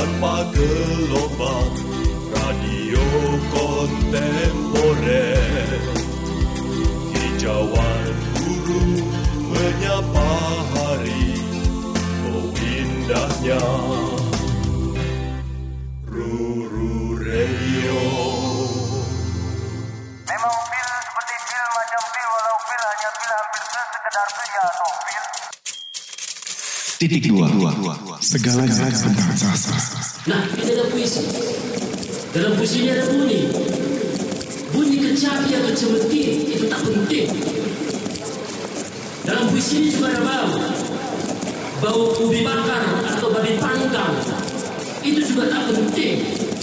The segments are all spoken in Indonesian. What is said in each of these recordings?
tanpa gelombang, radio kontemporer. Hijauan guru menyapa hari, oh indahnya Ruru Radio. Memang pil seperti pil macam pil, walau pil hanya pil hampir sekedar pil ya atau pil. Titik dua. Segalanya tentang sastra. Nah, ini ada puisi. Dalam puisi ini ada bunyi. Bunyi kecapi atau cemetik itu tak penting. Dalam puisi ini juga ada bau. Bau ubi bakar atau babi panggang. Itu juga tak penting.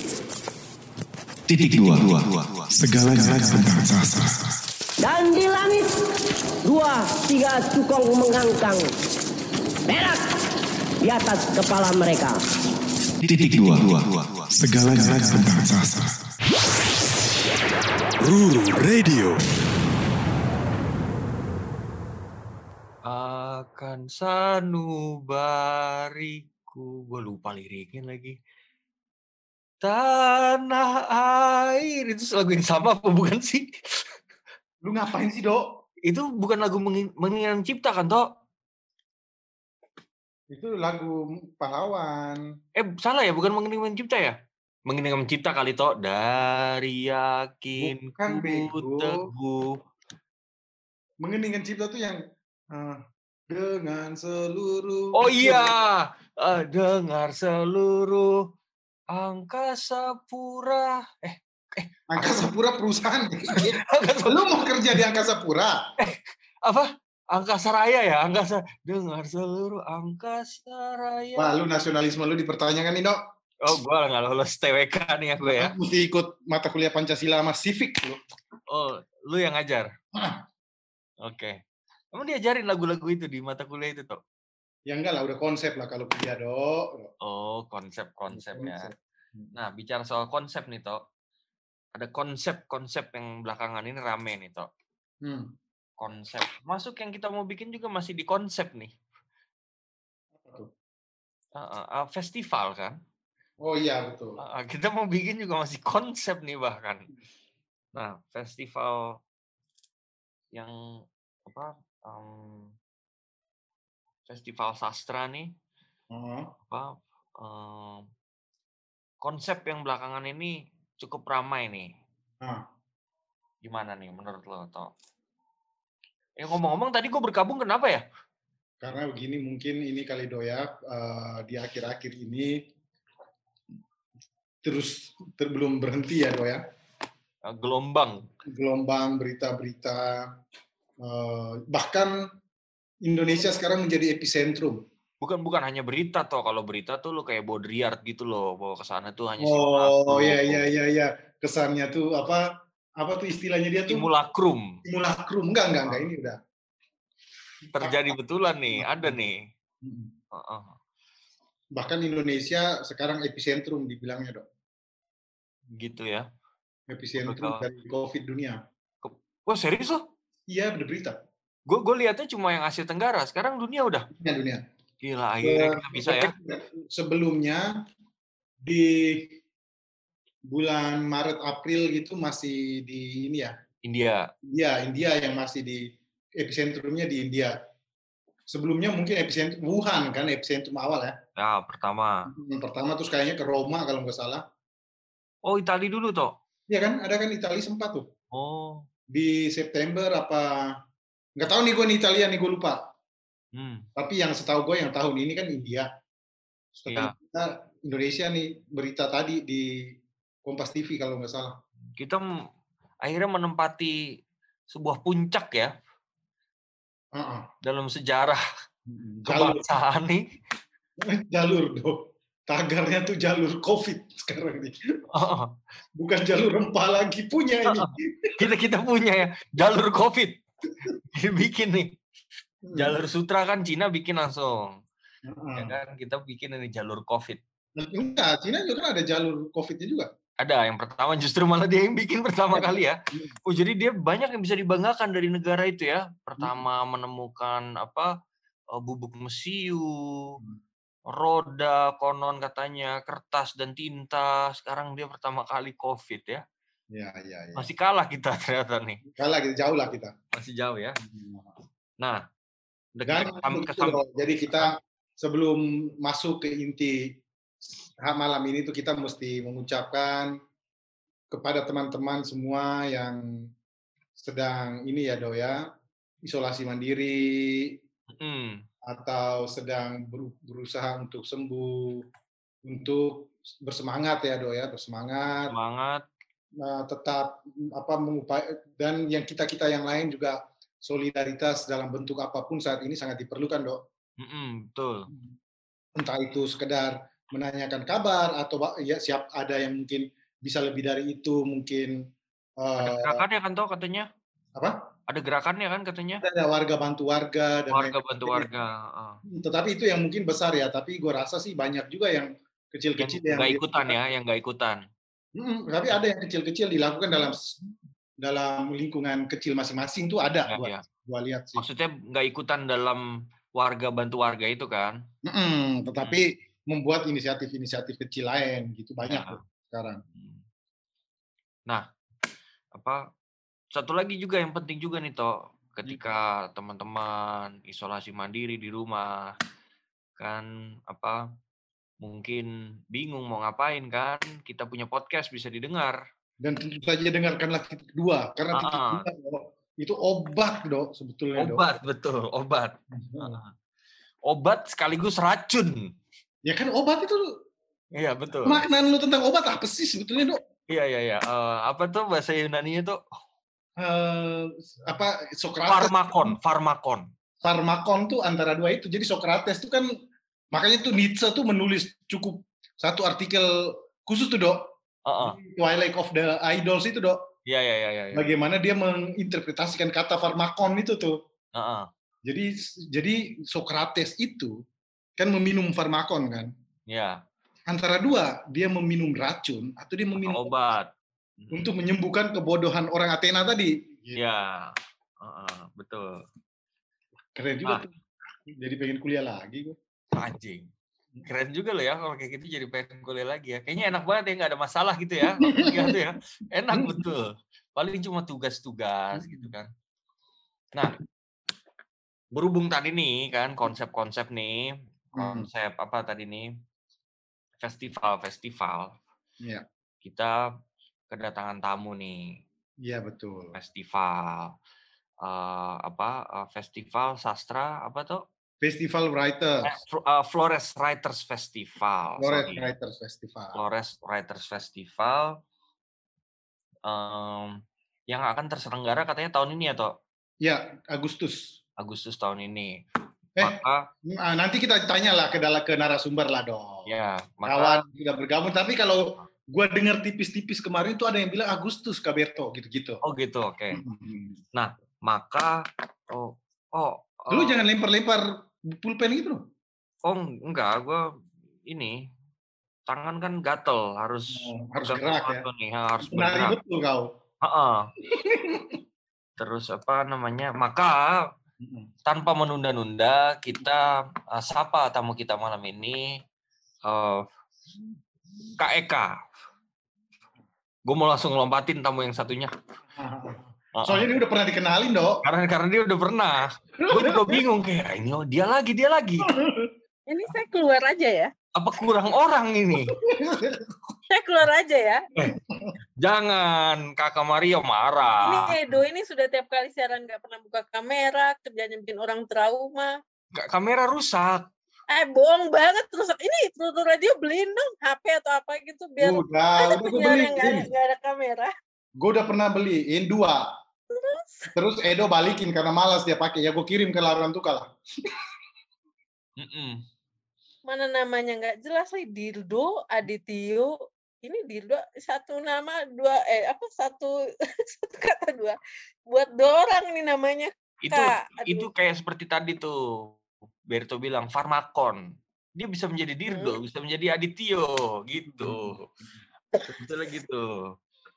Titik dua. Segalanya tentang sastra. Dan di langit 2-3 cukong mengangkang berak di atas kepala mereka. Titik dua. Segalanya tentang sastra. Ruru Radio. Akan sanubariku, gue lupa liriknya lagi. Tanah air, itu lagu yang sama apa bukan sih? Lu ngapain sih, Dok? Itu bukan lagu mengingat cipta kan, Tok? Itu lagu pahlawan. Salah ya, bukan mengenang cipta ya? Mengenang cipta kali, Tok. Dari yakin Bukan, ku bego. teguh. Mengeningkan cipta tuh yang dengan seluruh. Oh iya, dengar seluruh angkasa pura. Angkasa Pura perusahaan. Angkasa, Lu mau kerja di Angkasa Pura? apa? Angkasa Raya ya, dengar seluruh angkasa raya. Wah, lu nasionalisme lu dipertanyakan nih, Dok. Oh, gue nggak lolos TWK nih aku ya. Mesti ikut mata kuliah Pancasila sama Civic lu. Oh, lu yang ngajar? Hah. Oke. Kamu diajarin lagu-lagu itu di mata kuliah itu, Tok? Ya enggak lah, udah konsep lah kalau kuliah, Dok. Oh, konsep-konsepnya. Nah, bicara soal konsep nih, Tok. Ada konsep-konsep yang belakangan ini rame nih, Tok. Konsep. Masuk yang kita mau bikin juga masih di konsep nih. Festival kan? Oh iya, betul. Kita mau bikin juga masih konsep nih bahkan. Nah, festival yang apa? Festival sastra nih. Konsep yang belakangan ini cukup ramai nih. Gimana nih menurut lo, Tok? Ngomong-ngomong tadi gue berkabung kenapa ya? Karena begini, mungkin ini kali Doyak di akhir-akhir ini terus belum berhenti ya, Doyak. Gelombang berita-berita, bahkan Indonesia sekarang menjadi epicentrum. Bukan hanya berita, Toh. Kalau berita tuh lo kayak Baudrillard gitu loh, bawa ke sana tuh hanya simulakrum. Oh iya. Kesannya tuh apa tuh istilahnya dia tuh? Simulakrum. Enggak ini udah terjadi betulan nih, ada nih. Bahkan Indonesia sekarang epicentrum dibilangnya, Dok. Gitu ya. Epicentrum dari COVID dunia. Oh, serius loh? Iya, ada berita. Gue lihatnya cuma yang Asia Tenggara. Sekarang dunia udah. Dunia. Gila, akhirnya kita bisa ya. Sebelumnya di bulan Maret April gitu masih di ini ya. India yang masih di epicentrumnya di India. Sebelumnya mungkin epicentrum Wuhan kan, epicentrum awal ya. Ya, pertama terus kayaknya ke Roma kalau nggak salah. Oh, Italia dulu, Toh? Iya kan, ada kan Italia sempat tuh. Oh. Di September apa, nggak tahu nih gue nih Italia nih, gue lupa. Tapi yang setahu gue yang tahun ini kan India. Setelah kita Indonesia nih berita tadi di Kompas TV kalau nggak salah. Kita akhirnya menempati sebuah puncak ya. Dalam sejarah kebangsaan nih. Jalur, Dok. Tagarnya tuh jalur COVID sekarang nih. Bukan jalur rempah lagi, punya ini. Kita punya ya, jalur COVID. Bikin nih. Jalur sutra kan Cina bikin langsung. Ya kan, kita bikin ini jalur COVID. Enggak, Cina juga kan ada jalur COVID-nya juga. Ada, yang pertama justru malah dia yang bikin pertama kali ya. Oh, jadi dia banyak yang bisa dibanggakan dari negara itu ya. Pertama menemukan bubuk mesiu, roda, konon katanya kertas dan tinta. Sekarang dia pertama kali COVID ya. Ya. Masih kalah kita ternyata nih. Kalah kita, jauh lah kita. Masih jauh ya. Nah, dan jadi kita sebelum masuk ke inti malam ini tuh kita mesti mengucapkan kepada teman-teman semua yang sedang ini ya Do ya, isolasi mandiri atau sedang berusaha untuk sembuh, untuk bersemangat ya Do ya, bersemangat. Tetap dan yang kita yang lain juga solidaritas dalam bentuk apapun saat ini sangat diperlukan Dok. Betul. Entah itu sekedar menanyakan kabar atau ya ada yang mungkin bisa lebih dari itu mungkin. Ada gerakannya kan Dok katanya? Apa? Ada gerakannya kan katanya? Ada warga bantu warga. Dan warga bantu warga. Tetapi itu yang mungkin besar ya, tapi gue rasa sih banyak juga yang kecil-kecil yang nggak ikutan ya, yang nggak ikutan. Tapi ada yang kecil-kecil dilakukan dalam lingkungan kecil masing-masing tuh ada. Gua lihat sih. Maksudnya nggak ikutan dalam warga bantu warga itu kan? Tetapi membuat inisiatif-inisiatif kecil lain gitu banyak sekarang. Nah, satu lagi juga yang penting juga nih Toh, ketika teman-teman isolasi mandiri di rumah kan mungkin bingung mau ngapain kan, kita punya podcast bisa didengar. Dan tentu saja dengarkanlah Titik 2 karena Titik 2 itu obat Dok sebetulnya. Obat, betul, obat. Obat sekaligus racun. Ya kan obat itu. Iya, betul. Makna lu tentang obat apa sih sebetulnya Dok? Iya. Apa tuh bahasa Yunaninya tuh? Sokrates. Farmakon tuh antara dua itu. Jadi Sokrates tuh kan makanya tuh Nietzsche tuh menulis cukup satu artikel khusus tuh Dok. Twilight of the Idols itu Dok. Iya. Bagaimana dia menginterpretasikan kata farmakon itu tuh. Jadi Sokrates itu kan meminum farmakon kan. Iya. Antara dua, dia meminum racun atau dia meminum obat untuk menyembuhkan kebodohan orang Athena tadi. Iya. Betul. Keren juga tuh. Jadi pengen kuliah lagi gue. Anjing. Keren juga loh ya kalau kayak gitu jadi pengen kuliah lagi ya. Kayaknya enak banget ya, nggak ada masalah gitu ya. Enak betul. Paling cuma tugas-tugas gitu kan. Nah, berhubung tadi nih kan konsep-konsep nih. Konsep apa tadi nih? Festival. Iya. Kita kedatangan tamu nih. Iya, betul. Festival. Festival sastra apa tuh? Festival Writers. Flores Writers Festival. Flores Writers Festival. Yang akan terselenggara katanya tahun ini ya, Toh? Ya, Agustus tahun ini. Nanti kita tanyalah ke narasumber lah dong. Ya, kawan sudah bergabung. Tapi kalau gue dengar tipis-tipis kemarin tuh ada yang bilang Agustus Kaberto gitu-gitu. Oh gitu, oke. Nah, maka lu jangan lempar-lempar pulpen gitu loh. Oh enggak, gue ini tangan kan gatel, harus gerak ya. Harus bergerak. Betul kau. Terus maka tanpa menunda-nunda kita sapa tamu kita malam ini, Kak Eka. Gue mau langsung lompatin tamu yang satunya. Soalnya dia udah pernah dikenalin Dok. Karena dia udah pernah. Gue juga bingung kayak ini dia lagi. Ini saya keluar aja ya. Apa kurang orang ini? Saya keluar aja ya. Jangan, Kakak Mario marah. Ini Edo ini sudah tiap kali siaran nggak pernah buka kamera, kerjanya bikin orang trauma. Kamera rusak. Bohong banget rusak. Ini True Radio beliin dong HP atau apa gitu biar udah penyiaran nggak ada kamera. Gue udah pernah beliin 2. Terus Edo balikin karena malas dia pakai. Ya gue kirim ke Laruan Tuka lah. Mana namanya nggak jelas lagi. Dildo, Adityo. Ini Dildo satu nama 2 satu kata 2. Buat 2 orang ini namanya. Itu kayak seperti tadi tuh Berto bilang farmakon. Dia bisa menjadi Dildo, bisa menjadi Adityo gitu. Sebetulnya gitu.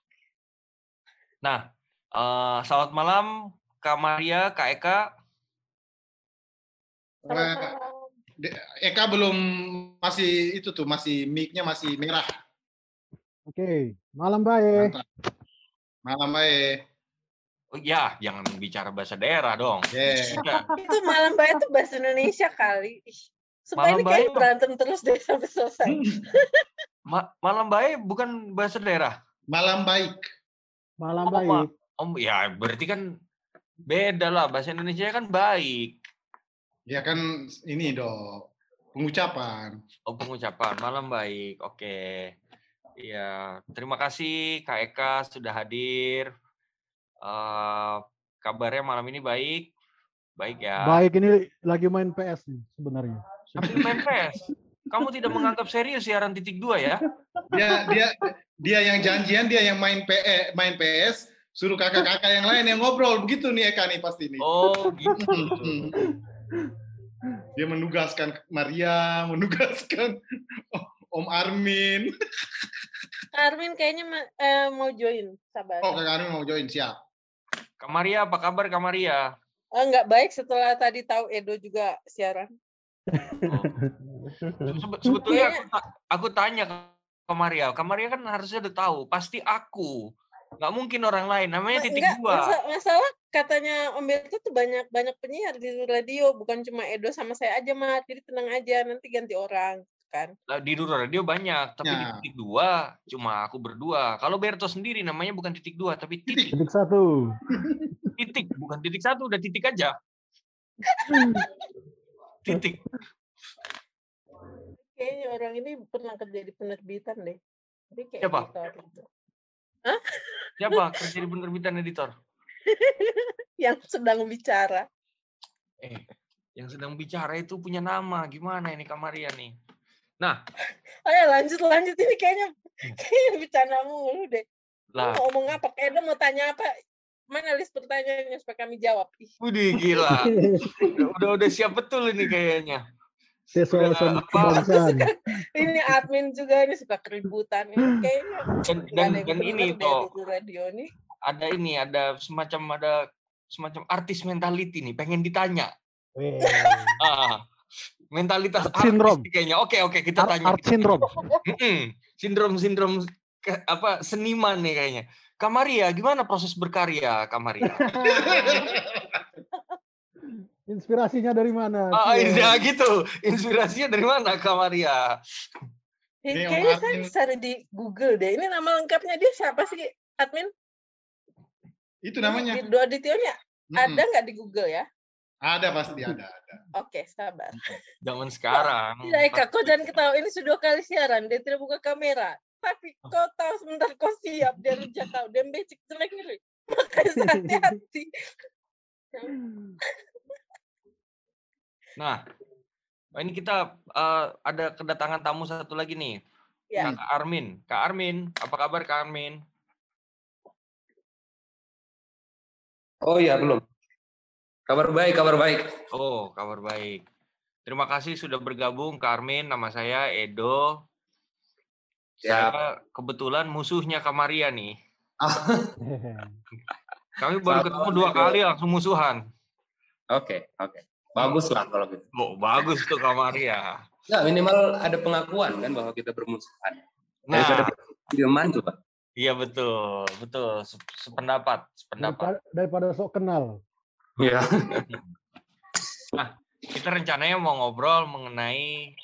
Nah, selamat malam Kak Maria, Kak Eka. Eka belum, masih itu tuh, masih mic-nya masih merah. Oke, malam baik. Mantap. Malam baik. Oh ya, jangan bicara bahasa daerah dong. Yeah. Itu malam baik itu bahasa Indonesia kali. Supaya ini kayak berantem terus deh sampai selesai. Malam baik bukan bahasa daerah. Malam baik. Malam baik. Ya berarti kan beda lah, bahasa Indonesia kan baik. Ya kan ini dong, pengucapan. Oh, pengucapan. Malam baik. Oke. Iya, terima kasih Kak Eka sudah hadir. Kabarnya malam ini baik. Baik ya. Baik, ini lagi main PS nih sebenarnya. Sambil main PS. Kamu tidak menganggap serius siaran titik 2 ya? Dia yang janjian, dia yang main PS, suruh kakak-kakak yang lain yang ngobrol. Begitu nih Eka nih pasti nih. Oh, gitu. Dia menugaskan Maria, menugaskan Om Armin. Armin kayaknya mau join, sabar. Oh, Kak Armin mau join, siap. Kak Maria, apa kabar Kak Maria? Nggak baik setelah tadi tahu Edo juga siaran. Sebetulnya aku tanya ke Kak Maria kan harusnya udah tahu, pasti aku. Nggak mungkin orang lain, namanya titik 2. Masalah katanya Om Berto tuh banyak penyiar di radio, bukan cuma Edo sama saya aja, Mat. Jadi tenang aja, nanti ganti orang. Kan? Di radio banyak, tapi di titik 2 cuma aku berdua. Kalau Berto sendiri namanya bukan titik 2, tapi titik. Titik 1. Titik, bukan titik 1, udah titik aja. Titik. Kayaknya orang ini pernah kerja di penerbitan deh. Jadi kayak siapa? Gitu. Hah? Siapa kerja di penerbitan editor? Yang sedang bicara. Yang sedang bicara itu punya nama. Gimana ini Kak Maria nih? Nah, ayo lanjut ini kayaknya bercanda mulu deh. Lah. Mau ngomong apa? Edo mau tanya apa? Mana list pertanyaannya supaya kami jawab? Udah gila. udah siap betul ini kayaknya. Sesuatu kebangsaan. Ini admin juga ini suka keributan ini kayaknya. Dan ini toh radio nih. Ada semacam artis mentality nih, pengen ditanya. Mentalitas sindrom kayaknya. Oke, kita tanya. Art syndrome. Sindrom seniman nih kayaknya. Kak Maria, gimana proses berkarya, Kak Maria? Inspirasinya dari mana? Ya gitu. Inspirasinya dari mana, Kak Maria? Kayaknya saya cari di Google deh. Ini nama lengkapnya dia siapa sih, admin? Itu namanya. Di Dua Adityonya ada nggak di Google ya? Ada, pasti ada. Oke, sabar. Zaman sekarang. Tidak, Eka, kau jangan ketawa. Ini sudah kali siaran, dia tidak buka kamera. Tapi kau tahu sebentar kau siap, dia rujak kau. Dia becik jelek ngeri. Makanya hati-hati. Nah, ini kita ada kedatangan tamu satu lagi nih. Ya. Kak Armin, apa kabar Kak Armin? Oh ya, belum. Kabar baik. Oh, kabar baik. Terima kasih sudah bergabung Kak Armin. Nama saya Edo. Saya kebetulan musuhnya Kak Maria nih. Kami baru ketemu 2 kali langsung musuhan. Oke. Bagus lah kalau gitu. Oh, bagus tuh Kak Maria. Nah, minimal ada pengakuan kan bahwa kita bermusuhan. Nah, dieman coba. Iya betul. Sependapat. Daripada sok kenal. Iya. Nah, kita rencananya mau ngobrol mengenai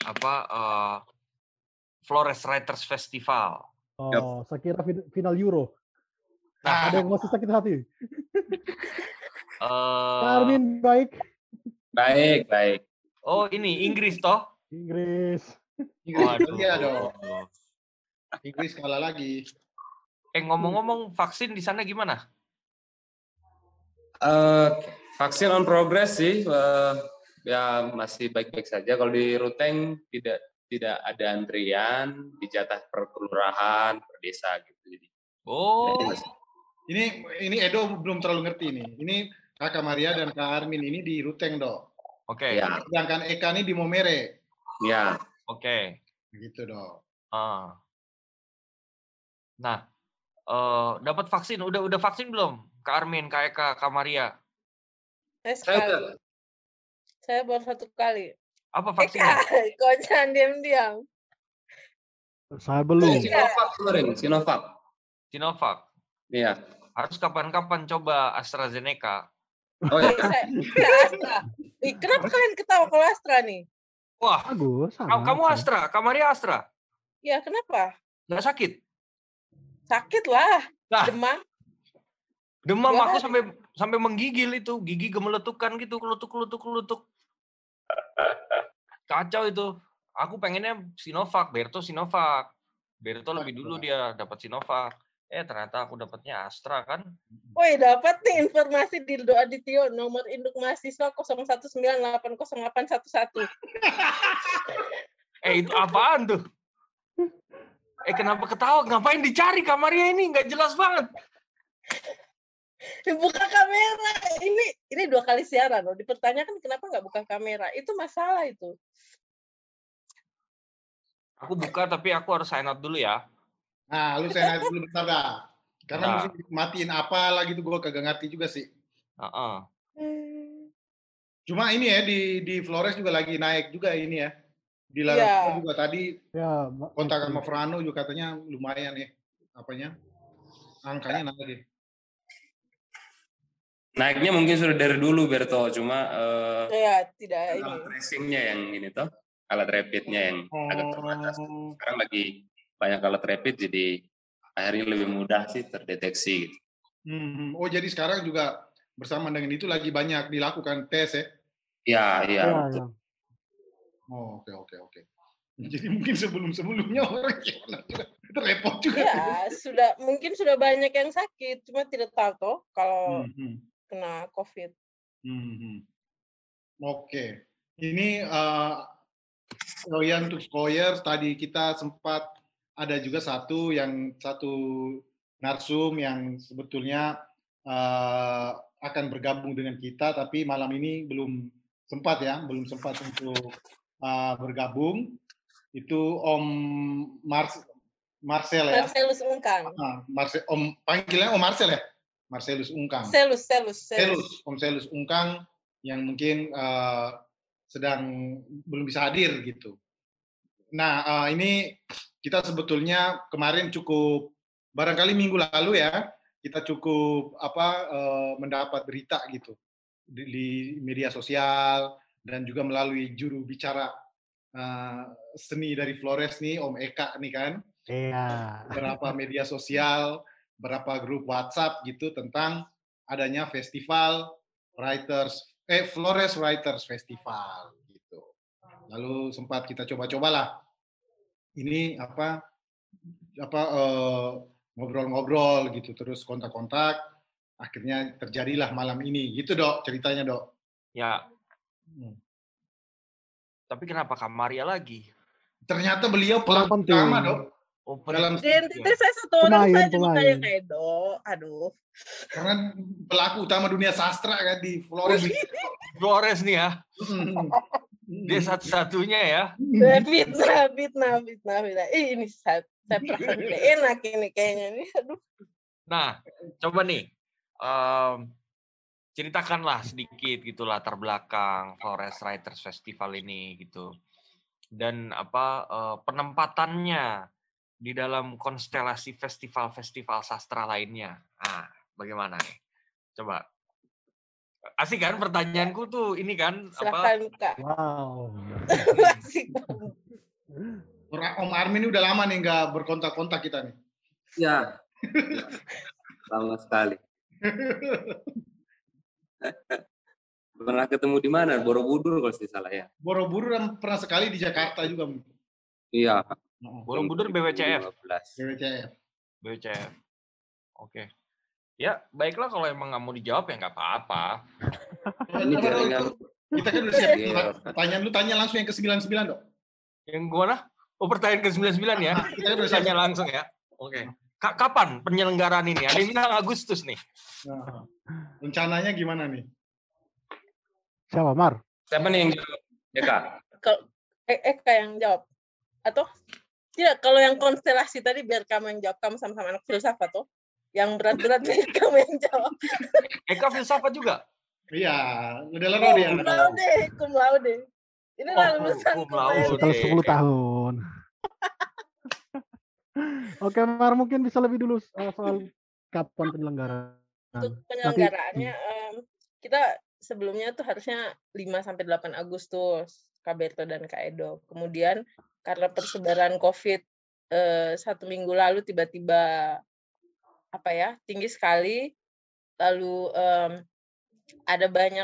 Flores Writers Festival. Oh, saya kira final Euro. Ada yang masih sakit hati. Armin baik. Baik. Oh, ini Inggris toh? Inggris. Iya dong. Inggris kalah lagi. Ngomong-ngomong vaksin di sana gimana? Vaksin on progress sih, ya masih baik-baik saja. Kalau di Ruteng tidak ada antrian, dijatah per kelurahan, per desa gitu. Jadi. Oh. Ini Edo belum terlalu ngerti nih. Ini Kakak Maria dan Kak Armin ini di Ruteng dong. Oke. Ya. Sedangkan Eka ini di Momere. Ya. Oke. Gitu dong. Nah, dapat vaksin, udah vaksin belum? Kak Armin, Kak Eka, Kak Maria? Saya baru 1 kali. Apa vaksinnya? Kok jangan diam-diam. Saya belum. Sinovac kemarin, Sinovac. Iya. Harus kapan-kapan coba AstraZeneca. Oh iya. Astra. Kenapa kalian ketawa kalau Astra nih? Wah, bagus. Kamu Astra, Kamaria Astra. Ya, kenapa? Nggak sakit? Sakit lah. Nah, demam Ya. aku sampai menggigil itu, gigi gemeletukan gitu, kelutuk. Kacau itu. Aku pengennya Sinovac, Berto Sinovac. Berto lebih dulu dia dapat Sinovac. Ternyata aku dapatnya Astra kan. Woi, dapat nih informasi Dildo Adityo, nomor induk mahasiswa 01980811. Itu apaan tuh? Kenapa ketawa? Ngapain dicari kamarnya ini? Nggak jelas banget. Buka kamera. Ini 2 kali siaran loh. Dipertanyakan kenapa nggak buka kamera. Itu masalah itu. Aku buka tapi aku harus sign out dulu ya. Nah, lu sign out dulu bentar dah. Karena mesti matiin apa lagi tuh gue kagak ngerti juga sih. Cuma ini ya di Flores juga lagi naik juga ini ya. Di Larang juga tadi kontak sama Frano juga katanya lumayan ya. Angkanya naik ya. Naiknya mungkin sudah dari dulu Berto, cuma tidak ini. Alat tracing-nya yang ini toh, alat rapid-nya yang agak terbatas. Sekarang lagi banyak alat rapid, jadi akhirnya lebih mudah sih terdeteksi. Gitu. Oh jadi sekarang juga bersama dengan itu lagi banyak dilakukan tes ya? Iya. Oh, oke. Jadi mungkin sebelumnya orang gimana juga itu repot juga. Ya, mungkin sudah banyak yang sakit, cuma tidak tahu toh kalau kena COVID. Oke. Ini yang untuk Skoyer tadi kita sempat ada juga satu narsum yang sebetulnya akan bergabung dengan kita, tapi malam ini belum sempat untuk bergabung. Itu Om Marcel ya. Marcelus Ungkang. Om panggilnya Om Marcel ya. Marcelus Ungkang. Om Selus Ungkang yang mungkin sedang belum bisa hadir gitu. Nah, ini kita sebetulnya kemarin cukup barangkali minggu lalu ya, kita cukup mendapat berita gitu di media sosial dan juga melalui juru bicara seni dari Flores nih, Om Eka nih kan. Iya. Beberapa media sosial, beberapa grup WhatsApp gitu tentang adanya festival Flores Writers Festival gitu. Lalu sempat kita coba-cobalah ini ngobrol-ngobrol gitu, terus kontak-kontak, akhirnya terjadilah malam ini. Gitu Dok, ceritanya Dok. Ya. Tapi kenapa Kamaria lagi? Ternyata beliau pelaku utama Dok. Identitas saya satu orang saja makanya kayak aduh. Karena pelaku utama dunia sastra kan di Flores. Flores nih ya. Dia satu-satunya ya. Fitnah. Ini saya perasaan tidak enak ini kayaknya nih. Aduh. Nah, coba nih. Ceritakanlah sedikit gitu latar belakang Flores Writers Festival ini gitu. Dan penempatannya di dalam konstelasi festival-festival sastra lainnya. Bagaimana nih? Coba. Asik kan pertanyaanku tuh ini kan Silakan, Kak. Wow. Om Armin ini udah lama nih nggak berkontak-kontak kita nih. Ya. Lama sekali. Pernah ketemu di mana? Borobudur kalau tidak salah ya. Borobudur dan pernah sekali di Jakarta juga. Iya. Borobudur BWCF. BWCF. Oke. Ya, baiklah kalau emang nggak mau dijawab ya nggak apa-apa. Ini jaringan. Kita kan udah siap. Pertanyaan lu tanya langsung yang ke-99 Dok. Yang gimana? Pertanyaan ke-99 ya. Kita kan udah tanya langsung ya. Oke. Kapan penyelenggaraan ini? Ada yang bilang Agustus nih. Rencananya gimana nih? Siapa, Mar? Siapa nih yang jawab? Eka? Eka yang jawab. Atau tidak, kalau yang konstelasi tadi biar kamu yang jawab, kamu sama-sama anak filsafat tuh. Yang berat-berat nih kamu yang jawab. Eka filsafat juga? Iya, udah lama dia. Cum laude. Ini lulusan setelah 10 tahun. Oke, Mar, mungkin bisa lebih dulu soal kapan penyelenggaraan. Untuk penyelenggaraannya, kita sebelumnya tuh harusnya 5-8 Agustus, Kak Berto dan Kak Edo. Kemudian karena persebaran COVID 1 minggu lalu tiba-tiba tinggi sekali, lalu ada banyak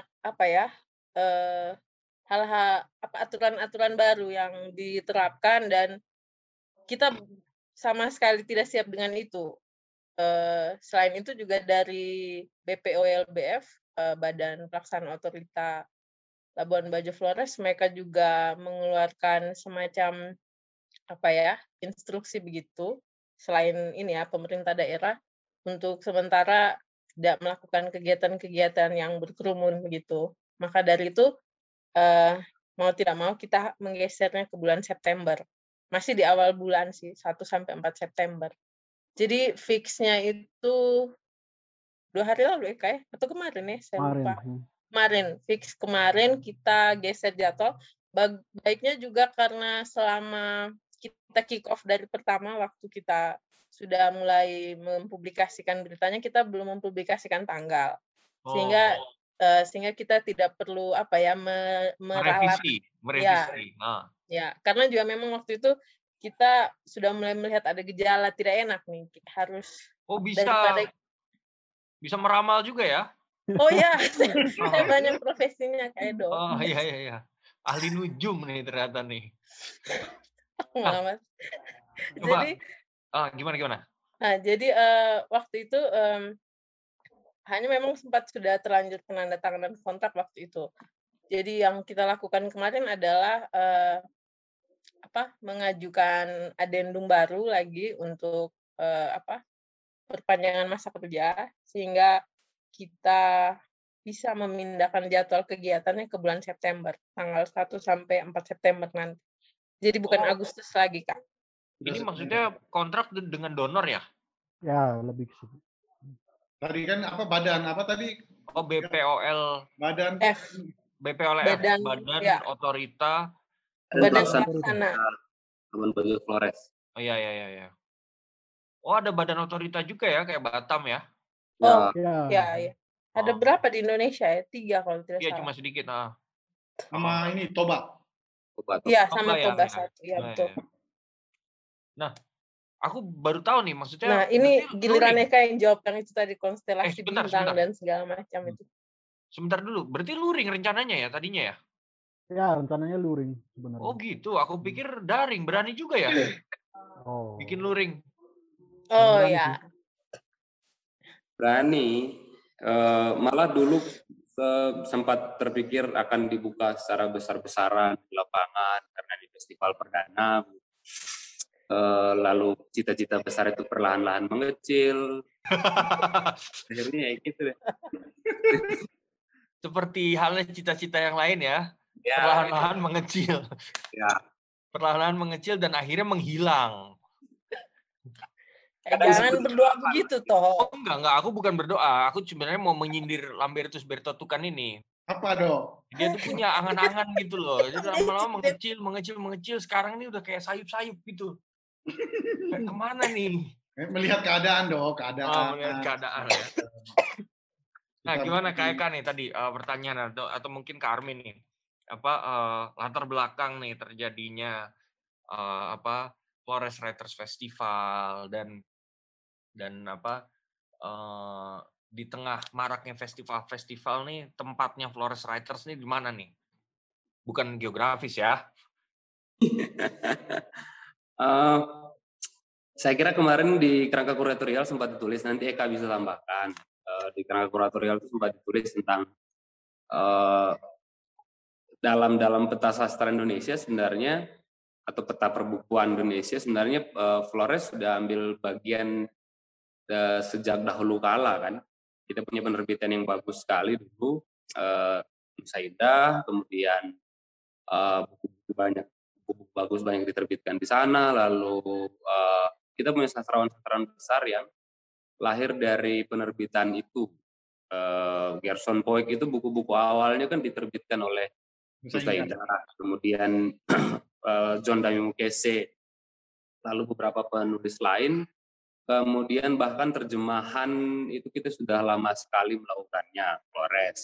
hal-hal aturan-aturan baru yang diterapkan dan kita sama sekali tidak siap dengan itu. Selain itu juga dari BPOLBF, Badan Pelaksana Otorita Labuan Bajo Flores, mereka juga mengeluarkan semacam instruksi begitu. Selain ini pemerintah daerah untuk sementara tidak melakukan kegiatan-kegiatan yang berkerumun begitu. Maka dari itu mau tidak mau kita menggesernya ke bulan September. Masih di awal bulan sih, 1-4 September. Jadi fix-nya itu 2 hari lalu atau kemarin ya, saya lupa. Kemarin, fix kemarin kita geser jadwal. Baiknya juga karena selama kita kick off dari pertama waktu kita sudah mulai mempublikasikan beritanya, kita belum mempublikasikan tanggal. Sehingga kita tidak perlu merevisi. Ya, karena juga memang waktu itu kita sudah mulai melihat ada gejala tidak enak nih, harus bisa meramal juga ya? Oh ya, saya banyak profesinya Kak Edo. Oh iya. Ahli nujum nih ternyata nih. Mas. Jadi gimana? Nah, jadi waktu itu hanya memang sempat sudah terlanjur penandatanganan kontrak waktu itu. Jadi yang kita lakukan kemarin adalah mengajukan adendum baru lagi untuk perpanjangan masa kerja sehingga kita bisa memindahkan jadwal kegiatannya ke bulan September, tanggal 1-4 September nanti. Jadi bukan Agustus lagi, Kak. Ini maksudnya kontrak dengan donor ya? Ya, lebih ke situ. Tadi kan badan tadi? Oh, BPOL. Badan F. BPOLF, Badan Otorita. Badan Pelaksana. Labuan Bajo Flores. Oh iya. Oh, ada Badan Otorita juga ya, kayak Batam ya? Oh, iya. Ada berapa di Indonesia ya? 3 kalau tidak salah. Iya, cuma sedikit. Sama ini Toba. Iya, sama Toba 1. Iya, betul. Nah, aku baru tahu nih, maksudnya. Nah, ini giliran Eka yang jawab yang itu tadi, konstelasi bintang dan segala macam itu. Sebentar dulu, berarti luring rencananya ya tadinya ya? Ya, rencananya luring sebenarnya. Oh gitu, aku pikir daring, berani juga ya? Bikin luring. Oh ya. Berani, malah dulu sempat terpikir akan dibuka secara besar-besaran di lapangan karena di festival perdana. Lalu cita-cita besar itu perlahan-lahan mengecil. Akhirnya ya gitu deh. Seperti halnya cita-cita yang lain ya, perlahan-lahan mengecil. Ya. Perlahan-lahan mengecil dan akhirnya menghilang. Jangan berdoa begitu toh. Oh, enggak, aku bukan berdoa. Aku sebenarnya mau menyindir Lambertus Bertotukan ini. Apa dong? Dia tuh punya angan-angan gitu loh. Jadi lama-lama mengecil. Sekarang ini udah kayak sayup-sayup gitu. Kemana nih? Melihat keadaan dong, melihat keadaan. Ya. Nah, gimana Kak Eka nih tadi pertanyaan atau mungkin Kak Armin nih. Latar belakang nih terjadinya Flores Writers Festival dan di tengah maraknya festival nih, tempatnya Flores Writers nih di mana nih? Bukan geografis ya. Saya kira kemarin di kerangka kuratorial sempat ditulis, nanti Eka bisa tambahkan. Di kerangka kuratorial itu sempat ditulis tentang dalam peta sastra Indonesia sebenarnya, atau peta perbukuan Indonesia sebenarnya Flores sudah ambil bagian sejak dahulu kala kan. Kita punya penerbitan yang bagus sekali dulu, Saidah, kemudian buku-buku bagus banyak diterbitkan di sana, lalu kita punya sastrawan-sastrawan besar yang lahir dari penerbitan itu. Gerson Poik itu buku-buku awalnya kan diterbitkan oleh Nusa Indah, kemudian John W. Mukese, lalu beberapa penulis lain. Kemudian bahkan terjemahan itu kita sudah lama sekali melakukannya, Flores.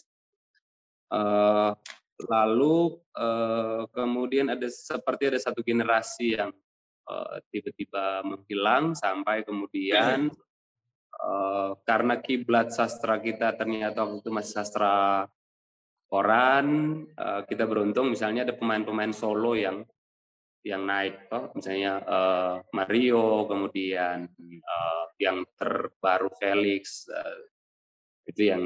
Lalu kemudian ada satu generasi yang tiba-tiba menghilang sampai kemudian karena kiblat sastra kita ternyata waktu itu masih sastra koran, kita beruntung misalnya ada pemain-pemain solo yang naik, misalnya Mario, kemudian yang terbaru Felix, itu yang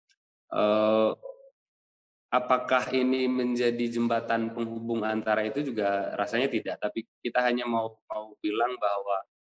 apakah ini menjadi jembatan penghubung antara itu juga rasanya tidak, tapi kita hanya mau bilang bahwa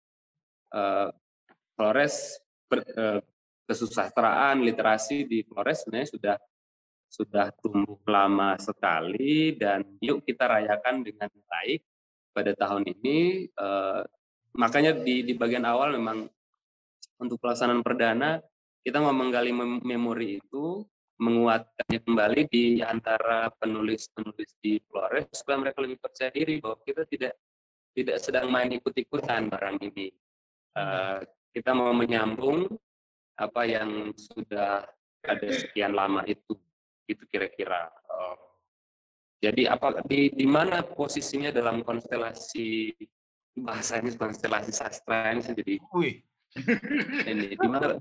Flores kesusastraan literasi di Flores sebenarnya sudah tumbuh lama sekali, dan yuk kita rayakan dengan baik pada tahun ini. Makanya di bagian awal memang untuk pelaksanaan perdana kita mau menggali memori itu, menguatkannya kembali di antara penulis-penulis di Flores supaya mereka lebih percaya diri bahwa kita tidak sedang main ikut-ikutan barang ini. Kita mau menyambung apa yang sudah ada sekian lama itu kira-kira. Jadi apa di mana posisinya dalam konstelasi bahasanya, konstelasi sastra ini jadi ini di mana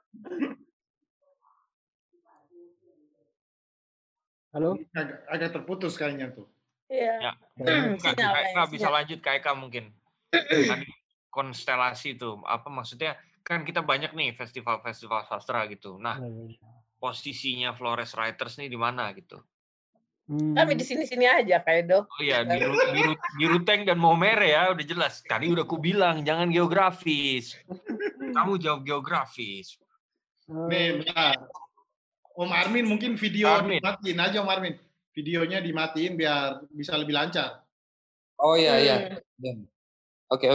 Halo? Agak terputus kayaknya tuh. Iya. Kak bisa lanjut Kak Eka mungkin. Tadi konstelasi itu apa maksudnya? Kan kita banyak nih festival-festival sastra gitu. Nah, posisinya Flores Writers nih di mana gitu? Kami di sini-sini aja Kak Edo. Oh iya, di Ruteng dan Maumere ya, udah jelas. Tadi udah ku bilang jangan geografis. Kamu jawab geografis. Nih, bentar. Om Armin mungkin dimatiin aja Om Armin. Videonya dimatiin biar bisa lebih lancar. Oh iya. Oke.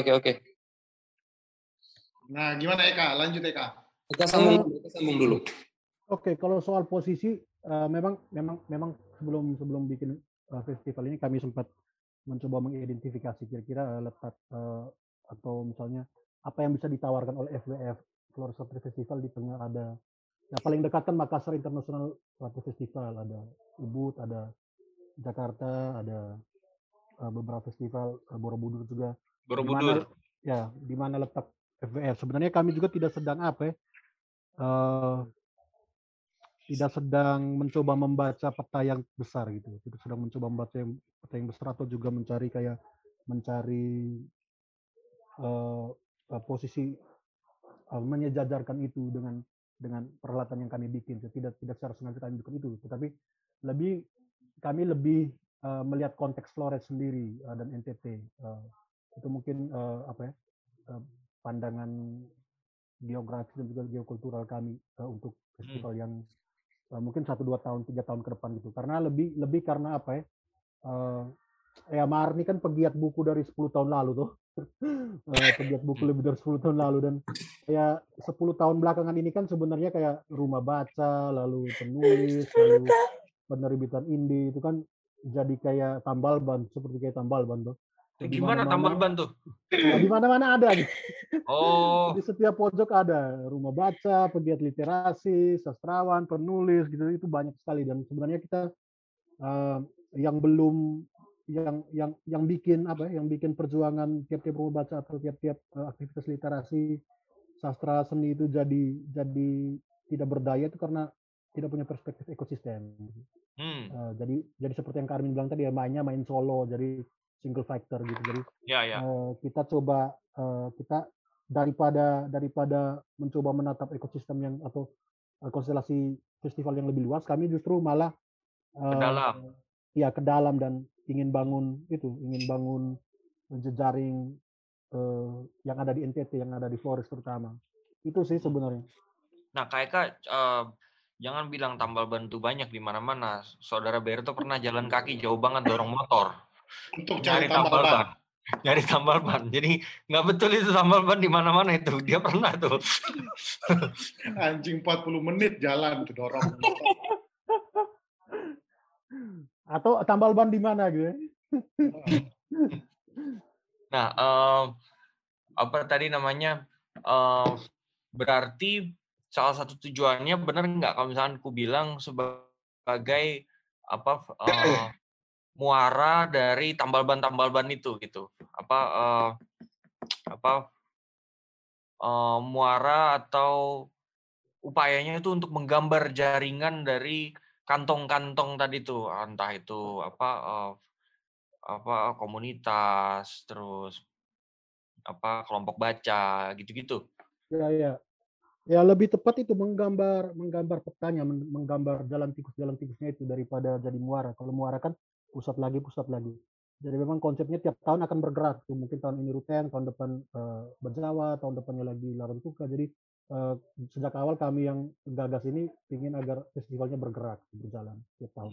Nah, gimana Eka? Lanjut Eka. Kita sambung dulu. Oke, kalau soal posisi memang sebelum bikin festival ini kami sempat mencoba mengidentifikasi kira-kira letak atau misalnya apa yang bisa ditawarkan oleh FWF Flores Writers Festival di tengah ada yang paling dekat kan Makassar International Writers Festival, ada Ubud, ada Jakarta, ada beberapa festival, Borobudur juga. Borobudur. Di mana letak FWF. Sebenarnya kami juga tidak sedang tidak sedang mencoba membaca peta yang besar gitu, tidak sedang mencoba membaca peta yang besar atau juga mencari posisi menyejajarkan itu dengan peralatan yang kami bikin. Tidak secara sengaja kami bikin itu, tetapi kami lebih melihat konteks Flores sendiri dan NTT. Itu mungkin pandangan geografis dan juga geokultural kami untuk festival yang mungkin 1, 2 tahun, 3 tahun ke depan gitu. Karena lebih karena Marni kan pegiat buku dari 10 tahun lalu tuh. Pegiat buku lebih dari 10 tahun lalu, dan ya 10 tahun belakangan ini kan sebenarnya kayak rumah baca, lalu penulis, lalu penerbitan indie itu kan jadi kayak tambal ban, seperti kayak tambal ban tuh. Gimana tambal ban tuh? Di mana-mana ada gitu. Oh. Di setiap pojok ada rumah baca, pegiat literasi, sastrawan, penulis gitu, itu banyak sekali. Dan sebenarnya kita yang bikin perjuangan tiap-tiap rumah baca atau tiap-tiap aktivitas literasi sastra seni itu jadi tidak berdaya itu karena tidak punya perspektif ekosistem. Jadi seperti yang Karmin bilang tadi ya, main solo, jadi single factor gitu. Jadi kita coba kita daripada mencoba menatap ekosistem yang atau konstelasi festival yang lebih luas, kami justru malah ke dalam dan ingin bangun jejaring yang ada di NTT, yang ada di Flores terutama. Itu sih sebenarnya. Nah, Kak, jangan bilang tambal ban itu banyak di mana-mana. Saudara Berto pernah jalan kaki jauh banget dorong motor untuk nyari tambal ban. Nyari tambal ban. Jadi nggak betul itu tambal ban di mana-mana itu. Dia pernah tuh. Anjing 40 menit jalan tuh dorong. Atau tambal ban di mana gitu? Nah, apa tadi namanya? Berarti salah satu tujuannya benar nggak kalau misalnya aku bilang sebagai apa muara dari tambal ban itu gitu? Muara atau upayanya itu untuk menggambar jaringan dari kantong-kantong tadi tuh, entah itu komunitas, terus kelompok baca gitu-gitu. Ya. Ya lebih tepat itu menggambar petanya, menggambar jalan tikusnya itu daripada jadi muara. Kalau muara kan pusat lagi. Jadi memang konsepnya tiap tahun akan bergerak. Mungkin tahun ini Ruteng, tahun depan Berjawa, tahun depannya lagi Larantuka. Jadi sejak awal kami yang gagas ini ingin agar festivalnya berjalan tiap tahun.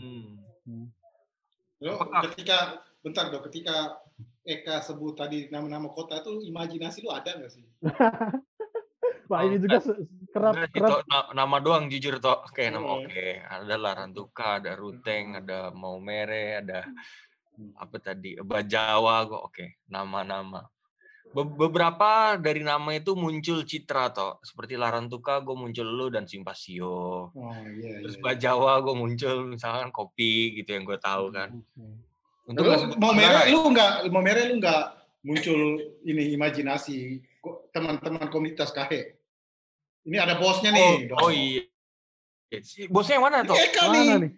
Ketika Eka sebut tadi nama-nama kota itu, imajinasi lu ada nggak sih? Pak ini juga kerap nama doang jujur toh, kayak nama ada Larantuka, ada Ruteng, ada Maumere, ada apa tadi Bajawa, nama-nama. Beberapa dari nama itu muncul citra toh, seperti Larantuka gue muncul lu dan Simpasio. Terus Bajawa gue muncul misalkan Kopi gitu yang gue tahu kan. Untuk Maumere lu nggak muncul ini imajinasi teman-teman komunitas KH. Ini ada bosnya nih. Oh iya. Bosnya yang mana toh? Eka nih.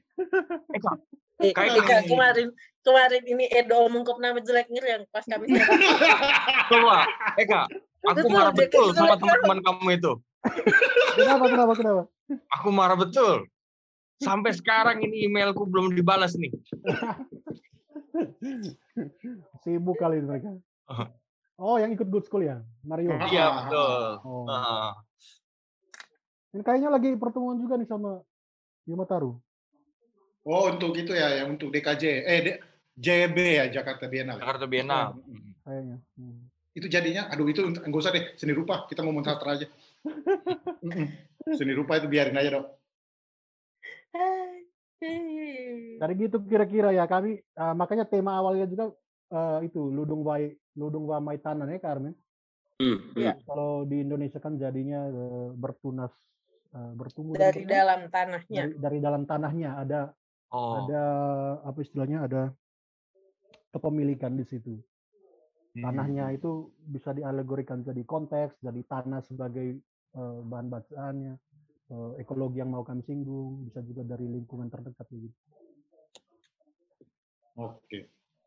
Eka kemarin ini Edo mengungkap nama jelek yang pas kami. Coba, Eka, aku marah betul sama teman-teman kamu itu. Kenapa? Aku marah betul. Sampai sekarang ini emailku belum dibalas nih. Sibuk kali mereka. Oh, yang ikut Good School ya, Mario. Iya betul. Ini kayaknya lagi pertemuan juga nih sama Yomataru. Oh, untuk itu ya, yang untuk DKJ, JB ya, Jakarta Biennale. Jakarta Biennale. Kayaknya. Itu jadinya, itu nggak usah deh, seni rupa, kita ngomong sastra aja. Seni rupa itu biarin aja dong. Dari gitu kira-kira ya kami, makanya tema awalnya juga itu Ludung Wa Mai Tanan ya Carmen. Ya, kalau di Indonesia kan jadinya bertumbuh dari dalam tanahnya. Dari dalam tanahnya ada apa istilahnya, ada kepemilikan di situ. Tanahnya itu bisa dialegorikan jadi konteks, jadi tanah sebagai bahan bacaannya, ekologi yang mau kami singgung, bisa juga dari lingkungan terdekat gitu. Oke.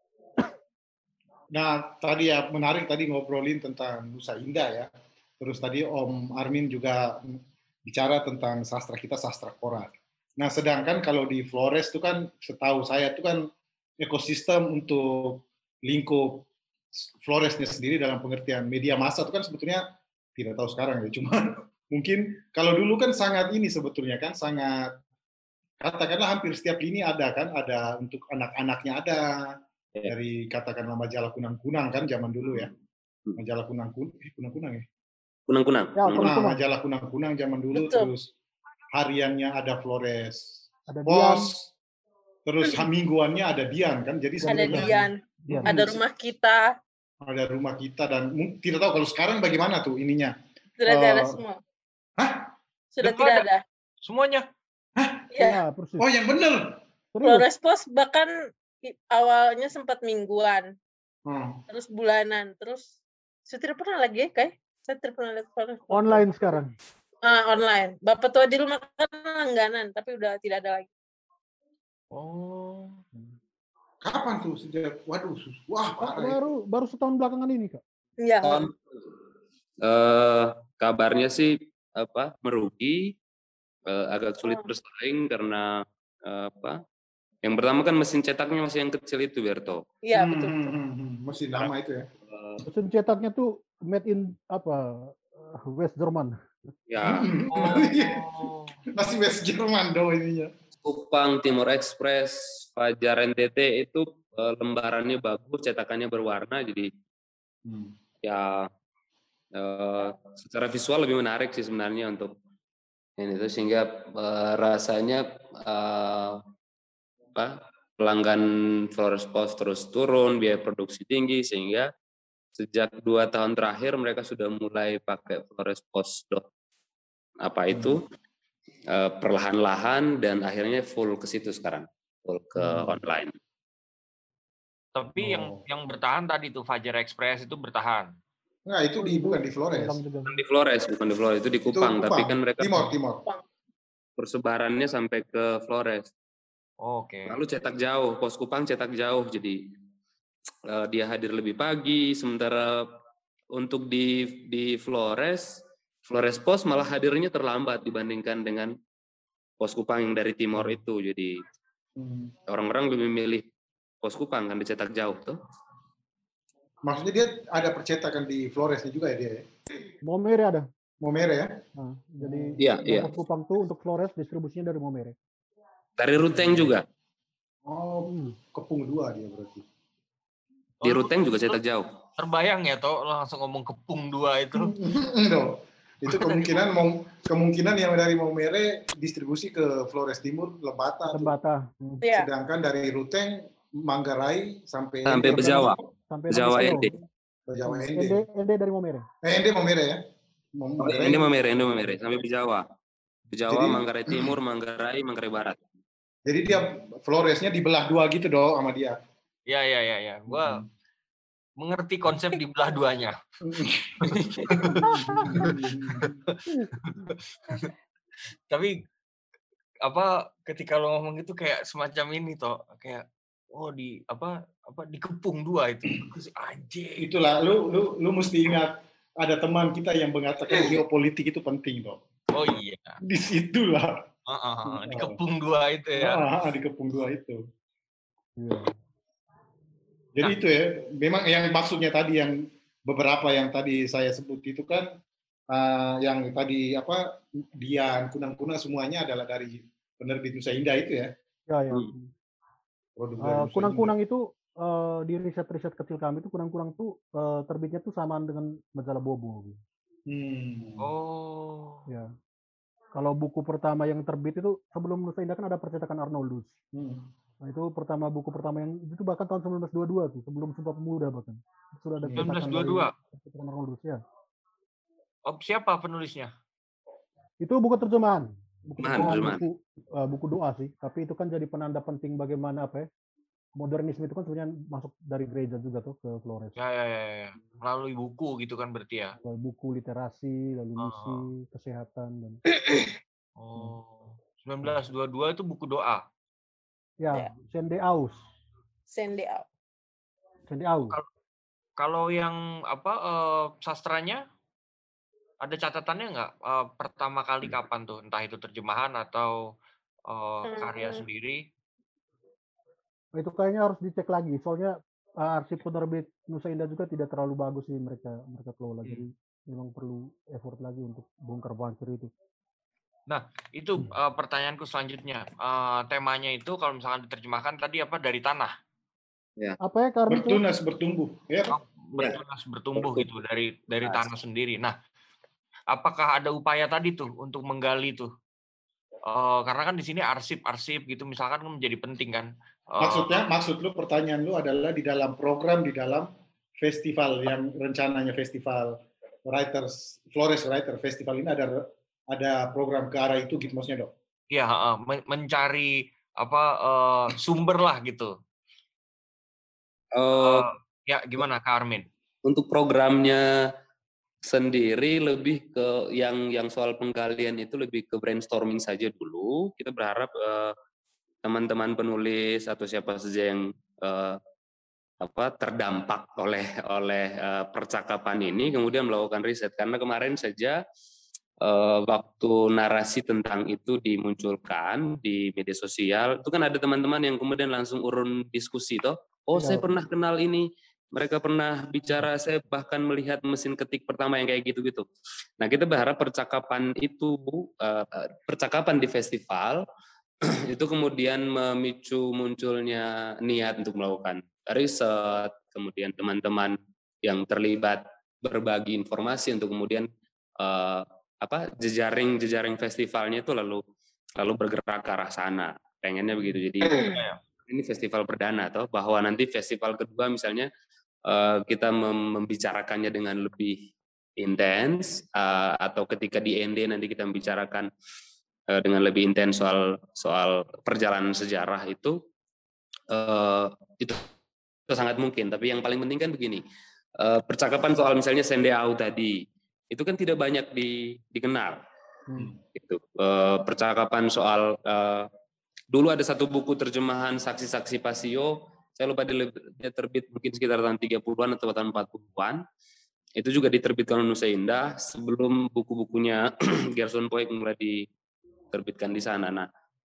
Nah, tadi ya menarik tadi ngobrolin tentang Nusa Indah ya. Terus tadi Om Armin juga bicara tentang sastra kita, sastra koran. Nah, sedangkan kalau di Flores itu kan setahu saya itu kan ekosistem untuk lingkup Floresnya sendiri dalam pengertian media massa itu kan sebetulnya tidak tahu sekarang ya. Cuma mungkin kalau dulu kan sangat ini sebetulnya kan sangat katakanlah hampir setiap lini ada kan, ada untuk anak-anaknya ada. Dari katakanlah majalah kunang-kunang kan zaman dulu ya. Majalah kunang-kunang ya. Kunang-kunang. Majalah kunang-kunang zaman dulu. Betul. Terus hariannya ada Flores. Ada Pos. Terus mingguannya ada Dian kan. Jadi ada Dian. Ada Rumah Kita. Ada Rumah Kita dan tidak tahu kalau sekarang bagaimana tuh ininya. Sudah tidak ada semua. Hah? Sudah tidak ada. Semuanya. Hah? Ya. Oh, yang benar. Flores Pos bahkan awalnya sempat mingguan, terus bulanan, terus saya tidak pernah lagi kayak saya tidak pernah lihat online sekarang. Online. Bapak tua di rumah kan langganan, tapi udah tidak ada lagi. Oh, kapan tuh sejak? Waduh, baru setahun belakangan ini kak. Iya. Kabarnya sih merugi, agak sulit bersaing karena Yang pertama kan mesin cetaknya masih yang kecil itu, Berto. Iya, betul. Mesin lama itu ya. Mesin cetaknya tuh made in West Jerman. Ya. Masih West Jerman dong ininya. Kupang, Timor Express, Fajar NTT itu lembarannya bagus, cetakannya berwarna, jadi ya secara visual lebih menarik sih sebenarnya untuk ini tuh, sehingga rasanya pelanggan Flores Post terus turun, biaya produksi tinggi, sehingga sejak 2 tahun terakhir mereka sudah mulai pakai Flores Post perlahan-lahan, dan akhirnya full ke situ sekarang, full ke online. Tapi yang bertahan tadi tuh Fajar Express itu bertahan. Nah, itu bukan di Flores. Bukan di Flores, itu di Kupang, tapi kan mereka Timor. Persebarannya sampai ke Flores. Oke. Lalu cetak jauh, Pos Kupang cetak jauh, jadi dia hadir lebih pagi, sementara untuk di Flores Pos malah hadirnya terlambat dibandingkan dengan Pos Kupang yang dari timor itu. Jadi orang-orang lebih memilih Pos Kupang kan dicetak jauh tuh. Maksudnya dia ada percetakan di Floresnya juga ya dia? Momere ada. Momere ya? Nah, jadi Pos Kupang tuh untuk Flores distribusinya dari Momere. Dari Ruteng juga. Kepung 2 dia berarti. Di Ruteng juga cetak jauh. Terbayang ya toh langsung ngomong Kepung 2 itu. Itu kemungkinan yang dari Momere distribusi ke Flores Timur Lembata. Sedangkan dari Ruteng Manggarai sampai Bejawa. Bejawa Ende. Bejawa Ende dari Momere. Ende Momere ya. Ende Momere sampai Bejawa. Bejawa, Manggarai Timur, Manggarai Barat. Jadi dia Floresnya dibelah 2 gitu dong sama dia. Ya. Gua mengerti konsep dibelah 2-nya. Tapi ketika lo ngomong itu kayak semacam ini toh, kayak dikepung 2 itu. Anjir. Itulah lu mesti ingat ada teman kita yang mengatakan geopolitik itu penting dong. Oh iya. Di situlah. Dikepung 2 itu ya. Dikepung 2 itu. Jadi itu ya, memang yang maksudnya tadi yang beberapa yang tadi saya sebut itu kan yang tadi Dian, Kunang-Kunang semuanya adalah dari penerbit Nusa Indah itu ya. Ya. Kunang-Kunang itu di riset-riset kecil kami itu Kunang-Kunang tuh terbitnya tuh samaan dengan majalah Bobo. Oh. Ya. Kalau buku pertama yang terbit itu sebelum Nusa Indah kan ada percetakan Arnoldus. Nah, itu buku pertama yang itu bahkan tahun 1922 tuh, sebelum Sumpah Pemuda bahkan. Sudah ada 1922. Arnoldus ya. Siapa penulisnya? Itu buku terjemahan. Buku doa sih, tapi itu kan jadi penanda penting bagaimana modernisme itu kan sebenarnya masuk dari gereja juga tuh ke Flores. Ya. Melalui buku gitu kan berarti ya. Melalui buku literasi, lalu misi, kesehatan dan 1922 itu buku doa. Ya. Sendeaus. Kalau yang sastranya ada catatannya nggak pertama kali kapan tuh, entah itu terjemahan atau karya sendiri? Itu kayaknya harus dicek lagi, soalnya arsip penerbit Nusa Indah juga tidak terlalu bagus sih mereka kelola, jadi memang perlu effort lagi untuk bongkar bangkir itu. Nah, itu pertanyaanku selanjutnya. Temanya itu kalau misalkan diterjemahkan tadi dari tanah. Ya. Apa ya? Karena bertumbuh. Ya. Bertumbuh gitu dari tanah sendiri. Nah, apakah ada upaya tadi tuh untuk menggali tuh? Karena kan di sini arsip gitu misalkan menjadi penting kan. Maksud lu, pertanyaan lu adalah di dalam festival yang rencananya festival Writers Flores Writer Festival ini ada program ke arah itu gitu maksudnya dok? Iya, mencari sumber lah gitu. Ya gimana Kak Armin? Untuk programnya sendiri lebih ke yang soal penggalian itu lebih ke brainstorming saja dulu. Kita berharap teman-teman penulis atau siapa saja yang terdampak oleh percakapan ini kemudian melakukan riset, karena kemarin saja waktu narasi tentang itu dimunculkan di media sosial itu kan ada teman-teman yang kemudian langsung urun diskusi toh. Saya pernah kenal ini, mereka pernah bicara, saya bahkan melihat mesin ketik pertama yang kayak gitu-gitu. Nah, kita berharap percakapan di festival itu kemudian memicu munculnya niat untuk melakukan riset, kemudian teman-teman yang terlibat berbagi informasi untuk kemudian jejaring festivalnya itu lalu bergerak ke arah sana. Pengennya begitu. Jadi ini festival perdana toh, bahwa nanti festival kedua misalnya kita membicarakannya dengan lebih intens, atau ketika di END nanti kita membicarakan dengan lebih intens soal perjalanan sejarah itu sangat mungkin. Tapi yang paling penting kan begini, percakapan soal misalnya Sendeau tadi itu kan tidak banyak dikenal. Gitu. Percakapan soal dulu ada satu buku terjemahan Saksi-saksi Pasio, saya lupa dia terbit mungkin sekitar tahun 30-an atau tahun 40-an. Itu juga diterbitkan oleh Nusa Indah sebelum buku-bukunya Gerson Poik mulai diterbitkan di sana. Nah,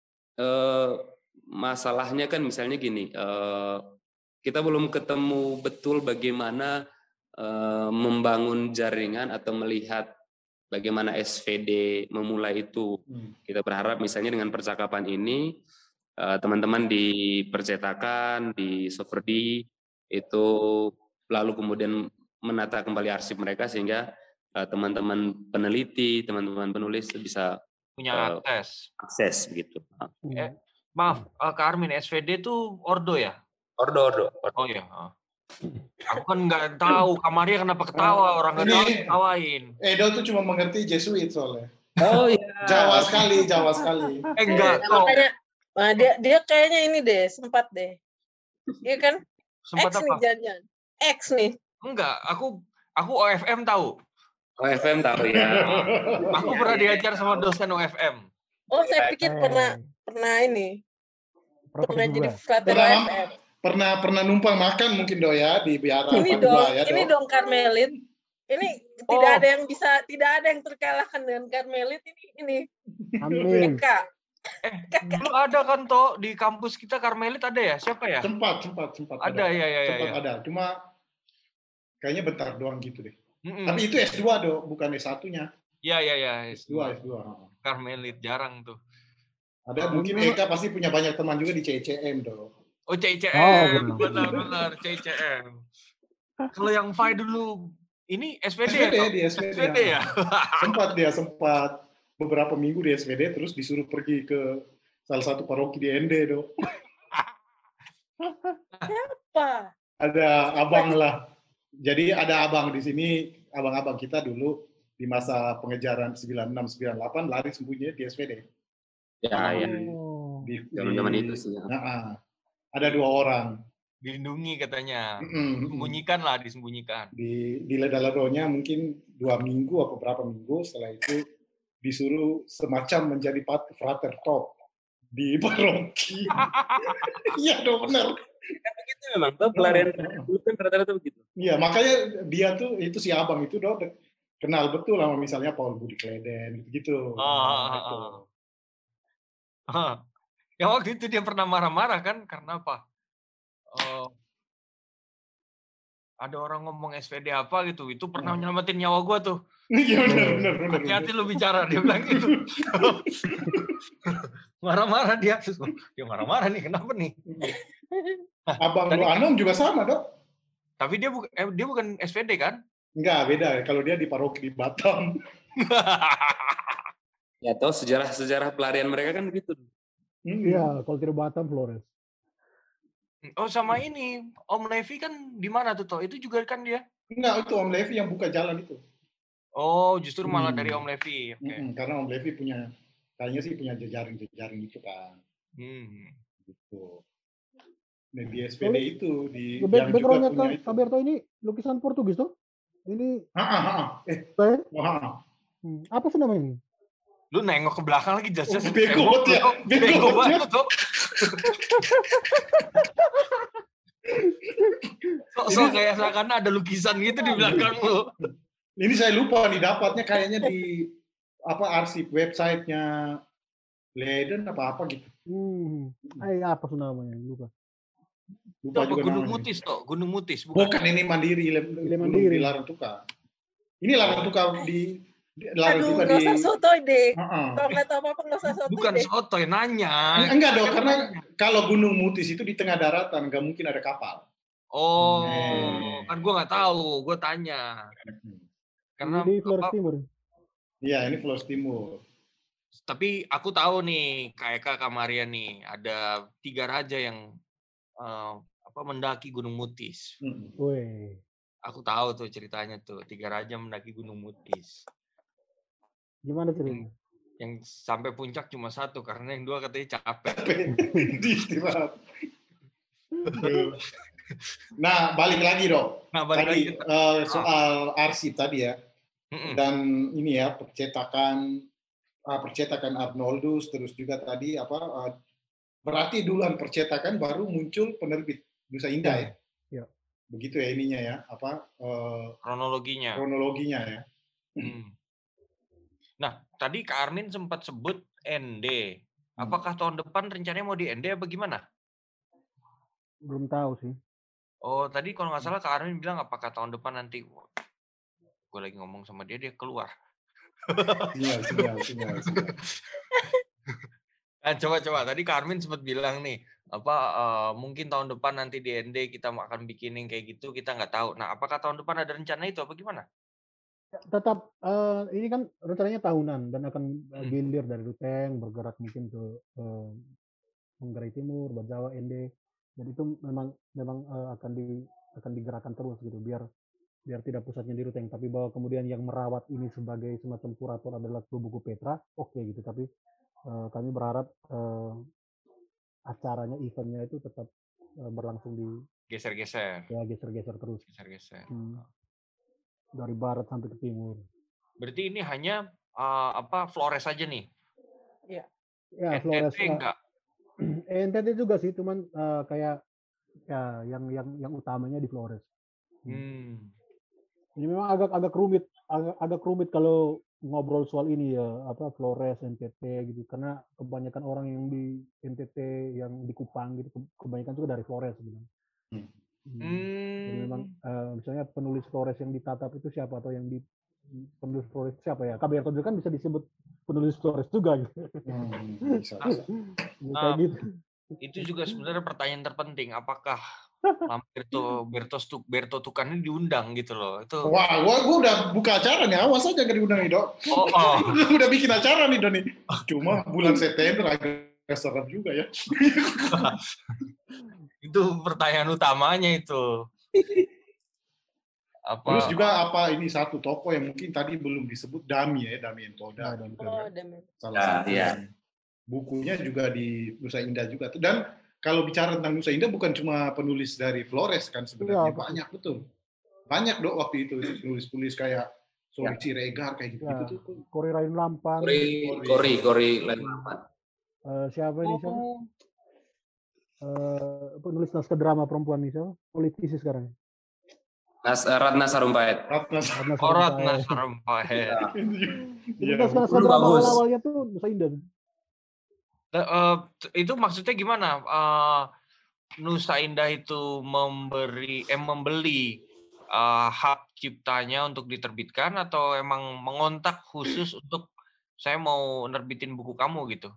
masalahnya kan misalnya gini, kita belum ketemu betul bagaimana membangun jaringan atau melihat bagaimana SVD memulai itu. Kita berharap misalnya dengan percakapan ini, teman-teman di percetakan, di Soferdi, itu lalu kemudian menata kembali arsip mereka sehingga teman-teman peneliti, teman-teman penulis bisa punya akses begitu. Maaf, Kak Armin, SVD itu Ordo ya? Ordo. Oh ya. Aku kan nggak tahu, Kamaria kenapa ketawa, orang nggak tahu ketawain. Edo tuh cuma mengerti Jesuit soalnya. Oh iya. Jawa sekali. Enggak. Makanya, dia kayaknya ini deh, sempat deh. Iya kan? Sempat X apa? nih jangan. X nih. Enggak, aku OFM tahu. OFM tahu ya. Aku pernah diajar sama dosen OFM. Oh, saya pikir pernah ini. Pernah jadi flatter OFM. Pernah numpang makan mungkin ya di biara. Ini dong Karmelit. Ini tidak ada yang terkalahkan dengan Karmelit ini. Amin. Dulu ada kan toh di kampus kita Karmelit ada ya? Siapa ya? Sempat. Ada ya. Sempat ada. Cuma kayaknya bentar doang gitu deh. Tapi itu S2 bukan S1-nya. Iya. S2. Karmelit jarang tuh. Ada mungkin Eka pasti punya banyak teman juga di CCM dong. Oh, CCM. Benar, CCM. Kalau yang Fai dulu ini SPD ya? Di SPD ya. Sempat beberapa minggu di SPD terus disuruh pergi ke salah satu paroki di ND dong. Siapa? Ada abang lah. Jadi ada abang di sini, abang-abang kita dulu di masa pengejaran 96-98 lari sembunyi di SPD. Ya. Teman-teman itu sih. Ada 2 orang. Dilindungi katanya. Disembunyikan. Di Ledaladonya mungkin 2 minggu atau berapa minggu, setelah itu disuruh semacam menjadi frater top di paroki. Iya dong, benar. Begitu memang tuh pelarian kan rata-rata begitu. Iya, makanya dia tuh itu si abang itu dong kenal betul sama misalnya Paul Budi Kleden gitu. Ya waktu itu dia pernah marah-marah kan karena apa? Ada orang ngomong SPD apa gitu, itu pernah nyelamatin nyawa gue tuh. Iya benar. Hati-hati lu bicara, dia bilang gitu. Marah-marah dia marah-marah nih, kenapa nih? Abang lu Anom juga sama dok. Tapi dia bukan SPD kan? Enggak, beda. Kalau dia di paroki di Batam. Ya tahu sejarah pelarian mereka kan begitu. Iya, kalau tidak Batam, Flores. Oh sama ini, Om Levi kan di mana tuh toh? Itu juga kan dia? Enggak, itu Om Levi yang buka jalan itu. Oh, justru malah dari Om Levi. Okay. Karena Om Levi kayaknya sih punya jejaring itu kan. Gitu. Dan di SPD itu backgroundnya Kak Berto ini lukisan Portugis tuh? Ini. Apa sih namanya ini? Lu nengok ke belakang lagi jas bego banget tuh. So kayak seakan ada lukisan gitu di belakang lu. Ini saya lupa nih dapatnya kayaknya di arsip websitenya Leiden apa gitu. Apa tuh namanya? Lupa juga Gunung Mutis toh, Gunung Mutis bukan ini Mandiri di Larang Tuka. Ini Larang Tuka di Aduh, nggak usah sotoy deh. Kalau nggak tahu apa-apa nggak usah sotoy. Bukan sotoy, nanya. Enggak dong, karena kalau Gunung Mutis itu di tengah daratan, nggak mungkin ada kapal. Oh, kan gue nggak tahu, gue tanya. Karena di Flores Timur. Iya, ini Flores Timur. Tapi aku tahu nih, kayak Kak Maria nih, ada 3 raja yang mendaki Gunung Mutis. Woi. Aku tahu tuh ceritanya tuh, 3 raja mendaki Gunung Mutis. Gimana ceritanya? Yang sampai puncak cuma 1 karena yang 2 katanya capek. Istirahat. Nah, balik lagi dong. Tadi soal arsip tadi ya. Dan ini ya percetakan Arnoldus, terus juga tadi berarti duluan percetakan baru muncul penerbit Nusa Indah ya. Ya. Begitu ya ininya ya, kronologinya ya. Nah, tadi Kak Armin sempat sebut ND. Apakah tahun depan rencananya mau di ND apa gimana? Belum tahu sih. Oh, tadi kalau nggak salah Kak Armin bilang apakah tahun depan nanti. Gue lagi ngomong sama dia keluar. Sinyal. Nah, coba. Tadi Kak Armin sempat bilang nih, mungkin tahun depan nanti di ND kita akan bikinin kayak gitu, kita nggak tahu. Nah, apakah tahun depan ada rencana itu apa gimana? Tetap ini kan rencananya tahunan dan akan gilir dari Ruteng bergerak mungkin ke Manggarai Timur, Bajawa, ND. Dan itu memang akan digerakkan terus gitu biar tidak pusatnya di Ruteng, tapi bahwa kemudian yang merawat ini sebagai semacam kurator adalah Buku Petra, oke gitu. Tapi kami berharap acaranya, eventnya itu tetap berlangsung di geser-geser terus. Dari barat sampai ke timur. Berarti ini hanya Flores aja nih? Iya. Ya, Flores enggak. NTT juga sih, cuman kayak ya yang utamanya di Flores. Ini memang agak rumit kalau ngobrol soal ini ya, Flores, NTT gitu, karena kebanyakan orang yang di NTT, yang di Kupang gitu, kebanyakan juga dari Flores sebenarnya. Jadi memang misalnya penulis Flores yang ditatap itu siapa, atau yang penulis Flores siapa ya? KB Artojo kan bisa disebut penulis Flores juga gitu. Bisa. Kayak gitu. Itu juga sebenarnya pertanyaan terpenting, apakah Berto Tukan ini diundang gitu loh. Itu. Wah, gua udah buka acara nih, awas aja gak diundang nih, Dok. Udah bikin acara nih, Doni. Cuma bulan September agak serem juga ya. Itu pertanyaan utamanya itu. Terus juga ini satu tokoh yang mungkin tadi belum disebut, Damien Toda. Salah satu. Bukunya juga di Nusa Indah juga. Dan kalau bicara tentang Nusa Indah bukan cuma penulis dari Flores kan sebenarnya, banyak betul. Banyak Dok waktu itu penulis kayak Sori Siregar kayak gitu tuh. Kori Rain Lampan. Kori Rain Lampan. Siapa ini siapa? Penulis naskah drama perempuan nih siapa? Politisi sekarang. Ratna Sarumpait. Ratna Sarumpait. Itu naskah drama awal-awalnya tuh Nusa Indah. Itu maksudnya gimana? Nusa Indah itu membeli hak ciptanya untuk diterbitkan, atau emang mengontak khusus untuk saya mau nerbitin buku kamu gitu?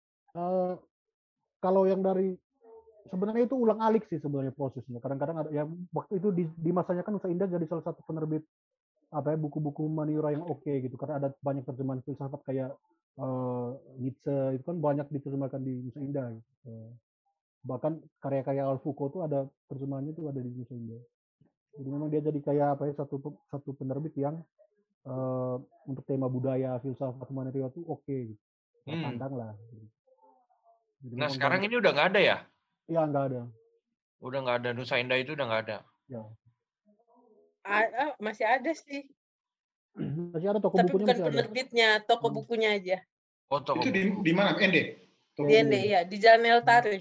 Kalau yang dari sebenarnya itu ulang-alik sih sebenarnya prosesnya. Kadang-kadang ada ya, waktu itu di masanya kan Nusa Indah jadi salah satu penerbit buku-buku maniora yang oke gitu, karena ada banyak terjemahan filsafat kayak Nietzsche itu kan banyak diterjemahkan di Nusa Indah gitu. Bahkan karya-karya Al-Foucault tuh ada terjemahannya tuh ada di Nusa Indah. Jadi memang dia jadi kayak satu penerbit yang untuk tema budaya, filsafat, humaniora tuh oke gitu. Terpandang lah. Jadi nah sekarang ini udah nggak ada ya? Iya, nggak ada. Udah nggak ada, Nusa Indah itu udah nggak ada. Ya. Masih ada sih. Masih ada toko tapi bukunya. Tapi bukan penerbitnya, toko bukunya aja. Oh, toko itu di mana? ND? Di ND, ya. Di Jalan El Tari.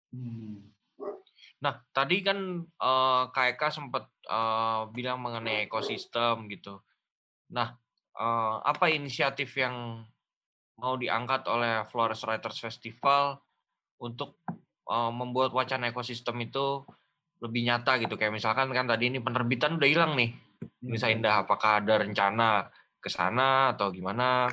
Nah, tadi kan KEK sempat bilang mengenai ekosistem gitu. Nah, apa inisiatif yang mau diangkat oleh Flores Writers Festival untuk membuat wacana ekosistem itu lebih nyata gitu? Kayak misalkan kan tadi ini penerbitan udah hilang nih Nusa Indah, apakah ada rencana ke sana atau gimana?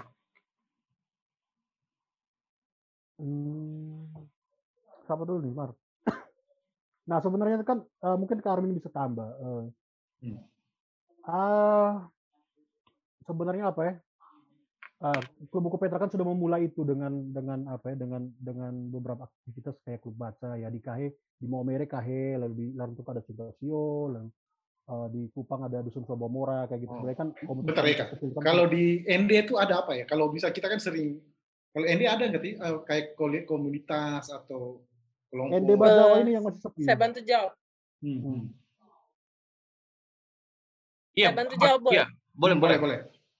Siapa dulu nih, Mar? Nah, sebenarnya kan mungkin Kak Armin bisa tambah. Sebenarnya apa ya? Klub Buku Petra kan sudah memulai itu dengan beberapa aktivitas kayak klub baca ya di Kahe, di Maumere Kahe, lalu di Larantuka ada Simpasio, lalu di Kupang ada Dusun Sobomora kayak gitu. Sebenarnya kan bentar ya, kalau di ND itu ada apa ya? Kalau bisa kita kan sering, kalau ND ada nggak sih kayak komunitas atau kelompok? ND Bajawa ini yang masih sepi. Saya bantu jawab. Iya, saya bantu jawab, boleh? Iya, boleh.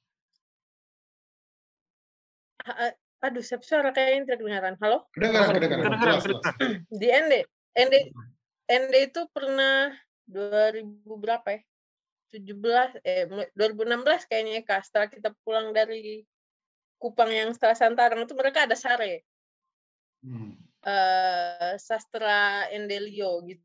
Aduh, suara kayaknya tidak kedengaran. Halo? Kedengaran. Di ND itu pernah 2000 berapa ya? 2016 kayaknya Kak, setelah kita pulang dari Kupang yang setelah Santarang itu mereka ada sare. Sastra Endelio gitu.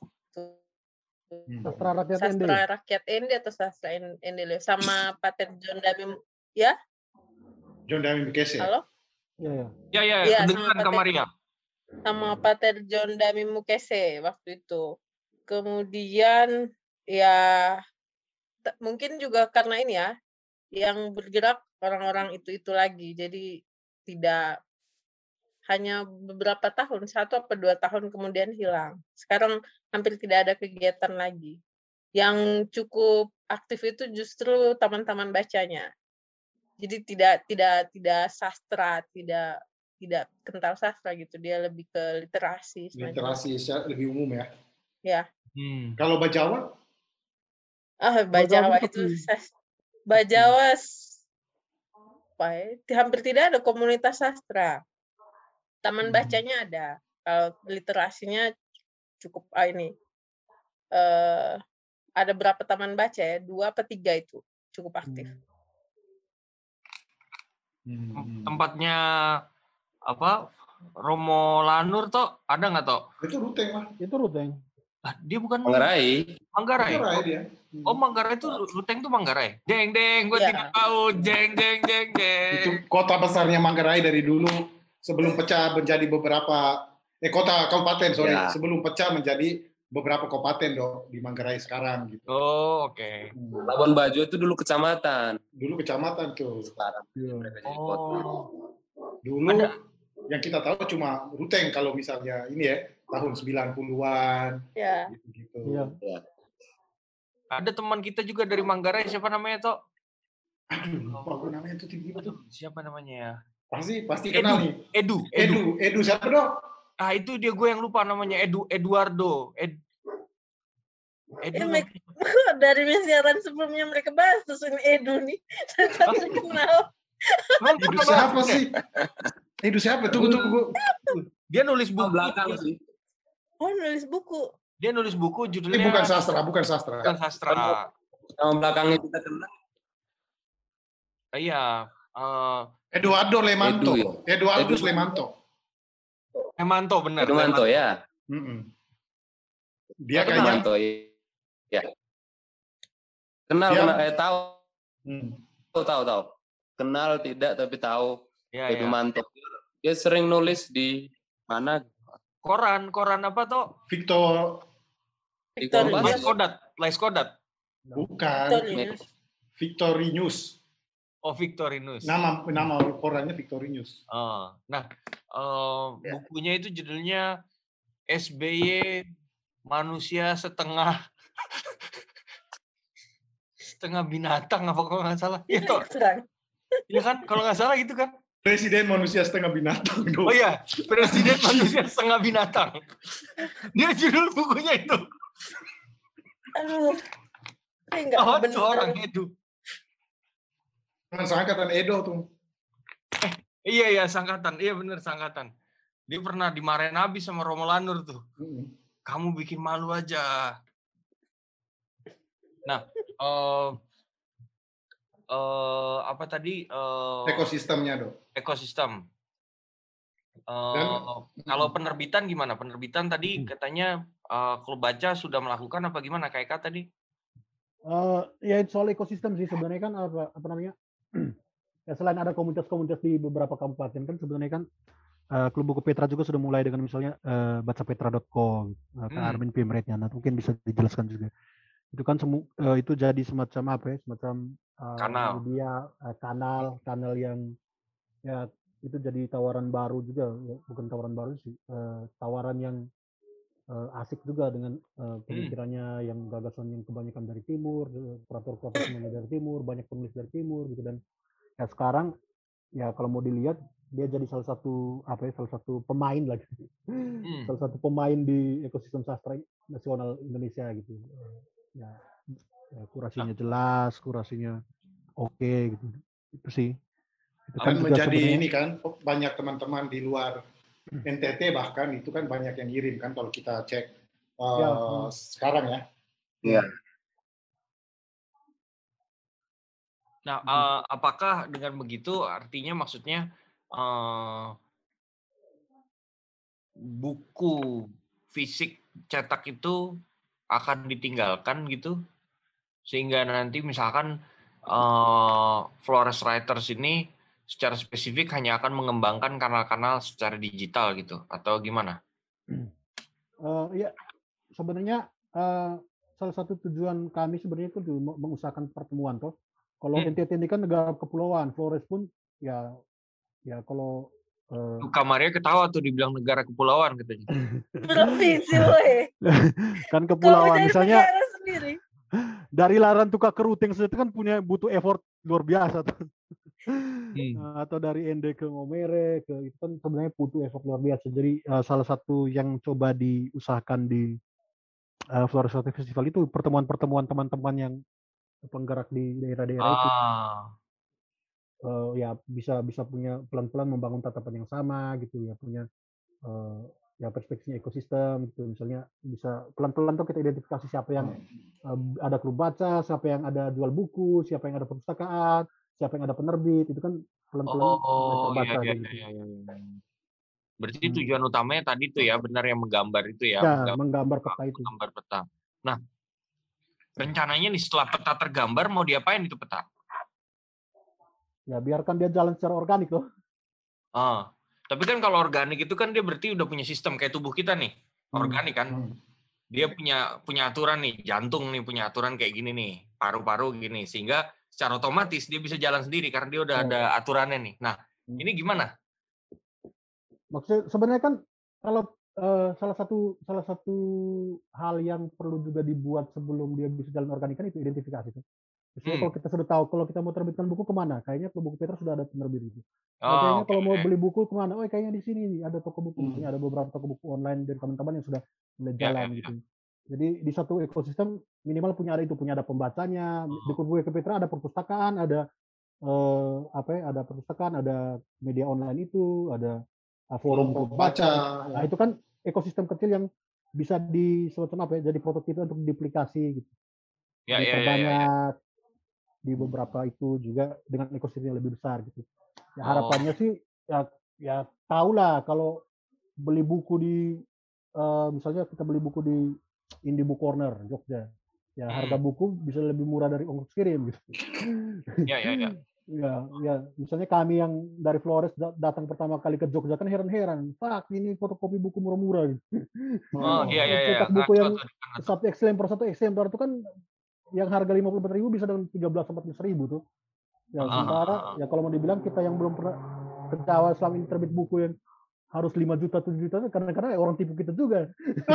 Sastra rakyat ND atau sastra Endelio sama Pater John Damim ya? John Damim Mukese. Halo? Ya, kedengaran Kak Maria. Sama Pater John Damim Mukese waktu itu. Kemudian ya mungkin juga karena ini ya, yang bergerak orang-orang itu lagi. Jadi tidak hanya beberapa tahun, 1 atau 2 tahun kemudian hilang. Sekarang hampir tidak ada kegiatan lagi. Yang cukup aktif itu justru taman-taman bacanya. Jadi tidak sastra, tidak kental sastra gitu. Dia lebih ke literasi. Literasi lebih umum ya. Ya. Kalau Bajawa? Bajawa itu Bajawa hampir tidak ada komunitas sastra. Taman bacanya ada. Kalau literasinya cukup ada berapa taman baca ya? 2 atau 3 itu cukup aktif. Tempatnya apa? Romo Lanur toh ada nggak toh? Itu Ruteng lah. Itu Ruteng. Dia bukan Manggarai. Manggarai dia. Oh, Manggarai itu Ruteng tuh Manggarai. Deng, gue tidak tahu. Jeng. Itu kota besarnya Manggarai dari dulu sebelum pecah menjadi beberapa kota kabupaten, sebelum pecah menjadi beberapa kabupaten di Manggarai sekarang gitu. Oh, oke. Labuan Bajo itu dulu kecamatan. Dulu kecamatan tuh. Sekarang mereka jadi kota. Dulu yang kita tahu cuma Ruteng kalau misalnya ini ya tahun 90-an. Ya. Gitu. Ya. Ada teman kita juga dari Manggarai, siapa namanya toh? Aduh, lupa namanya itu tiba-tiba tuh. Siapa namanya ya? Pasti kenal nih. Edu siapa dong? Itu dia, gue yang lupa namanya. Eduardo. Dari siaran sebelumnya mereka bahas terus ini Edu nih. Saya kenal. Edu siapa sih? Edu siapa? Tunggu. Dia nulis buku belakang sih. Oh, nulis buku. Dia nulis buku judulnya. Ini bukan sastra. Bukan sastra. Nama belakangnya kita kenal. Iya. Eduardo Lemanto. Eduardo Lemanto. Lemanto benar. Lemanto ya. Dia kayaknya. Lemanto ya. Kenal tahu. Tahu. Kenal tidak tapi tahu. Lemanto. Dia sering nulis di mana? Koran apa toh? Victor Laiskodat. Bukan. Victorinus. Oh, Victorinus. Nama korannya Victorinus. Bukunya itu judulnya SBY Manusia Setengah Binatang apa kalau nggak salah. Iya toh. Iya kan? Kalau nggak salah gitu kan? Presiden Manusia Setengah Binatang. Oh iya, Presiden Manusia Setengah Binatang. Dia judul bukunya itu. Aduh. Enggak seorang Edu. Sangkatan Edo tuh. Iya, sangkatan. Iya benar, sangkatan. Dia pernah dimarahin habis sama Romo Lanur tuh. Kamu bikin malu aja. Nah, apa tadi? Ekosistemnya dong. Ekosistem. Kalau penerbitan gimana? Penerbitan tadi katanya klub baca sudah melakukan apa gimana kayak Kak tadi? Ya soal ekosistem sih sebenarnya kan apa namanya? Ya selain ada komunitas-komunitas di beberapa kabupaten kan sebenarnya kan Klub Buku Petra juga sudah mulai dengan misalnya bacapetra.com, Armin Pimretnya. Nah, mungkin bisa dijelaskan juga. Itu kan itu jadi semacam apa ya? Semacam media kanal yang ya itu jadi tawaran baru juga, bukan tawaran baru sih, tawaran yang asik juga dengan pemikirannya yang gagasan yang kebanyakan dari timur, operator semuanya dari timur, banyak penulis dari timur gitu. Dan ya sekarang ya kalau mau dilihat dia jadi salah satu pemain lah gitu. Salah satu pemain di ekosistem sastra nasional Indonesia gitu. Ya kurasinya jelas, kurasinya oke gitu. Itu sih. Itu kan menjadi ini kan banyak teman-teman di luar NTT bahkan itu kan banyak yang ngirim kan kalau kita cek sekarang ya. Iya. Nah, apakah dengan begitu artinya maksudnya buku fisik cetak itu akan ditinggalkan gitu? Sehingga nanti misalkan Flores Writers ini secara spesifik hanya akan mengembangkan kanal-kanal secara digital gitu, atau gimana? Ya, sebenarnya salah satu tujuan kami sebenarnya itu mengusahakan pertemuan toh. Kalau NTT ini kan negara kepulauan, Flores pun ya kalau kamarnya ketawa tuh dibilang negara kepulauan katanya. Provinsi woy. Kan kepulauan misalnya. Dari Laran Tuka ke Ruteng itu kan butuh effort luar biasa tuh. Atau dari ND ke Ngomere itu kan sebenarnya butuh effort luar biasa. Jadi salah satu yang coba diusahakan di Flores Writers Festival itu pertemuan-pertemuan teman-teman yang penggerak di daerah-daerah itu. Ya bisa punya pelan-pelan membangun tatapan yang sama gitu ya, punya ya perspektifnya ekosistem gitu. Misalnya bisa pelan-pelan tuh kita identifikasi siapa yang ada klub baca, siapa yang ada jual buku, siapa yang ada perpustakaan, siapa yang ada penerbit, itu kan pelan-pelan terbaca gitu. Berarti tujuan utamanya tadi tuh ya, benar yang menggambar itu ya, menggambar peta itu. Menggambar peta. Nah, rencananya nih setelah peta tergambar mau diapain itu peta? Ya biarkan dia jalan secara organik loh. Tapi kan kalau organik itu kan dia berarti udah punya sistem kayak tubuh kita nih, organik kan. Dia punya aturan nih, jantung nih punya aturan kayak gini nih, paru-paru gini, sehingga secara otomatis dia bisa jalan sendiri karena dia udah ada aturannya nih. Nah, ini gimana? Maksudnya sebenarnya kan kalau salah satu hal yang perlu juga dibuat sebelum dia bisa jalan organik kan itu identifikasi kan. Misalnya kalau kita sudah tahu kalau kita mau terbitkan buku kemana, kayaknya kalau buku Petra sudah ada penerbit itu. Kayaknya kalau mau beli buku kemana, kayaknya di sini nih ada toko buku, misalnya ada beberapa toko buku online dari teman-teman yang sudah mulai jalan gitu. Jadi di satu ekosistem minimal punya ada pembacanya. Di buku Petra ada perpustakaan, ada ada perpustakaan, ada media online itu, ada forum baca. Nah, itu kan ekosistem kecil yang bisa jadi prototipe untuk duplikasi gitu. Banyak di beberapa itu juga dengan ekosistem yang lebih besar gitu. Ya, harapannya sih ya tahulah kalau beli buku di misalnya kita beli buku di Indie Book Corner Jogja, ya harga buku bisa lebih murah dari ongkos kirim gitu. Ya, misalnya kami yang dari Flores datang pertama kali ke Jogja kan heran-heran, "Pak, ini fotokopi buku murah-murah." Gitu. Cetak buku yang satu eksemplar itu kan yang harga 50.000 bisa dengan 13-14.000 tuh. Ya, sementara ya kalau mau dibilang kita yang belum pernah ke Jawa selama ini terbit buku yang harus 5 juta, 7 juta, kadang-kadang orang tipu kita juga.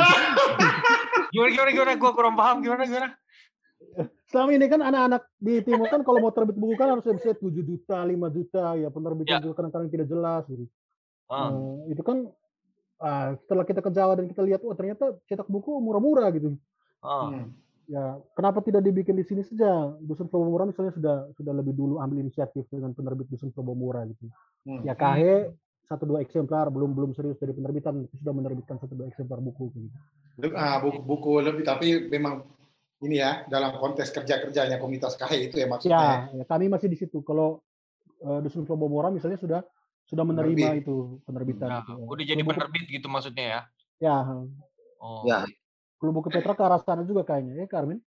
Gimana? Gua kurang paham gimana? Selama ini kan anak-anak di timur kan kalau mau terbit buku kan harus website 7 juta, 5 juta, ya penerbitnya juga kadang-kadang tidak jelas gitu. Itu kan setelah kita ke Jawa dan kita lihat, ternyata cetak buku murah-murah gitu. Ya, kenapa tidak dibikin di sini saja? Dusun Probomura misalnya sudah lebih dulu ambil inisiatif dengan penerbit Dusun Probomura gitu. Ya KH 1-2 eksemplar belum serius dari penerbitan, sudah menerbitkan 1-2 eksemplar buku gitu. Buku lebih, tapi memang ini ya dalam konteks kerja-kerjanya komunitas KH itu ya maksudnya. Ya, kami masih di situ. Kalau Dusun Probomura misalnya sudah menerima itu penerbitan. Gitu. Udah jadi penerbit gitu maksudnya ya? Ya. Ya. Kalau buku Petra ke arah sana juga kayaknya, ya Karmin?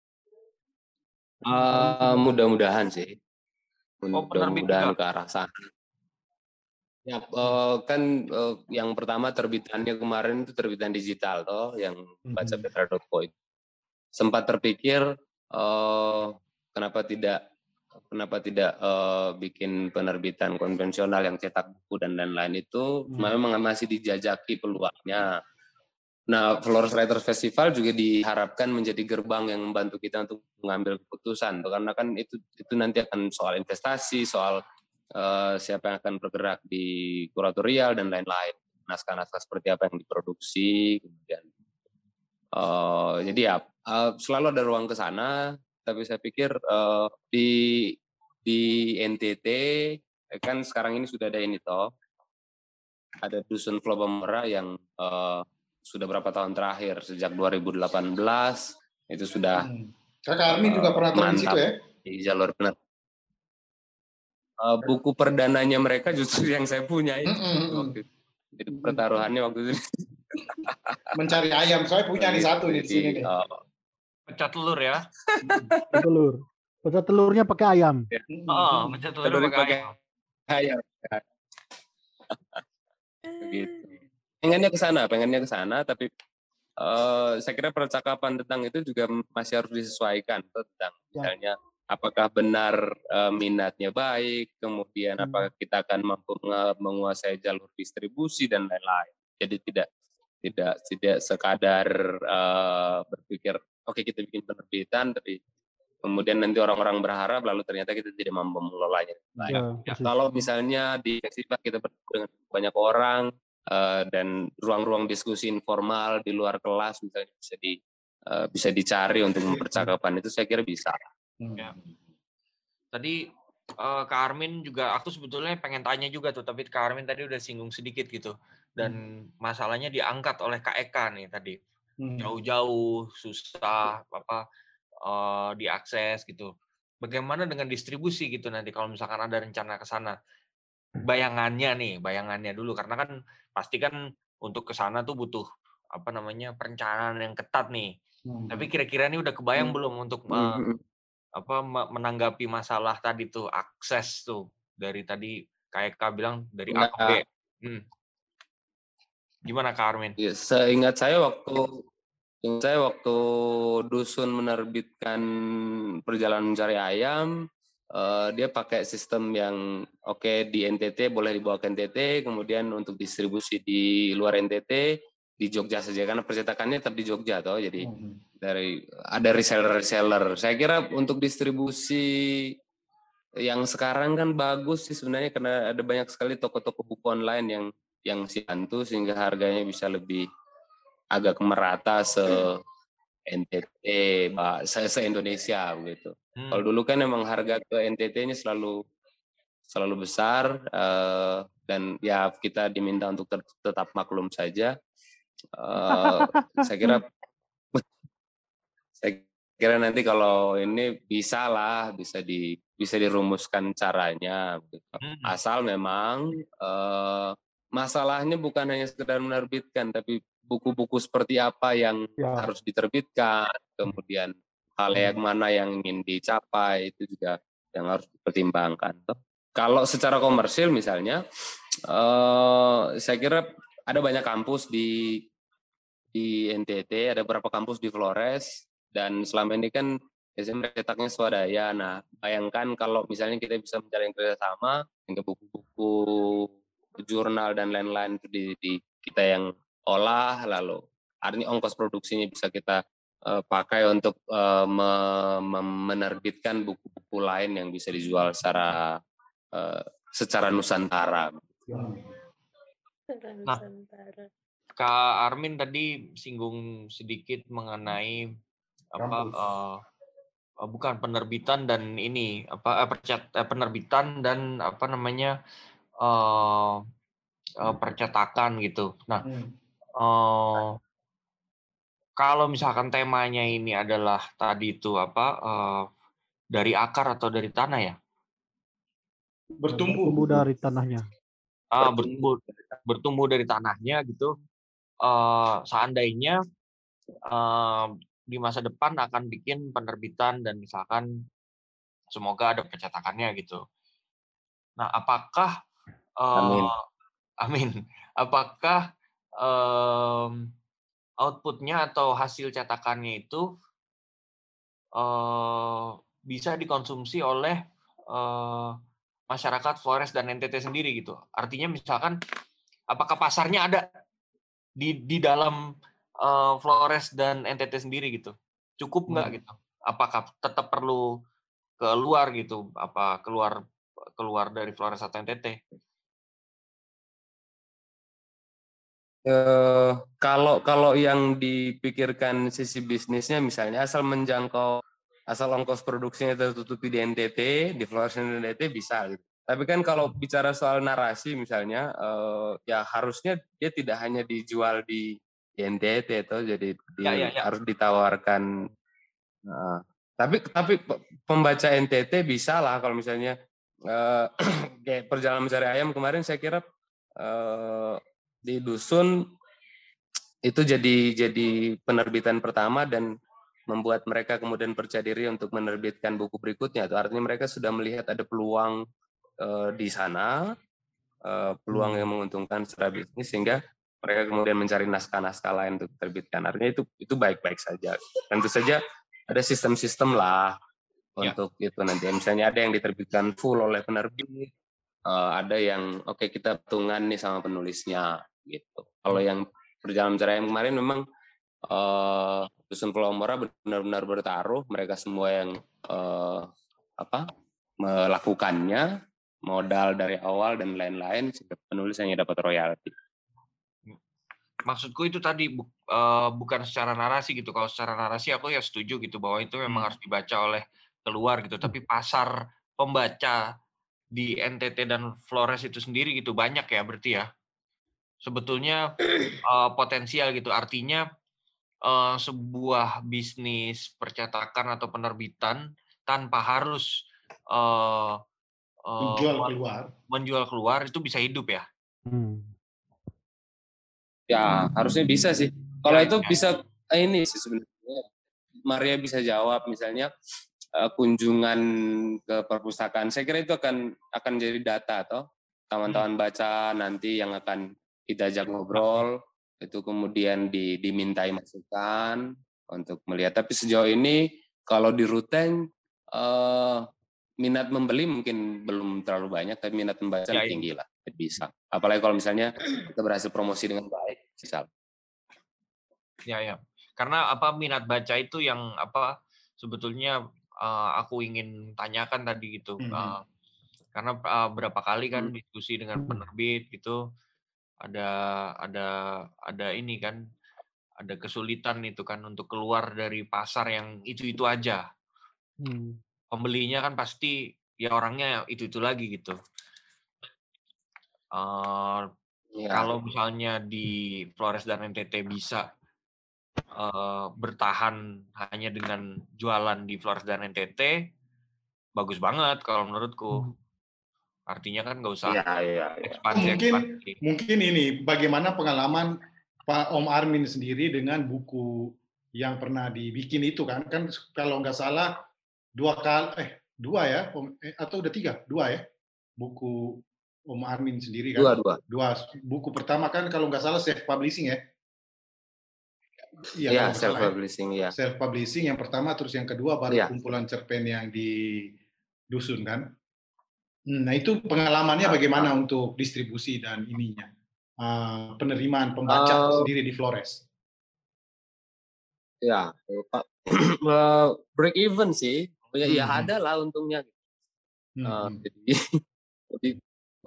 Mudah-mudahan sih. Mudah-mudahan ke arah sana. Ya, kan yang pertama terbitannya kemarin itu terbitan digital toh, yang bacapetra.co itu. Sempat terpikir kenapa tidak kenapa tidak bikin penerbitan konvensional yang cetak buku dan lain-lain itu memang masih dijajaki peluangnya. Nah, Flores Writers Festival juga diharapkan menjadi gerbang yang membantu kita untuk mengambil keputusan, karena kan itu nanti akan soal investasi, soal siapa yang akan bergerak di kuratorial dan lain-lain, naskah-naskah seperti apa yang diproduksi, kemudian jadi ya selalu ada ruang ke sana, tapi saya pikir di NTT kan sekarang ini sudah ada ini ada Dusun Flobamora yang sudah berapa tahun terakhir, sejak 2018 itu sudah Kakak Armin juga pernah turun di situ ya? Di jalur benar. Buku perdananya mereka justru yang saya punya itu waktu itu. Jadi pertaruhannya waktu itu mencari ayam. Saya punya nih satu di sini nih. Pecah telur ya? Telur. Pecah telurnya pakai ayam. Pecah telurnya pakai ayam. Begitu. Pengennya ke sana, tapi saya kira percakapan tentang itu juga masih harus disesuaikan tentang misalnya apakah benar minatnya baik, kemudian apakah kita akan mampu menguasai jalur distribusi dan lain-lain. Jadi tidak sekadar berpikir oke, kita bikin penerbitan, tapi kemudian nanti orang-orang berharap lalu ternyata kita tidak mampu mengelolanya. Kalau misalnya di festival kita bertemu dengan banyak orang dan ruang-ruang diskusi informal di luar kelas misalnya bisa dicari untuk percakapan itu, saya kira bisa. Ya. Tadi Kak Armin juga, aku sebetulnya pengen tanya juga tuh, tapi Kak Armin tadi udah singgung sedikit gitu, dan masalahnya diangkat oleh Kak Eka nih tadi, jauh-jauh susah diakses gitu. Bagaimana dengan distribusi gitu nanti kalau misalkan ada rencana ke sana? Bayangannya dulu, karena kan pasti kan untuk ke sana tuh butuh perencanaan yang ketat nih. Tapi kira-kira ini udah kebayang belum untuk menanggapi masalah tadi tuh, akses tuh dari tadi kayak Kak bilang dari A ke B. Gimana Kak Armin? Ya, seingat saya waktu Dusun menerbitkan Perjalanan Mencari Ayam, dia pakai sistem yang di NTT boleh dibawa ke NTT, kemudian untuk distribusi di luar NTT di Jogja saja, karena percetakannya tetap di Jogja jadi ada reseller. Saya kira untuk distribusi yang sekarang kan bagus sih sebenarnya, karena ada banyak sekali toko-toko buku online yang bantu sehingga harganya bisa lebih agak merata NTT, se-Indonesia begitu. Kalau dulu kan memang harga ke NTT-nya selalu besar, dan ya kita diminta untuk tetap maklum saja. Saya kira nanti kalau ini bisa dirumuskan caranya, asal memang masalahnya bukan hanya sekedar menerbitkan, tapi buku-buku seperti apa yang harus diterbitkan, kemudian halayak mana yang ingin dicapai, itu juga yang harus dipertimbangkan. Kalau secara komersil misalnya, saya kira ada banyak kampus di NTT, ada beberapa kampus di Flores, dan selama ini kan biasanya cetaknya swadaya. Nah, bayangkan kalau misalnya kita bisa mencari kerjasama dengan buku-buku jurnal dan lain-lain itu di kita yang olah, lalu artinya ongkos produksinya bisa kita pakai untuk menerbitkan buku-buku lain yang bisa dijual secara Nusantara. Nah, Kak Armin tadi singgung sedikit mengenai bukan penerbitan dan ini penerbitan dan percetakan gitu. Nah, kalau misalkan temanya ini adalah tadi itu dari akar atau dari tanah ya? Bertumbuh dari tanahnya. Bertumbuh dari tanahnya gitu. Seandainya di masa depan akan bikin penerbitan dan misalkan semoga ada percetakannya gitu. Nah, apakah Amin. Apakah outputnya atau hasil cetakannya itu bisa dikonsumsi oleh masyarakat Flores dan NTT sendiri gitu. Artinya misalkan apakah pasarnya ada di dalam Flores dan NTT sendiri gitu? Cukup nggak gitu? Apakah tetap perlu keluar gitu? Apa keluar dari Flores atau NTT? Kalau yang dipikirkan sisi bisnisnya misalnya asal ongkos produksinya tertutupi di NTT, di Flores dan NTT bisa gitu. Tapi kan kalau bicara soal narasi misalnya, ya harusnya dia tidak hanya dijual di NTT atau jadi harus ditawarkan. Tapi pembaca NTT bisa lah kalau misalnya kayak Perjalanan Mencari Ayam kemarin saya kira di Dusun itu jadi penerbitan pertama dan membuat mereka kemudian percaya diri untuk menerbitkan buku berikutnya. Itu artinya mereka sudah melihat ada peluang di sana, peluang yang menguntungkan secara bisnis sehingga mereka kemudian mencari naskah-naskah lain untuk diterbitkan. Artinya itu baik-baik saja. Tentu saja ada sistem-sistem lah untuk itu nanti. Misalnya ada yang diterbitkan full oleh penerbit, ada yang kita patungan nih sama penulisnya gitu. Kalau yang Perjalanan Mencari Ayam kemarin memang Dusun Pulau Mora benar-benar bertaruh, mereka semua yang melakukannya, modal dari awal dan lain-lain, penulis hanya dapat royalti. Maksudku itu tadi bukan secara narasi gitu. Kalau secara narasi aku ya setuju gitu bahwa itu memang harus dibaca oleh keluar gitu. Tapi pasar pembaca di NTT dan Flores itu sendiri gitu banyak ya berarti ya. Sebetulnya potensial gitu. Artinya sebuah bisnis percetakan atau penerbitan tanpa harus menjual keluar itu bisa hidup ya. Ya harusnya bisa sih. Kalau itu bisa ini sih sebenarnya. Maria bisa jawab misalnya kunjungan ke perpustakaan. Saya kira itu akan jadi data atau teman-teman baca nanti yang akan kita ajak ngobrol itu kemudian dimintai masukan untuk melihat. Tapi sejauh ini kalau di Ruteng minat membeli mungkin belum terlalu banyak, tapi minat membaca tinggi lah, bisa. Apalagi kalau misalnya kita berhasil promosi dengan baik, bisa. Ya. Karena minat baca itu yang sebetulnya aku ingin tanyakan tadi gitu. Karena berapa kali kan diskusi dengan penerbit gitu. Ada ini kan, ada kesulitan itu kan untuk keluar dari pasar yang itu aja. Pembelinya kan pasti ya orangnya itu lagi gitu. Kalau misalnya di Flores dan NTT bisa bertahan hanya dengan jualan di Flores dan NTT, bagus banget kalau menurutku. Artinya kan nggak usah ekspansi. Mungkin ini bagaimana pengalaman Pak Om Armin sendiri dengan buku yang pernah dibikin itu kan kalau nggak salah 2 ya atau udah 3 ya buku Om Armin sendiri kan 2 buku pertama kan kalau nggak salah self publishing ya. Iya self publishing ya. Self publishing yang pertama, terus yang kedua baru kumpulan cerpen yang di Dusun kan. Nah itu pengalamannya bagaimana untuk distribusi dan ininya penerimaan pembaca sendiri di Flores? Ya break even sih, ya ada lah untungnya. Jadi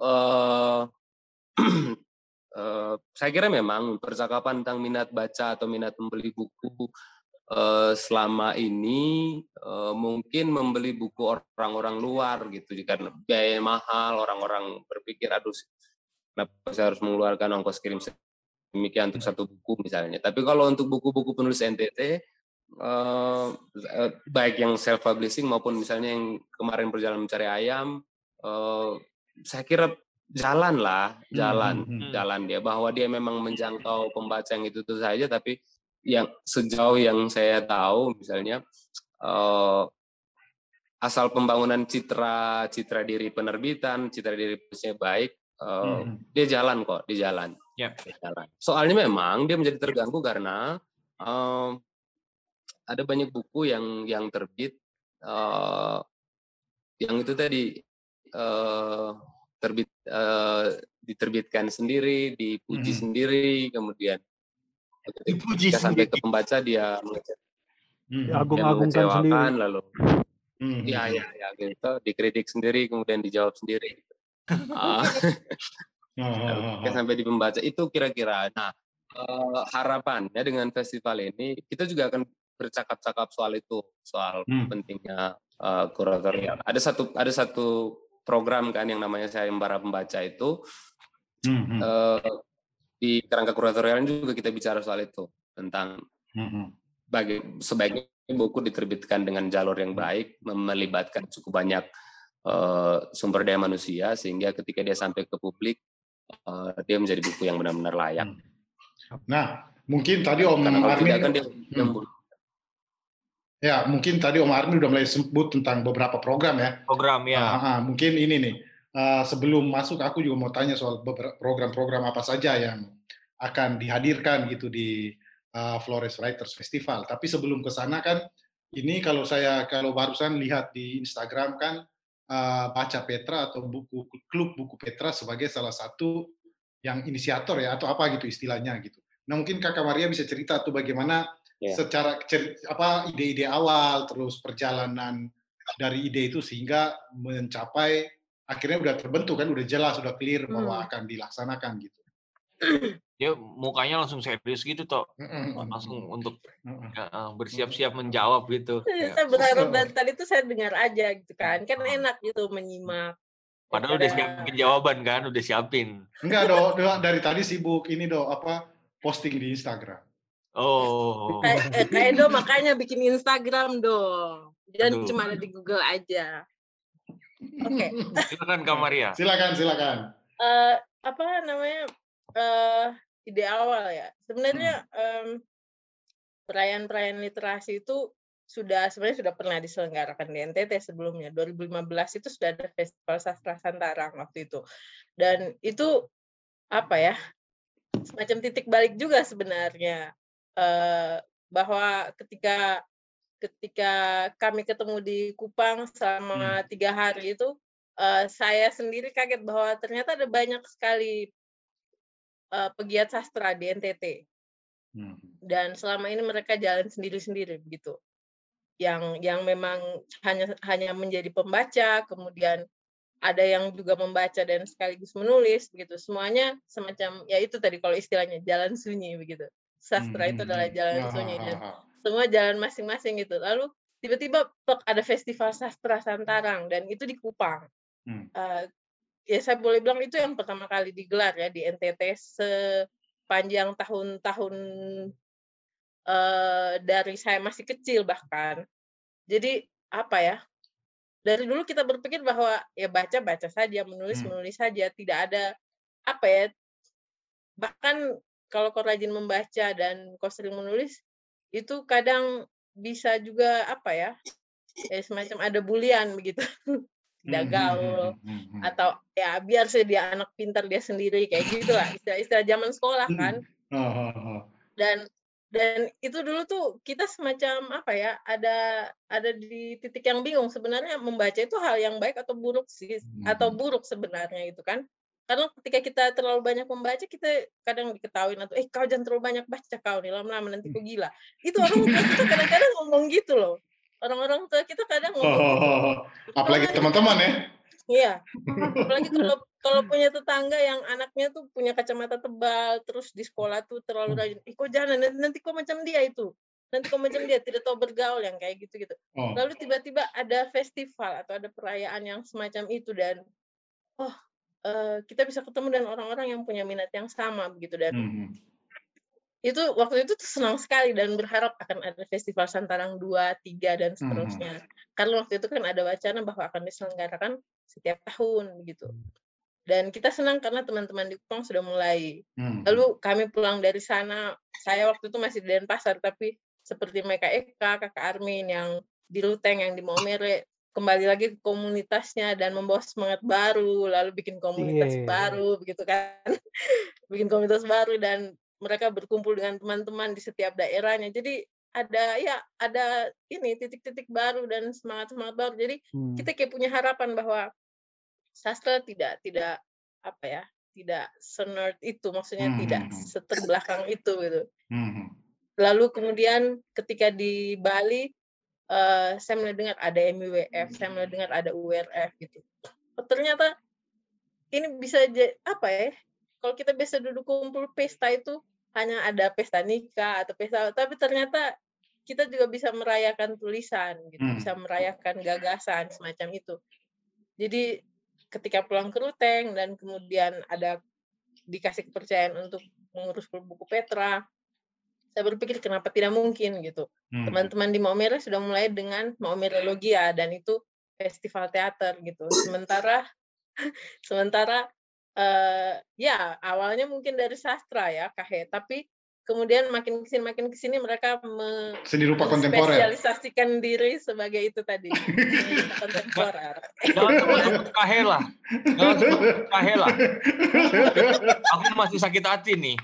saya kira memang percakapan tentang minat baca atau minat membeli buku selama ini mungkin membeli buku orang-orang luar gitu, karena biaya mahal, orang-orang berpikir aduh kenapa saya harus mengeluarkan ongkos kirim demikian untuk 1 buku misalnya. Tapi kalau untuk buku-buku penulis NTT baik yang self publishing maupun misalnya yang kemarin Perjalanan Mencari Ayam, saya kira jalan dia, bahwa dia memang menjangkau pembaca yang itu saja. Tapi yang sejauh yang saya tahu misalnya asal pembangunan citra diri penerbitan, citra diri penulisnya baik, dia jalan. Soalnya memang dia menjadi terganggu karena ada banyak buku yang terbit yang itu tadi diterbitkan sendiri, dipuji sendiri, kemudian ketika sampai ke pembaca dia diagung-agungkan sendiri, lalu ya gitu, dikritik sendiri, kemudian dijawab sendiri. Sampai di pembaca itu kira-kira. Nah, harapannya dengan festival ini kita juga akan bercakap-cakap soal itu, soal pentingnya kuratorial. Ada satu program kan yang namanya Sayembara Pembaca itu. Di kerangka kuratorial juga kita bicara soal itu, tentang sebaiknya buku diterbitkan dengan jalur yang baik, melibatkan cukup banyak sumber daya manusia, sehingga ketika dia sampai ke publik dia menjadi buku yang benar-benar layak. Nah, mungkin tadi Om Armin udah mulai sebut tentang beberapa program ya. Program ya. Mungkin ini nih, sebelum masuk aku juga mau tanya soal program-program apa saja yang akan dihadirkan gitu di Flores Writers Festival. Tapi sebelum ke sana kan, ini kalau barusan lihat di Instagram kan, Baca Petra atau klub buku Petra sebagai salah satu yang inisiator ya, atau apa gitu istilahnya gitu. Nah mungkin Kakak Maria bisa cerita tuh bagaimana secara ide-ide awal, terus perjalanan dari ide itu sehingga mencapai akhirnya udah terbentuk kan, udah jelas, udah clear bahwa akan dilaksanakan gitu. Dia mukanya langsung serius gitu toh, langsung untuk bersiap-siap menjawab gitu. Saya berharap dari tadi tuh saya dengar aja gitu kan enak gitu menyimak. Padahal udah siapin jawaban kan, udah siapin. Enggak dari tadi sibuk ini posting di Instagram. Oh. Kayak Edo makanya bikin Instagram dong, jangan cuma ada di Google aja. Oke. Silakan Kak Maria. Silakan. Ide awal ya. Sebenarnya perayaan literasi itu sebenarnya sudah pernah diselenggarakan di NTT sebelumnya. 2015 itu sudah ada Festival Sastra Santarang waktu itu. Dan itu semacam titik balik juga sebenarnya, bahwa ketika kami ketemu di Kupang selama 3 hari itu, saya sendiri kaget bahwa ternyata ada banyak sekali pegiat sastra di NTT. Dan selama ini mereka jalan sendiri-sendiri begitu. Yang memang hanya menjadi pembaca, kemudian ada yang juga membaca dan sekaligus menulis begitu. Semuanya semacam ya itu tadi kalau istilahnya jalan sunyi begitu. Sastra itu adalah jalan sunyi dan semua jalan masing-masing gitu. Lalu tiba-tiba ada Festival Sastra Santarang dan itu di Kupang. Ya saya boleh bilang itu yang pertama kali digelar ya di NTT sepanjang tahun-tahun dari saya masih kecil bahkan. Jadi dari dulu kita berpikir bahwa ya baca saja, menulis saja, tidak ada bahkan kalau kau rajin membaca dan kau sering menulis itu kadang bisa juga semacam ada bulian begitu. Tidak gaul atau ya biar sih dia anak pintar dia sendiri kayak gitulah istilah zaman sekolah kan. Dan itu dulu tuh kita semacam ada di titik yang bingung sebenarnya membaca itu hal yang baik atau buruk sih atau buruk sebenarnya itu kan. Karena ketika kita terlalu banyak membaca kita kadang diketawain atau kau jangan terlalu banyak baca kau nih lama-lama nanti kau gila. Itu orang tua kita kadang-kadang ngomong gitu loh. Orang-orang tua kita kadang ngomong gitu. Apalagi teman-teman ya. Iya. Apalagi kalau punya tetangga yang anaknya tuh punya kacamata tebal, terus di sekolah tuh terlalu rajin. Kok jangan nanti kok macam dia itu. Nanti kok macam dia tidak tahu bergaul yang kayak gitu-gitu. Lalu tiba-tiba ada festival atau ada perayaan yang semacam itu dan kita bisa ketemu dengan orang-orang yang punya minat yang sama begitu dan itu waktu itu tuh senang sekali dan berharap akan ada Festival Santarang 2, 3 dan seterusnya. Karena waktu itu kan ada wacana bahwa akan diselenggarakan setiap tahun begitu. Dan kita senang karena teman-teman di Kupang sudah mulai. Lalu kami pulang dari sana, saya waktu itu masih di Denpasar tapi seperti mereka Kakak Armin yang di Ruteng yang di Maumere kembali lagi ke komunitasnya dan membawa semangat baru, lalu bikin komunitas baru begitu kan. Bikin komunitas baru dan mereka berkumpul dengan teman-teman di setiap daerahnya. Jadi ada ini titik-titik baru dan semangat-semangat baru. Jadi kita kayak punya harapan bahwa sastra tidak apa ya, tidak se-nerd itu, maksudnya tidak seterbelakang itu gitu. Lalu kemudian ketika di Bali saya mulai dengar ada MIWF, saya mulai dengar ada URF gitu. Ternyata ini bisa apa ya? Kalau kita biasa duduk kumpul pesta itu hanya ada pesta nikah atau pesta, tapi ternyata kita juga bisa merayakan tulisan, gitu, bisa merayakan gagasan semacam itu. Jadi ketika pulang ke Ruteng dan kemudian ada dikasih kepercayaan untuk mengurus buku Petra, saya berpikir kenapa tidak mungkin gitu. Teman-teman di Maumere sudah mulai dengan Maumerologia dan itu festival teater gitu. Sementara ya awalnya mungkin dari sastra ya Kahe, tapi kemudian makin kesini mereka seni rupa kontemporer spesialisasikan diri sebagai itu tadi kontemporer. Jangan sebut Kahe lah. Aku masih sakit hati nih.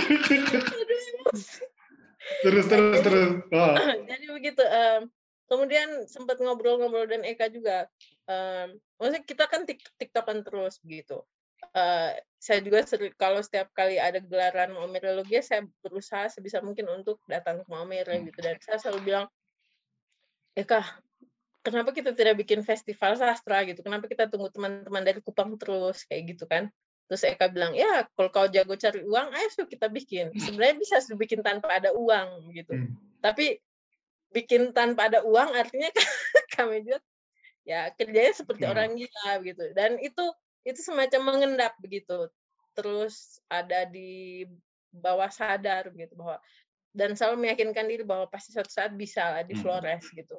Terus. Oh. Jadi begitu. Kemudian sempat ngobrol-ngobrol dan Eka juga. Maksudnya kita kan tiktokan terus begitu. Saya juga kalau setiap kali ada gelaran Maumerologi, saya berusaha sebisa mungkin untuk datang ke Maumere gitu. Dan saya selalu bilang, Eka, kenapa kita tidak bikin festival sastra gitu? Kenapa kita tunggu teman-teman dari Kupang terus kayak gitu kan? Terus Eka bilang, ya kalau kau jago cari uang, ayo kita bikin. Sebenarnya bisa dibikin tanpa ada uang gitu. Tapi bikin tanpa ada uang artinya kami juga ya kerjanya seperti orang gila gitu. Dan itu semacam mengendap begitu. Terus ada di bawah sadar gitu bahwa dan selalu meyakinkan diri bahwa pasti suatu saat bisa lah di Flores gitu.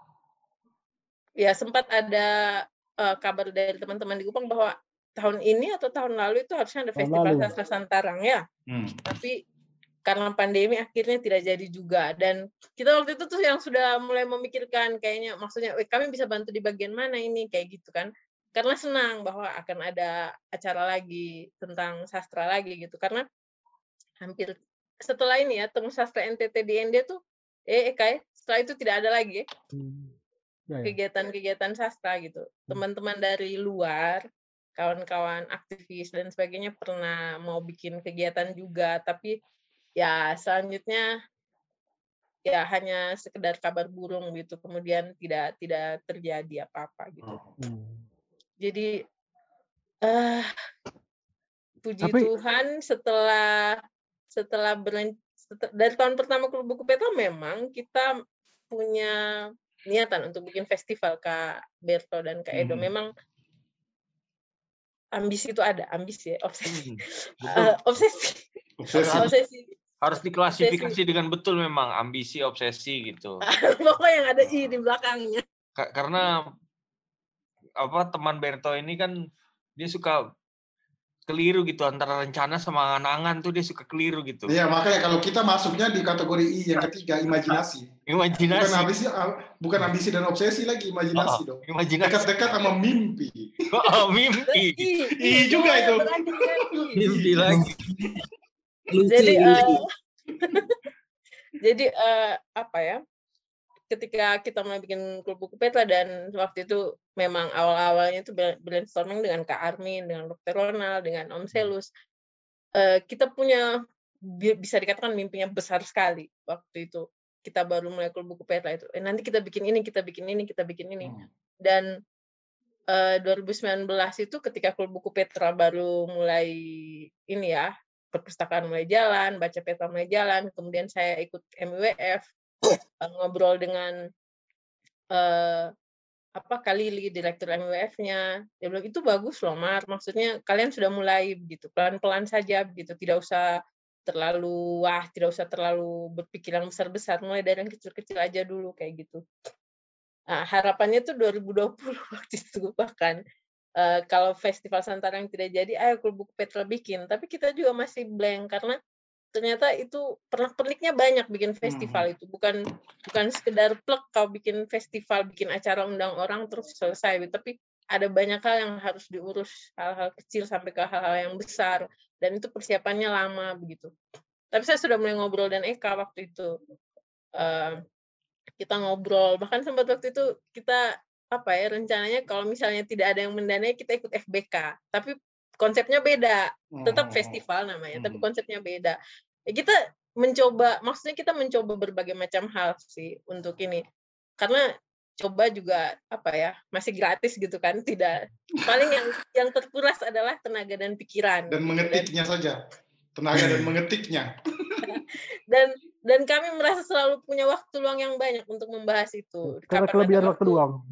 Ya sempat ada kabar dari teman-teman di Kupang bahwa tahun ini atau tahun lalu itu harusnya ada festival sastra Santarang ya. Tapi karena pandemi akhirnya tidak jadi juga. Dan kita waktu itu tuh yang sudah mulai memikirkan kayaknya maksudnya kami bisa bantu di bagian mana ini kayak gitu kan. Karena senang bahwa akan ada acara lagi tentang sastra lagi gitu. Karena hampir setelah ini ya Temu Sastra NTT di ND tuh setelah itu tidak ada lagi kegiatan-kegiatan sastra gitu. Teman-teman dari luar, kawan-kawan aktivis dan sebagainya pernah mau bikin kegiatan juga, tapi ya selanjutnya ya hanya sekedar kabar burung gitu, kemudian tidak terjadi apa-apa gitu. Jadi puji Tuhan setelah dari tahun pertama Klub Buku Petra memang kita punya niatan untuk bikin festival Kak Berto dan Kak Edo. Memang ambisi itu ada, ambisi ya, obsesi. Harus diklasifikasi dengan betul memang ambisi, obsesi gitu. Pokoknya yang ada i di belakangnya. Karena teman Berto ini kan dia suka keliru gitu antara rencana sama angan-angan tuh dia suka keliru gitu. Iya, makanya kalau kita masuknya di kategori I yang ketiga, imajinasi. Bukan ambisi dan obsesi lagi, imajinasi dong. Dekat-dekat sama mimpi. Mimpi. I juga itu. Mimpi lagi. Jadi apa ya? Ketika kita mau bikin Klub Buku Petra dan waktu itu memang awal-awalnya itu brainstorming dengan Kak Armin, dengan Dr. Ronald, dengan Om Selus. Kita punya bisa dikatakan mimpinya besar sekali waktu itu. Kita baru mulai Klub Buku Petra itu. Nanti kita bikin ini. Dan 2019 itu ketika Klub Buku Petra baru mulai ini ya, perpustakaan mulai jalan, baca Petra mulai jalan, kemudian saya ikut MIWF, ngobrol dengan Kak Lili, direktur MIWF-nya. Dia bilang itu bagus loh, Mar. Maksudnya kalian sudah mulai begitu, pelan-pelan saja begitu, tidak usah terlalu berpikiran besar-besar, mulai dari yang kecil-kecil aja dulu kayak gitu. Nah, harapannya tuh 2020 waktu itu bahkan kalau festival Santarang tidak jadi, ayo Klub Buku Petra bikin. Tapi kita juga masih blank karena ternyata itu pernik-perniknya banyak bikin festival itu. Bukan sekedar plek kau bikin festival, bikin acara undang orang terus selesai. Tapi ada banyak hal yang harus diurus, hal-hal kecil sampai ke hal-hal yang besar. Dan itu persiapannya lama begitu. Tapi saya sudah mulai ngobrol dengan Eka waktu itu. kita ngobrol, bahkan sempat waktu itu kita rencananya kalau misalnya tidak ada yang mendanai kita ikut FBK, tapi konsepnya beda, tetap festival namanya, tapi konsepnya beda. Ya, kita maksudnya kita mencoba berbagai macam hal sih untuk ini, karena coba juga masih gratis gitu kan, tidak, paling yang terkuras adalah tenaga dan pikiran dan mengetiknya saja, tenaga dan mengetiknya. dan kami merasa selalu punya waktu luang yang banyak untuk membahas itu. Karena kelebihan waktu luang.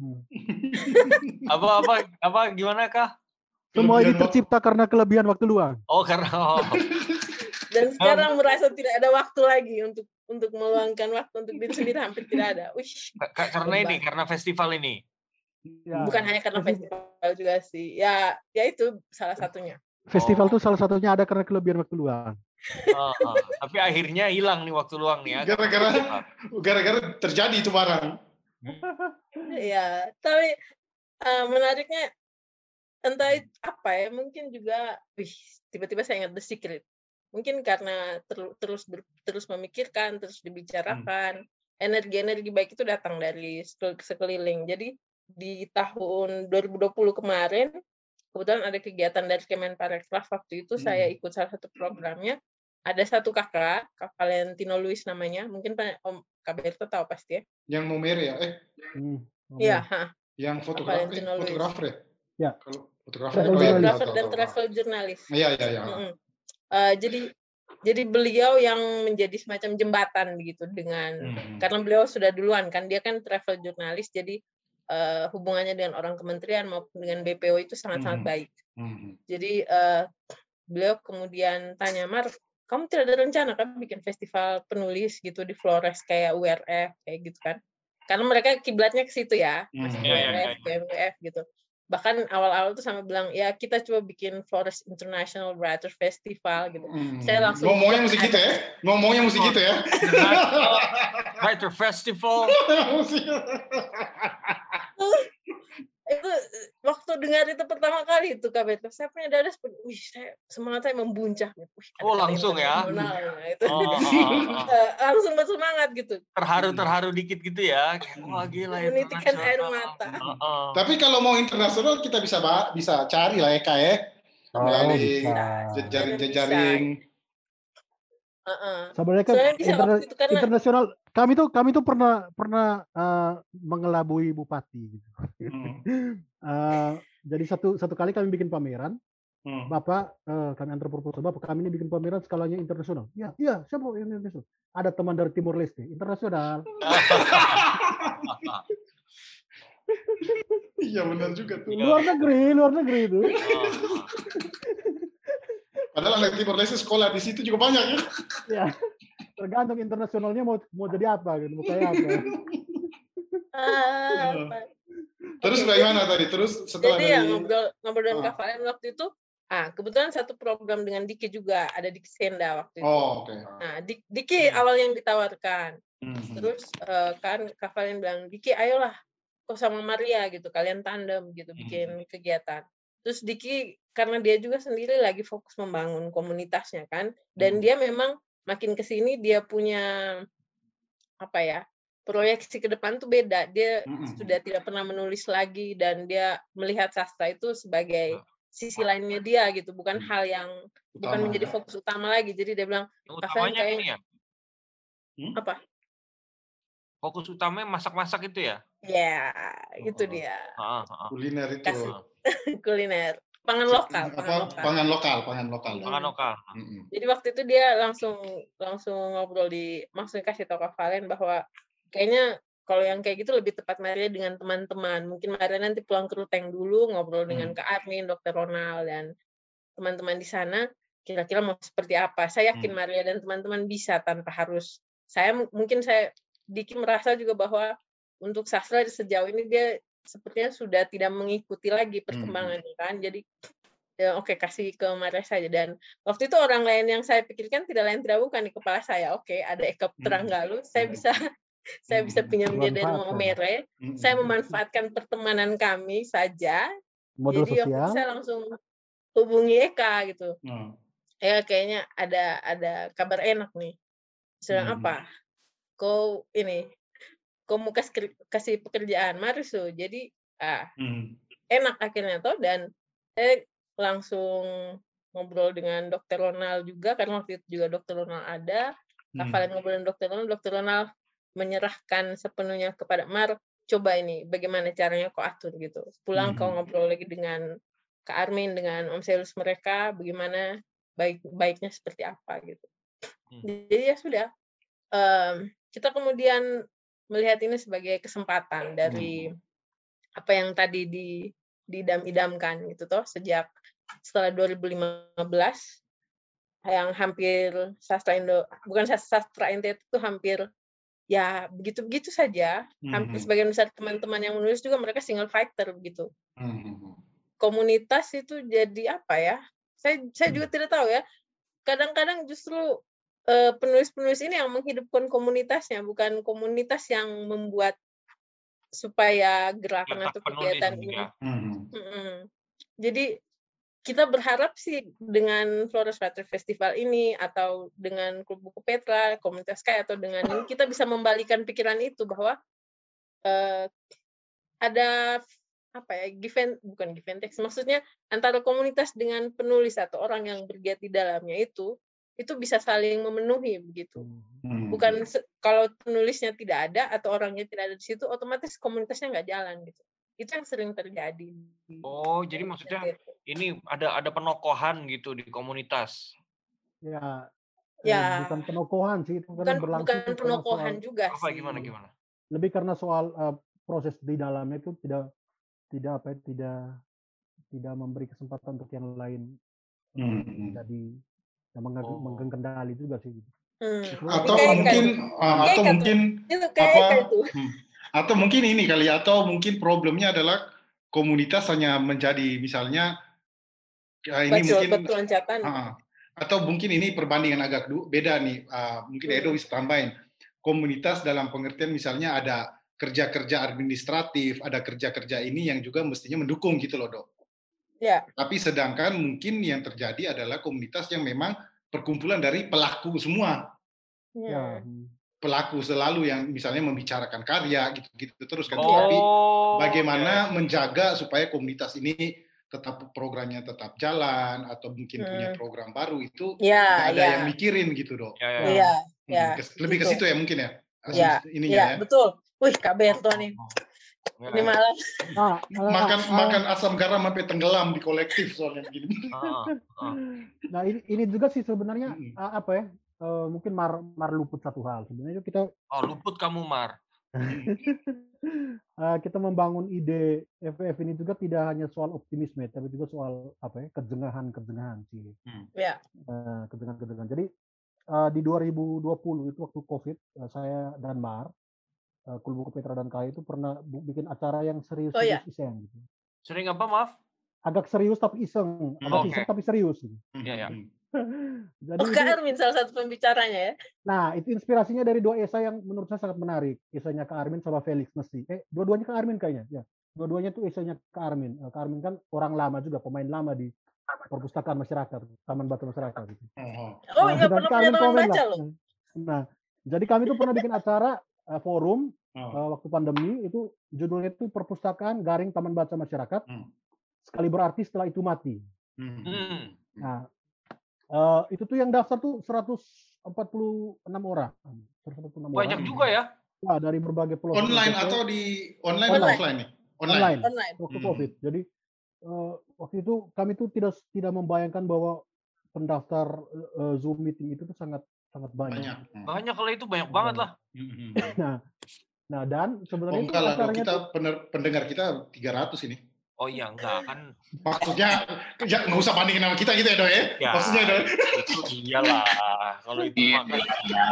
Apa gimana Kak? Semua ini tercipta karena kelebihan waktu luang. Oh, karena dan sekarang merasa tidak ada waktu lagi untuk meluangkan waktu untuk diri sendiri, hampir tidak ada. Karena festival ini. Ya. Bukan hanya karena festival juga sih. Ya itu salah satunya. Festival itu salah satunya ada karena kelebihan waktu luang. Tapi akhirnya hilang nih waktu luang nih ya. Gara-gara terjadi itu barang. Ya, tapi menariknya entah mungkin juga tiba-tiba saya ingat The Secret. Mungkin karena terus memikirkan, terus dibicarakan, energi-energi baik itu datang dari sekeliling. Jadi di tahun 2020 kemarin kebetulan ada kegiatan dari Kemenparekraf, waktu itu saya ikut salah satu programnya. Ada satu kakak, Kak Valentino Luis namanya, mungkin Om Kaberto tahu pasti ya. Yang Momere ya? Iya. Yang fotografer ya? Kalau fotografer dan travel jurnalis. Iya. Jadi beliau yang menjadi semacam jembatan begitu dengan, karena beliau sudah duluan kan, dia kan travel jurnalis, jadi hubungannya dengan orang kementerian maupun dengan BPO itu sangat-sangat baik. Jadi beliau kemudian tanya, Mar, kamu tidak ada rencana kan bikin festival penulis gitu di Flores kayak URF kayak gitu kan? Karena mereka kiblatnya ke situ ya, URF, KMUF gitu. Bahkan awal-awal tuh sama bilang, ya kita coba bikin Flores International Writer Festival gitu. Saya langsung ngomongnya mesti gitu ya. Writer Festival. Itu waktu dengar itu pertama kali itu Kak Beto, saya punya dada seperti, semangat saya membuncah. Langsung ya? Langsung bersemangat gitu. Terharu dikit gitu ya. Wah gila. Menitikkan air mata. Tapi kalau mau internasional kita bisa cari lah ya Kak ya. Dari jejaring. Sebenarnya kan internasional, kami tuh pernah mengelabui bupati gitu. Jadi satu kali kami bikin pameran, Bapak kami antar proposal, Bapak kami ini bikin pameran skalanya internasional. Iya, siapa yang internasional? Ada teman dari Timur Leste, internasional. Iya benar juga tuh. Luar negeri itu. Padahal anak Timor Leste sekolah di situ juga banyak ya. Ya, tergantung internasionalnya mau jadi apa gitu, mau kayak apa. Terus bagaimana tadi? Terus setelah jadi ya ngobrol dengan Kak Valen waktu itu, kebetulan satu program dengan Diki juga, ada Diki Senda waktu itu. Oke. Nah, Diki awal yang ditawarkan. Terus kan Kak Valen bilang, Diki ayolah kok sama Maria gitu, kalian tandem gitu bikin kegiatan. Terus Diki karena dia juga sendiri lagi fokus membangun komunitasnya kan, dan dia memang makin kesini dia punya proyeksi ke depan tuh beda. Dia sudah tidak pernah menulis lagi dan dia melihat sastra itu sebagai sisi lainnya dia gitu, bukan hal yang bukan menjadi fokus utama lagi. Jadi dia bilang utamanya ini ya? Apa? Fokus utamanya masak-masak itu ya? Ya, itu dia. Kuliner itu. Kuliner. Pangan lokal. Jadi waktu itu dia langsung ngobrol maksudnya kasih tahu Kak Valen bahwa kayaknya kalau yang kayak gitu lebih tepat Maria dengan teman-teman. Mungkin Maria nanti pulang ke Ruteng dulu ngobrol dengan Kak Armin, Dr. Ronald dan teman-teman di sana. Kira-kira mau seperti apa? Saya yakin Maria dan teman-teman bisa tanpa harus. Diki merasa juga bahwa untuk sastra sejauh ini dia sepertinya sudah tidak mengikuti lagi perkembangannya kan. Jadi oke, kasih ke Maria saja. Dan waktu itu orang lain yang saya pikirkan tidak lain tidak bukan di kepala saya. Oke, ada Eka Putranggalu, saya bisa pinjam dia dari Momere. Saya memanfaatkan pertemanan kami saja. Jadi waktu itu saya langsung hubungi Eka gitu. Ya kayaknya ada kabar enak nih. Sedang apa? kau mau kasih pekerjaan Marisu. Jadi enak akhirnya toh, dan saya langsung ngobrol dengan Dr. Ronald juga, karena waktu itu juga Dr. Ronald ada. Kalian ngobrol dengan Dr. Ronald menyerahkan sepenuhnya kepada Mar, coba ini bagaimana caranya kau atur gitu. Pulang kau ngobrol lagi dengan Kak Armin, dengan Om Selus mereka, bagaimana baiknya seperti apa gitu. Jadi ya sudah, kita kemudian melihat ini sebagai kesempatan dari apa yang tadi didam-idamkan gitu toh, setelah 2015 yang hampir bukan sastra NTT itu hampir ya begitu-begitu saja. Hampir sebagian besar teman-teman yang menulis juga mereka single fighter begitu. Komunitas itu jadi apa ya? Saya juga tidak tahu ya. Kadang-kadang justru penulis-penulis ini yang menghidupkan komunitasnya, bukan komunitas yang membuat supaya gerakan atau kegiatan ini. Jadi kita berharap sih dengan Flores Writer Festival ini atau dengan Klub Buku Petra, komunitas Kai, atau dengan ini kita bisa membalikan pikiran itu bahwa ada apa ya, bukan give and take, maksudnya antara komunitas dengan penulis atau orang yang bergiat di dalamnya itu bisa saling memenuhi begitu. Bukan kalau penulisnya tidak ada atau orangnya tidak ada di situ, otomatis komunitasnya nggak jalan gitu. Itu yang sering terjadi. Oh, jadi maksudnya ini ada penokohan gitu di komunitas. Ya. Ya. Bukan penokohan sih, itu bukan penokohan soal, juga apa, sih. Gimana? Lebih karena soal proses di dalamnya itu tidak memberi kesempatan untuk yang lain jadi menggenggam kendali juga sih. Atau mungkin ini kali, atau mungkin problemnya adalah komunitas hanya menjadi misalnya ini mungkin atau mungkin ini perbandingan agak beda nih, mungkin Edo bisa tambahin. Komunitas dalam pengertian misalnya ada kerja-kerja administratif, ada kerja-kerja ini yang juga mestinya mendukung gitu loh, Dok. Ya. Tapi sedangkan mungkin yang terjadi adalah komunitas yang memang perkumpulan dari pelaku semua. Ya. Pelaku selalu yang misalnya membicarakan karya gitu terus kan. Tapi bagaimana menjaga supaya komunitas ini tetap programnya tetap jalan atau mungkin punya program baru itu tidak ada yang mikirin gitu, Dok. Lebih ke situ ya mungkin ya. Iya, betul. Wih, Kak Berto nih. Ini malam. Makan asam garam sampai tenggelam di kolektif soalnya begini. Nah, ini juga sih sebenarnya apa ya? Mungkin Mar luput satu hal. Sebenarnya kita luput kamu, Mar. Kita membangun ide FF ini juga tidak hanya soal optimisme, tapi juga soal apa ya, kejengahan sih. Kejengahan. Jadi di 2020 itu waktu COVID, saya dan Mar, Klub Buku Petra dan Kai itu pernah bikin acara yang serius iseng gitu. Sering apa, maaf? Agak serius tapi iseng, iseng tapi serius. Iya. Jadi Kak Armin salah satu pembicaranya ya. Nah, itu inspirasinya dari dua esai yang menurut saya sangat menarik. Esainya Kak Armin sama Felix mesti. Dua-duanya Kak Armin kayaknya. Ya. Dua-duanya tuh esainya Kak Armin. Kak Armin kan orang lama juga, pemain lama di perpustakaan masyarakat, Taman Baca Masyarakat gitu. Oh, iya, pernah punya taman baca loh. Nah, jadi kami tuh pernah bikin acara forum waktu pandemi, itu judulnya itu Perpustakaan Garing Taman Baca Masyarakat. Sekali berarti setelah itu mati. Nah, itu tuh yang daftar tuh 146 orang. 146 Banyak juga ya? Nah, dari berbagai pulau. Online atau di online atau offline nih? Online. Waktu COVID. Jadi waktu itu kami tuh tidak membayangkan bahwa pendaftar Zoom meeting itu tuh sangat banyak. Banyak kalau itu banyak banget lah. Nah dan sebenarnya enggak lah, kita pendengar kita 300 ini. Oh iya, enggak kan. Maksudnya ya nggak usah bandingin sama kita gitu ya, Dok ya? Maksudnya, Dok. Itu iyalah. Kalau itu makan.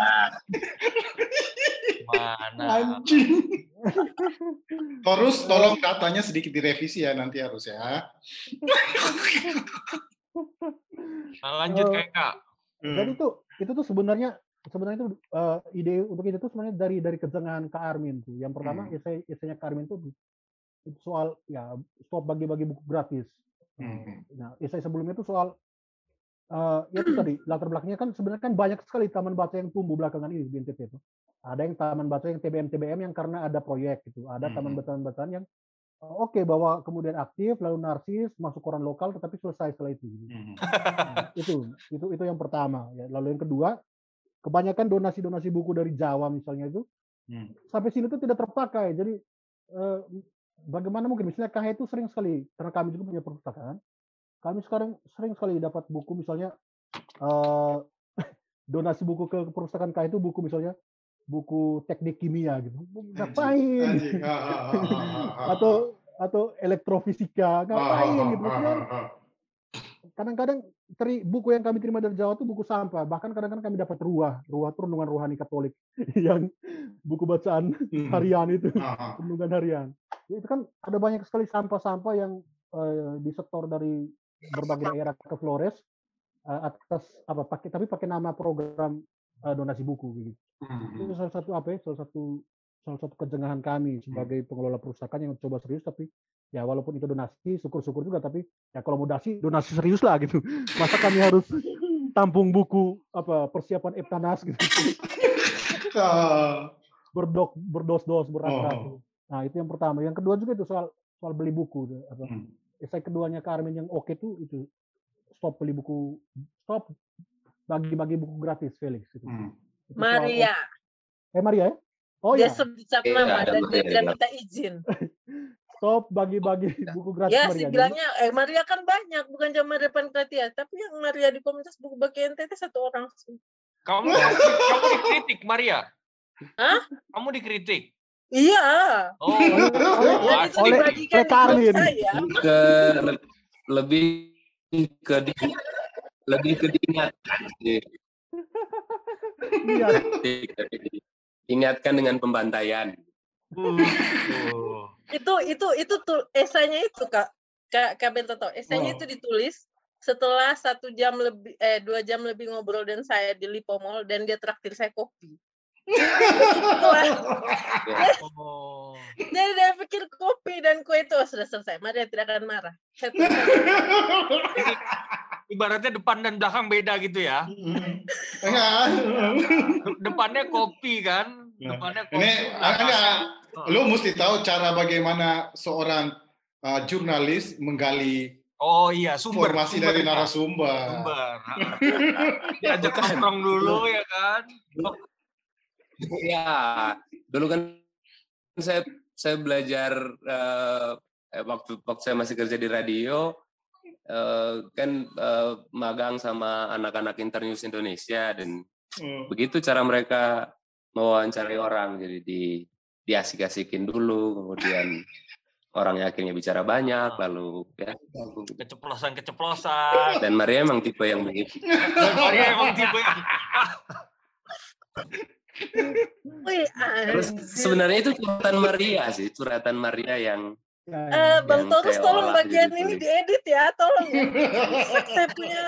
Mana? Anjing. Terus tolong datanya sedikit direvisi ya nanti harus ya. Nah, lanjut Kak. Jadi itu tuh sebenarnya itu ide untuk itu tuh sebenarnya dari kejengahan Kak Armin tuh. Yang pertama esainya Kak Armin tuh soal ya stop bagi-bagi buku gratis. Nah, esai sebelumnya itu soal ya itu tadi latar belakangnya kan sebenarnya kan banyak sekali taman baca yang tumbuh belakangan ini di NTT itu. Ada yang taman bacaan yang TBM yang karena ada proyek gitu. Ada taman bacaan yang oke, bahwa kemudian aktif lalu narsis masuk koran lokal tetapi selesai setelah itu. Nah, itu yang pertama ya. Lalu yang kedua, kebanyakan donasi buku dari Jawa misalnya itu sampai sini tuh tidak terpakai. Jadi bagaimana mungkin misalnya KH itu sering sekali, karena kami juga punya perpustakaan, kami sekarang sering sekali dapat buku misalnya donasi buku ke perpustakaan KH itu buku misalnya buku teknik kimia gitu, ngapain? atau elektrofisika, ngapain gitu? Kadang-kadang buku yang kami terima dari Jawa itu buku sampah. Bahkan kadang-kadang kami dapat ruah itu renungan rohani Katolik yang buku bacaan harian itu, renungan harian. Itu kan ada banyak sekali sampah-sampah yang disetor dari berbagai daerah ke Flores atas tapi pakai nama program donasi buku gitu. Itu salah satu kejengahan kami sebagai pengelola perpustakaan yang coba serius, tapi ya walaupun itu donasi syukur-syukur juga, tapi ya kalau mau donasi serius lah gitu. Masa kami harus tampung buku persiapan Eptanas gitu. Berdos-dos berat-berat. Nah, itu yang pertama. Yang kedua juga itu soal beli buku. Esai keduanya Carmen yang oke itu stop bagi-bagi buku gratis Felix itu. Maria. Maria ya? Oh dia ya. sebut nama dan dia minta izin. Stop bagi-bagi buku gratis ya, Maria. Ya, bilangnya Maria kan banyak, bukan cuma Maria Pankratia, tapi yang Maria di komunitas buku bagi NTT satu orang. Kamu dikritik Maria? Hah? Kamu dikritik? Iya. Itu dibagikan di grup saya. Lebih ke diingatkan sih. Ingatkan dengan pembantaian. Itu tuh esainya itu Kak Bento tahu. Esainya itu ditulis setelah 2 jam lebih ngobrol dan saya di Lipo Mall dan dia traktir saya kopi. Jadi dia pikir kopi dan kue itu sudah selesai. Maria tidak akan marah. Ibaratnya depan dan belakang beda gitu ya. Depannya kopi kan. Depannya kopi. Lu mesti tahu cara bagaimana seorang jurnalis menggali informasi dari narasumber. Diajak nongkrong dulu ya kan. Ya, dulu kan saya belajar waktu saya masih kerja di radio. Magang sama anak-anak Internews Indonesia dan begitu cara mereka mewawancarai orang, jadi diasik-asikin dulu, kemudian orangnya akhirnya bicara banyak, lalu ya keceplosan. Dan Maria emang tipe yang begitu. Terus sebenarnya itu curhatan Maria yang Bang Torus tolong bagian ini diedit ya, tolong ya. Saya punya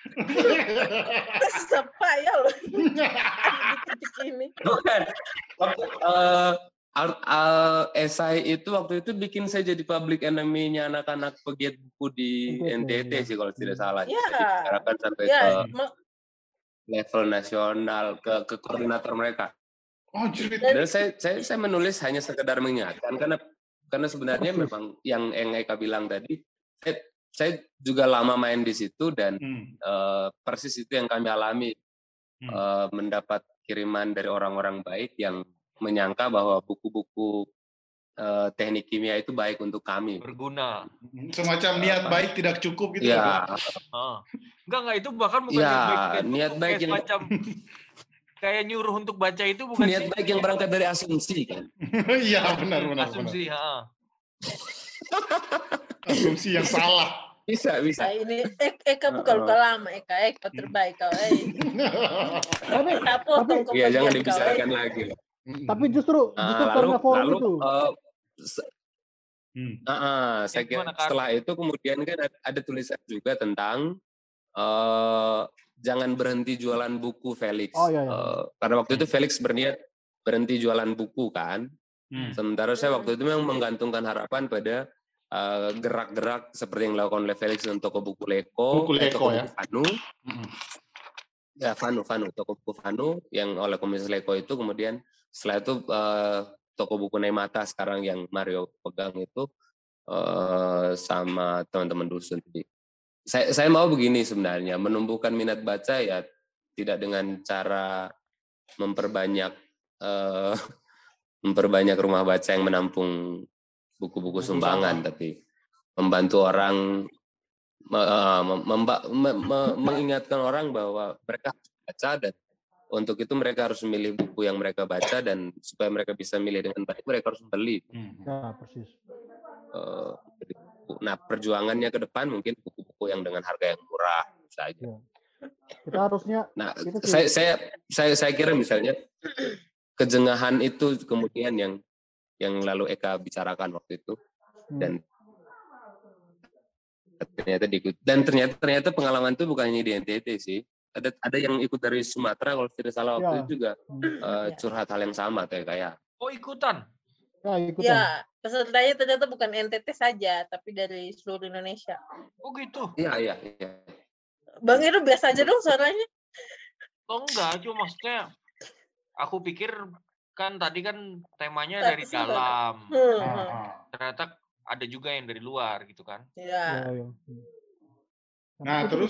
ya loh. Ini. Bukan. Esai itu waktu itu bikin saya jadi public enemy-nya anak-anak pegiat buku di NTT sih kalau tidak salah. Dibicarakan sampai ke level nasional, ke koordinator mereka. Dan saya menulis hanya sekedar mengingatkan karena sebenarnya memang yang Eka bilang tadi, saya juga lama main di situ dan persis itu yang kami alami, mendapat kiriman dari orang-orang baik yang menyangka bahwa buku-buku teknik kimia itu baik untuk kami. Berguna. Semacam niat baik tidak cukup gitu. Ya. Enggak itu bahkan bukan niat baik yang semacam kayak nyuruh untuk baca itu bukan niat baik yang berangkat dari asumsi kan. Iya benar. Asumsi, asumsi yang salah. Bisa. Ini Eka bukan luka lama, Eka terbaik kau. Iya, jangan dibicarakan lagi. Tapi justru karena forum itu. Saya kira setelah itu kemudian kan ada tulisan juga tentang jangan berhenti jualan buku Felix. Karena waktu itu Felix berniat berhenti jualan buku kan. Sementara saya waktu itu memang menggantungkan harapan pada gerak-gerak seperti yang dilakukan oleh Felix untuk buku Leko ya. Buku Anu. Ya, toko buku Vanu yang oleh Komisi Leko itu, kemudian setelah itu toko buku Nemata sekarang yang Mario pegang itu sama teman-teman dusun. Jadi saya mau begini sebenarnya, menumbuhkan minat baca ya tidak dengan cara memperbanyak rumah baca yang menampung buku-buku sumbangan, tapi membantu orang, mengingatkan orang bahwa mereka harus baca, dan untuk itu mereka harus memilih buku yang mereka baca, dan supaya mereka bisa milih dengan baik mereka harus beli. Ya, persis. Nah, perjuangannya ke depan mungkin buku-buku yang dengan harga yang murah saja. Ya. Kita harusnya. Nah, saya kira misalnya kejengahan itu kemudian yang lalu Eka bicarakan waktu itu, dan ternyata pengalaman itu bukan hanya di NTT sih. Ada yang ikut dari Sumatera kalau tidak salah waktu itu juga curhat hal yang sama kayak. Oh, ikutan. Ya, pesertanya ternyata bukan NTT saja, tapi dari seluruh Indonesia. Oh gitu. Iya. Bang Heru biasa aja dong suaranya. Oh enggak, cuma maksudnya aku pikir kan tadi kan temanya dari dalam. Ternyata ada juga yang dari luar gitu kan. Iya. Nah, terus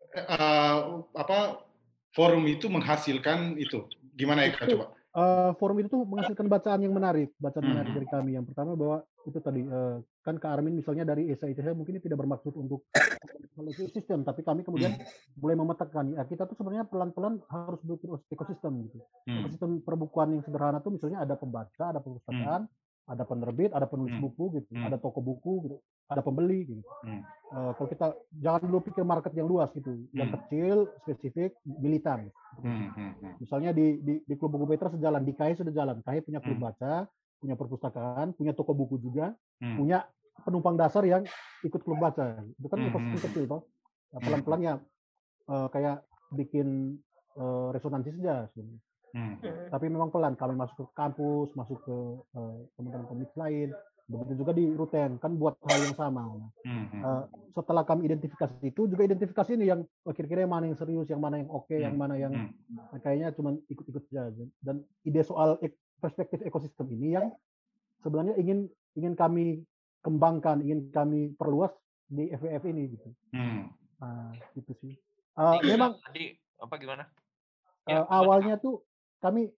forum itu menghasilkan itu. Gimana ya, Kak, coba? Forum itu menghasilkan bacaan yang menarik dari kami. Yang pertama bahwa itu tadi kan Kak Armin misalnya dari ESA mungkin tidak bermaksud untuk sistem, tapi kami kemudian mulai memetakan ya kita tuh sebenarnya pelan-pelan harus bikin ekosistem gitu. Ekosistem perbukuan yang sederhana tuh misalnya ada pembaca, ada perpustakaan, ada penerbit, ada penulis buku gitu, ada toko buku gitu, ada pembeli gitu. Kalau kita jangan dulu pikir market yang luas gitu, yang kecil, spesifik, militan. Misalnya di klub buku Petra sejalan, di KAI sudah jalan. KAI punya klub baca, punya perpustakaan, punya toko buku juga, punya penumpang dasar yang ikut klub baca. Itu kan ekosistem kecil toh. Pelan-pelan ya kayak bikin resonansi saja sebenarnya. Tapi memang pelan, kami masuk ke kampus, masuk ke teman-teman komunitas lain, begitu juga di Ruten, kan buat hal yang sama. Setelah kami identifikasi itu, juga identifikasi ini yang kira-kira yang mana yang serius, yang mana yang oke, yang mana yang kayaknya cuma ikut-ikut saja. Dan ide soal perspektif ekosistem ini yang sebenarnya ingin kami kembangkan, ingin kami perluas di FWF ini gitu. Gitu sih. Memang tadi apa gimana? Awalnya tuh kami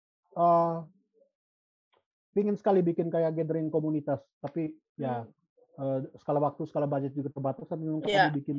ingin sekali bikin kayak gathering komunitas, tapi ya skala waktu, skala budget juga terbatas, kan memang kami bikin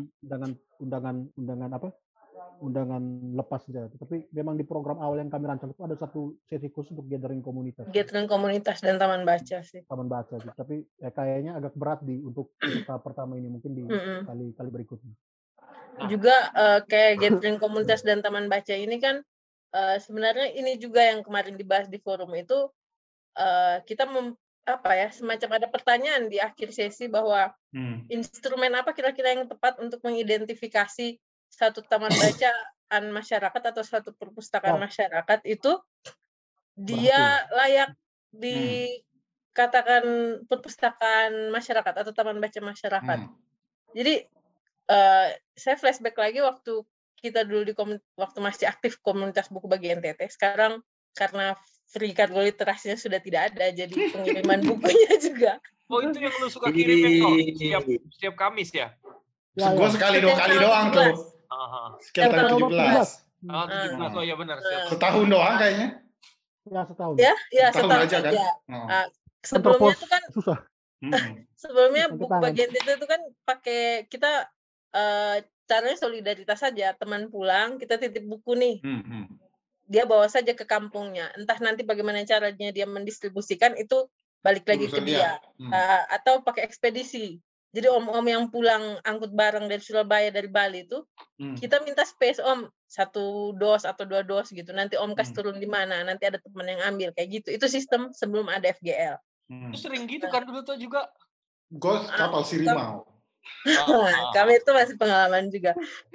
undangan lepas saja. Tapi memang di program awal yang kami rancang itu ada satu sesi khusus untuk gathering komunitas. Gathering komunitas dan taman baca sih. Taman baca sih. Tapi kayaknya agak berat untuk tahap pertama ini, mungkin di kali berikutnya. Juga kayak gathering komunitas dan taman baca ini kan sebenarnya ini juga yang kemarin dibahas di forum itu, kita semacam ada pertanyaan di akhir sesi bahwa instrumen apa kira-kira yang tepat untuk mengidentifikasi satu taman bacaan masyarakat atau satu perpustakaan masyarakat itu dia layak dikatakan perpustakaan masyarakat atau taman baca masyarakat. Jadi saya flashback lagi waktu kita dulu waktu masih aktif komunitas buku bagi NTT. Sekarang karena free cargo literasinya sudah tidak ada, jadi pengiriman bukunya juga. Oh, itu yang lu suka kirim ya, setiap Kamis ya? Gue sekali 2 kali doang tuh. Sekitar 17. Oh, 17. Oh ya benar. Setahun doang kayaknya. Ya, setahun. Ya, setahun aja kan. Sebelumnya itu kan susah. Sebelumnya buku bagian itu kan pakai kita caranya solidaritas saja, teman pulang kita titip buku nih. Dia bawa saja ke kampungnya. Entah nanti bagaimana caranya dia mendistribusikan itu balik lagi ke dia. Atau pakai ekspedisi. Jadi om-om yang pulang angkut barang dari Surabaya, dari Bali itu, kita minta space om 1 dos atau 2 dos gitu. Nanti om kasih turun di mana, nanti ada teman yang ambil kayak gitu. Itu sistem sebelum ada FGL. Itu sering gitu kan dulu tuh juga. Ghost kapal Sirimau. Kami itu masih pengalaman juga.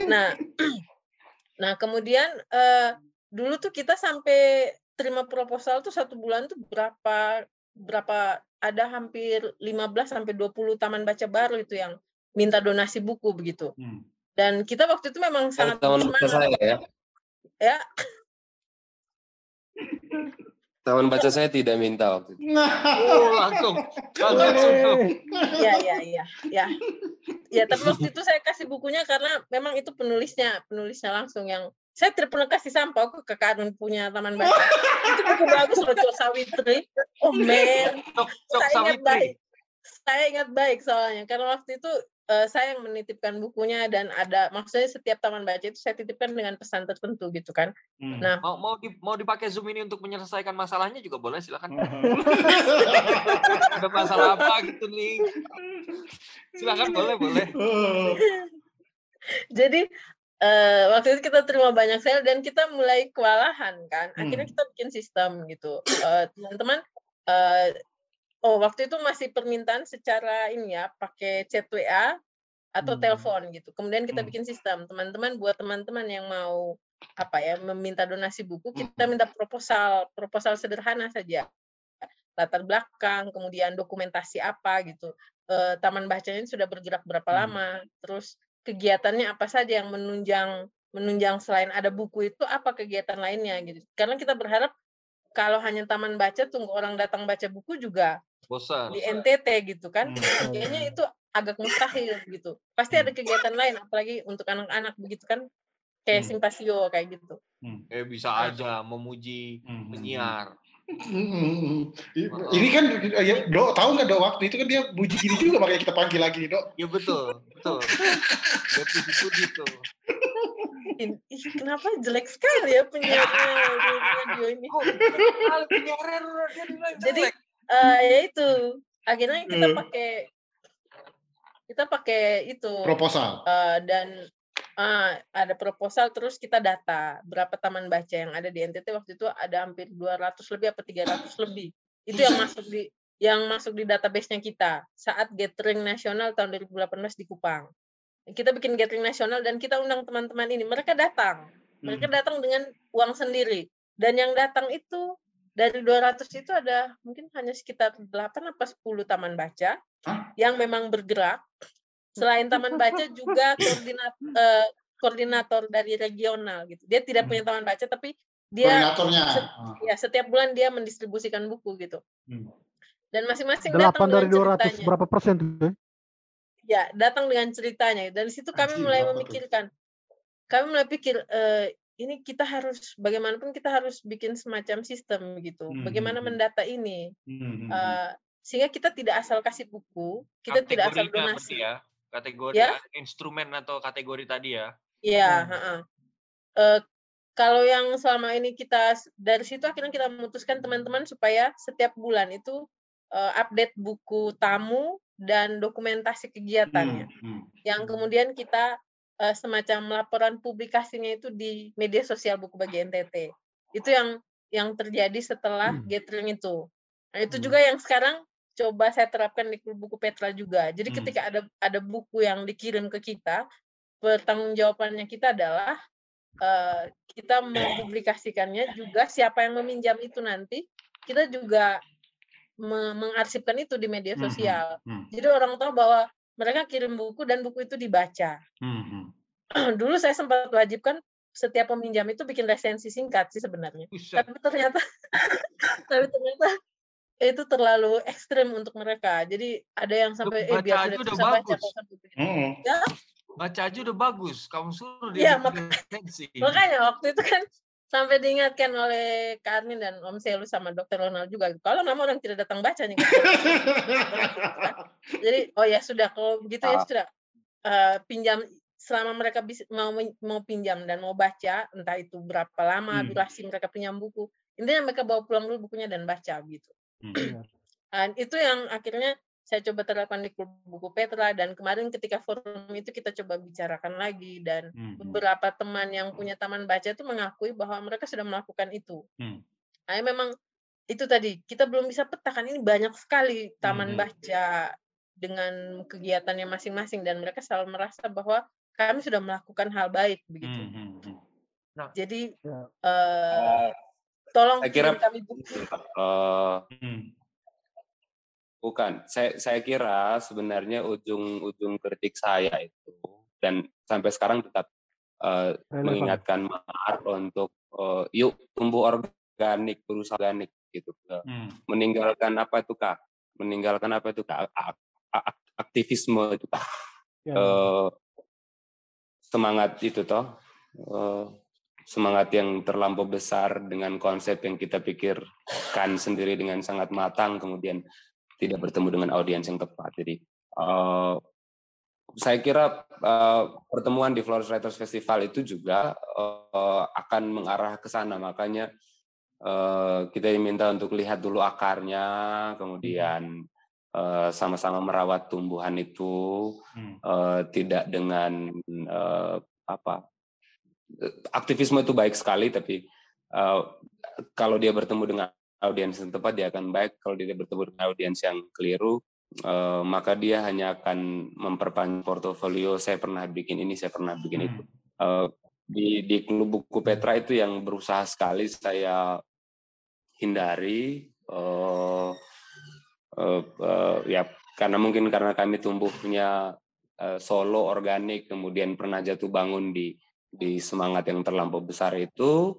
Nah kemudian dulu tuh kita sampai terima proposal tuh 1 bulan tuh berapa ada hampir 15-20 taman baca baru itu yang minta donasi buku begitu. Dan kita waktu itu memang sangat semangat. Ya. Taman baca saya tidak minta waktu itu. Langsung. Ya. Ya, tapi waktu itu saya kasih bukunya karena memang itu penulisnya langsung yang saya tidak pernah kasih sampah. Aku ke Karun punya taman baca. Itu buku bagus loh, Cok Sawitri. Oh man, saya ingat baik soalnya karena waktu itu saya yang menitipkan bukunya dan ada maksudnya setiap taman baca itu saya titipkan dengan pesan tertentu gitu kan. Nah, mau dipakai Zoom ini untuk menyelesaikan masalahnya juga boleh, silakan. Ada masalah apa gitu nih? Silakan, boleh. Jadi waktu itu kita terima banyak sale dan kita mulai kewalahan kan. Akhirnya kita bikin sistem gitu. Teman-teman waktu itu masih permintaan secara ini ya, pakai chat WA atau telepon gitu. Kemudian kita bikin sistem. Teman-teman buat teman-teman yang mau meminta donasi buku, kita minta proposal sederhana saja. Latar belakang, kemudian dokumentasi apa gitu. Taman bacanya sudah bergerak berapa lama, terus kegiatannya apa saja yang menunjang selain ada buku itu apa kegiatan lainnya gitu. Karena kita berharap kalau hanya taman baca tunggu orang datang baca buku juga bosan di NTT gitu kan. Kayaknya itu agak mustahil gitu. Pasti ada kegiatan lain apalagi untuk anak-anak begitu kan. Kayak simpasio kayak gitu. Bisa aja memuji penyiar. Ini kan Dok, tahu nggak Dok, waktu itu kan dia muji gini juga makanya kita panggil lagi Dok. Ya betul. Dia puji-puji tuh. Kenapa jelek sekali ya penyiarnya radio ini? Jadi ya itu akhirnya kita pakai itu proposal dan ada proposal terus kita data berapa taman baca yang ada di NTT waktu itu ada hampir 200 lebih apa 300 lebih. Itu yang masuk di database-nya kita saat gathering nasional tahun 2018 di Kupang. Kita bikin gathering nasional dan kita undang teman-teman ini. Mereka datang dengan uang sendiri. Dan yang datang itu dari 200 itu ada mungkin hanya sekitar 8 apa 10 taman baca yang memang bergerak. Selain taman baca juga koordinator dari regional gitu. Dia tidak punya taman baca tapi dia setiap bulan dia mendistribusikan buku gitu. Dan masing-masing 8 datang dari 200 ceritanya. Berapa persen tuh? Ya, datang dengan ceritanya. Dan di situ kami mulai memikirkan. Kami mulai pikir ini kita harus bagaimanapun kita harus bikin semacam sistem gitu. Bagaimana mendata ini? Sehingga kita tidak asal kasih buku, kita tidak asal donasi. Ya? Kategori instrumen atau kategori tadi ya. Iya, kalau yang selama ini kita dari situ akhirnya kita memutuskan teman-teman supaya setiap bulan itu update buku tamu dan dokumentasi kegiatannya. Yang kemudian kita semacam laporan publikasinya itu di media sosial Buku Bagi NTT. Itu yang terjadi setelah gathering itu. Nah, itu juga yang sekarang coba saya terapkan di Klub Buku Petra juga. Jadi ketika ada buku yang dikirim ke kita, pertanggungjawabannya kita adalah kita mempublikasikannya juga siapa yang meminjam itu nanti kita juga mengarsipkan itu di media sosial. Jadi orang tahu bahwa mereka kirim buku dan buku itu dibaca. Dulu saya sempat wajibkan setiap peminjam itu bikin resensi singkat sih sebenarnya. Tapi ternyata itu terlalu ekstrim untuk mereka. Jadi ada yang sampai biar tidak bisa baca. Ya? Baca aja udah bagus. Kamu suruh dia bikin resensi. Makanya waktu itu kan sampai diingatkan oleh Kak Armin dan Om Selu sama Dr. Ronald juga. Kalau nama orang tidak datang baca nih. Jadi ya sudah kalau begitu ya sudah pinjam selama mereka mau pinjam dan mau baca, entah itu berapa lama durasi mereka pinjam buku. Intinya mereka bawa pulang dulu bukunya dan baca gitu. Dan itu yang akhirnya saya coba terapkan di Klub Buku Petra dan kemarin ketika forum itu kita coba bicarakan lagi dan beberapa teman yang punya taman baca itu mengakui bahwa mereka sudah melakukan itu. Nah, memang itu tadi kita belum bisa petakan ini banyak sekali taman baca dengan kegiatannya masing-masing dan mereka selalu merasa bahwa kami sudah melakukan hal baik begitu. Nah, jadi tolong kirim kami buku. Bukan, saya kira sebenarnya ujung kritik saya itu dan sampai sekarang tetap mengingatkan Mar untuk yuk tumbuh organik, berusaha organik gitu. Meninggalkan apa itu Kak? Aktivisme itu Kak. Semangat itu toh. Semangat yang terlampau besar dengan konsep yang kita pikirkan sendiri dengan sangat matang, kemudian tidak bertemu dengan audiens yang tepat. Jadi saya kira pertemuan di Flores Writers Festival itu juga akan mengarah ke sana. Makanya kita diminta untuk lihat dulu akarnya, kemudian sama-sama merawat tumbuhan itu, tidak dengan aktivisme itu baik sekali, tapi kalau dia bertemu dengan audiens yang tepat dia akan baik. Kalau dia bertemu dengan audiens yang keliru, maka dia hanya akan memperpanjang portofolio. Saya pernah bikin ini, saya pernah bikin itu. Di klub buku Petra itu yang berusaha sekali saya hindari, ya karena mungkin karena kami tumbuhnya solo organik, kemudian pernah jatuh bangun di semangat yang terlampau besar itu,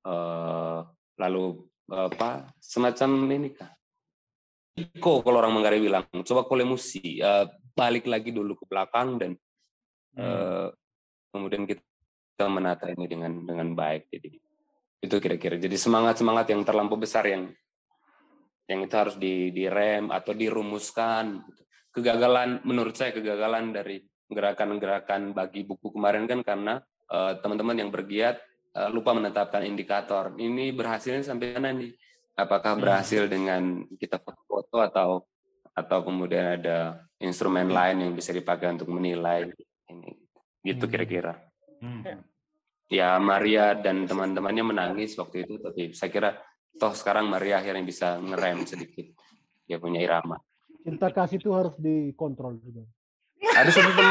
lalu semacam ini Kak. Kalau orang Manggarai bilang, coba kolemusi, balik lagi dulu ke belakang dan kemudian kita menata ini dengan baik. Jadi itu kira-kira. Jadi semangat yang terlampau besar yang itu harus direm atau dirumuskan. Kegagalan, menurut saya kegagalan dari gerakan-gerakan bagi buku kemarin kan karena teman-teman yang bergiat lupa menetapkan indikator. Ini berhasilnya sampai mana nih? Apakah berhasil dengan kita foto atau kemudian ada instrumen lain yang bisa dipakai untuk menilai ini? Gitu kira-kira. Ya Maria dan teman-temannya menangis waktu itu, tapi saya kira toh sekarang Maria akhirnya bisa ngerem sedikit. Dia punya irama. Cinta kasih itu harus dikontrol juga. Ada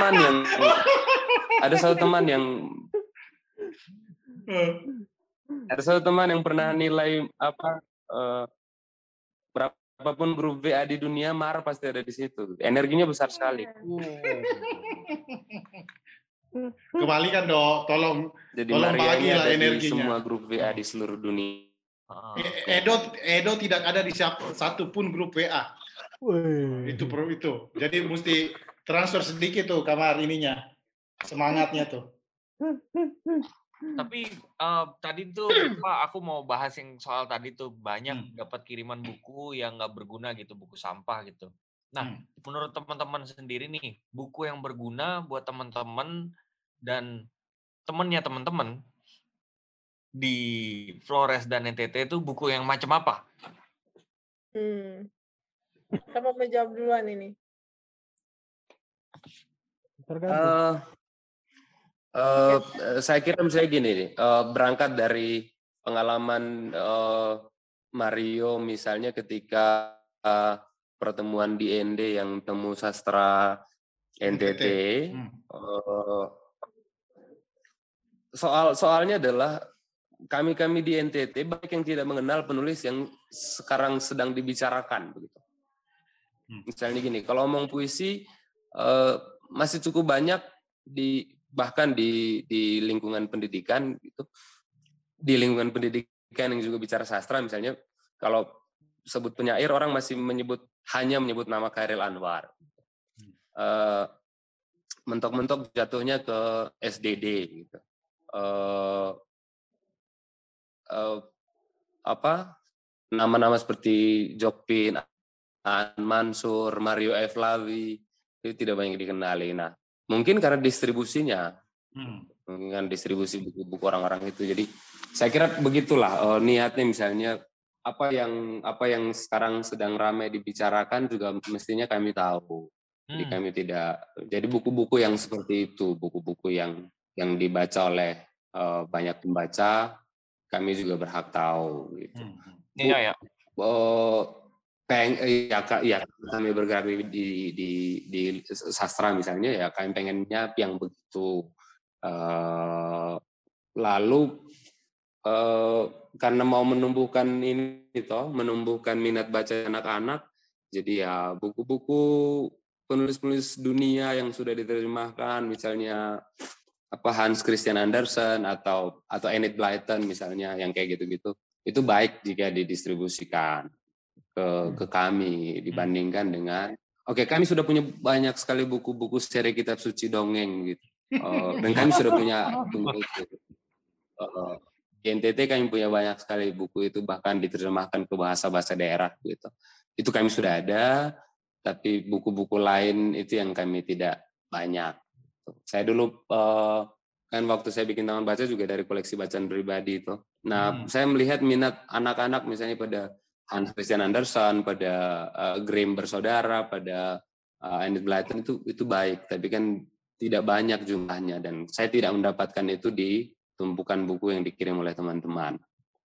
satu teman yang pernah nilai berapapun grup WA di dunia, Mar pasti ada di situ. Energinya besar sekali. Kembalikan dong, tolong. Jadi tolong bagilah energinya. Di semua grup WA di seluruh dunia. Edo tidak ada di satu pun grup WA. Itu. Jadi mesti transfer sedikit tuh kamar ininya, semangatnya tuh. Tapi tadi tuh Pak, aku mau bahas yang soal tadi tuh banyak dapat kiriman buku yang nggak berguna gitu, buku sampah gitu. Nah, menurut teman-teman sendiri nih, buku yang berguna buat teman-teman dan temannya teman-teman di Flores dan NTT itu buku yang macam apa? Siapa mau jawab duluan ini? Saya kira misalnya gini nih, berangkat dari pengalaman Mario misalnya ketika pertemuan di ND yang temu sastra NTT, soalnya adalah kami di NTT baik yang tidak mengenal penulis yang sekarang sedang dibicarakan begitu. Misalnya gini, kalau ngomong puisi masih cukup banyak bahkan di lingkungan pendidikan gitu, di lingkungan pendidikan yang juga bicara sastra, misalnya kalau sebut penyair orang masih hanya menyebut nama Chairil Anwar, mentok-mentok jatuhnya ke SDD gitu, nama-nama seperti Jokpin, Aan Mansur, Mario Eflawi itu tidak banyak dikenali. Nah, mungkin karena distribusinya, mungkin distribusi buku-buku orang-orang itu. Jadi saya kira begitulah niatnya. Misalnya apa yang sekarang sedang ramai dibicarakan juga mestinya kami tahu. Jadi kami tidak. Jadi buku-buku yang seperti itu, buku-buku yang dibaca oleh banyak pembaca, kami juga berhak tahu. Gitu. Iya. Kami bergerak di sastra misalnya, ya kami pengennya yang begitu. Lalu karena mau menumbuhkan menumbuhkan minat baca anak-anak, jadi ya buku-buku penulis-penulis dunia yang sudah diterjemahkan, misalnya Hans Christian Andersen atau Enid Blyton misalnya yang kayak gitu-gitu, itu baik jika didistribusikan ke kami dibandingkan dengan kami sudah punya banyak sekali buku-buku seri kitab suci dongeng gitu. Dan kami sudah punya itu. Di NTT kami punya banyak sekali buku itu, bahkan diterjemahkan ke bahasa-bahasa daerah gitu. Itu kami sudah ada, tapi buku-buku lain itu yang kami tidak banyak. Saya dulu kan waktu saya bikin taman baca juga dari koleksi bacaan pribadi itu. Nah, saya melihat minat anak-anak misalnya pada Hans Christian Andersen, pada Grimm bersaudara, pada Enid Blyton itu baik, tapi kan tidak banyak jumlahnya dan saya tidak mendapatkan itu di tumpukan buku yang dikirim oleh teman-teman.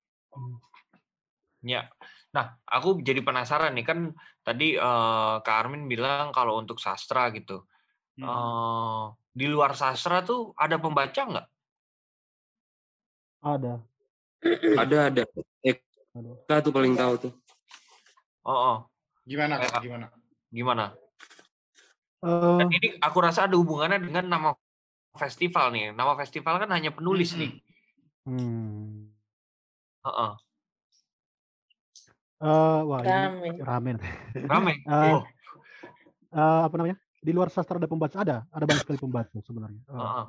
Ya. Nah, aku jadi penasaran nih, kan tadi Kak Armin bilang kalau untuk sastra gitu. Di luar sastra tuh ada pembaca nggak? Ada. Ada. Eka tuh paling tahu tuh. Gimana? Dan ini aku rasa ada hubungannya dengan nama festival nih. Nama festival kan hanya penulis nih. Wah, Rame. Apa namanya? Di luar sastra ada pembaca, ada banyak sekali pembaca sebenarnya.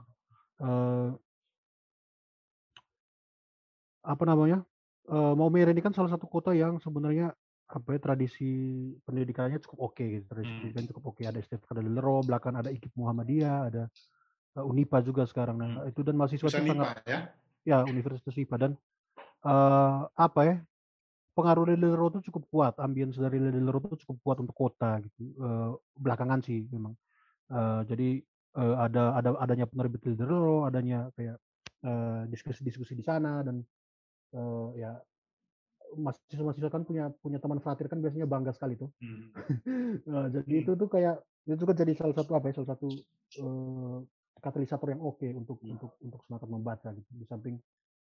Apa namanya? Maumere ini kan salah satu kota yang sebenarnya tradisi pendidikannya cukup oke gitu. Tradisi pendidikan cukup oke. Ada STF Kadalilero, belakang ada IKIP Muhammadiyah, ada Unipa juga sekarang. Nah, itu dan mahasiswa itu sangat ya Universitas IPA dan pengaruh Lilero itu cukup kuat, ambience dari Lilero itu cukup kuat untuk kota gitu. Belakangan sih memang. Jadi adanya penerbit Lilero, adanya kayak diskusi-diskusi di sana dan ya mahasiswa kan punya teman frater kan biasanya bangga sekali tuh. Jadi itu tuh kayak itu juga jadi salah satu katalisator yang oke untuk semangat membaca gitu. Di samping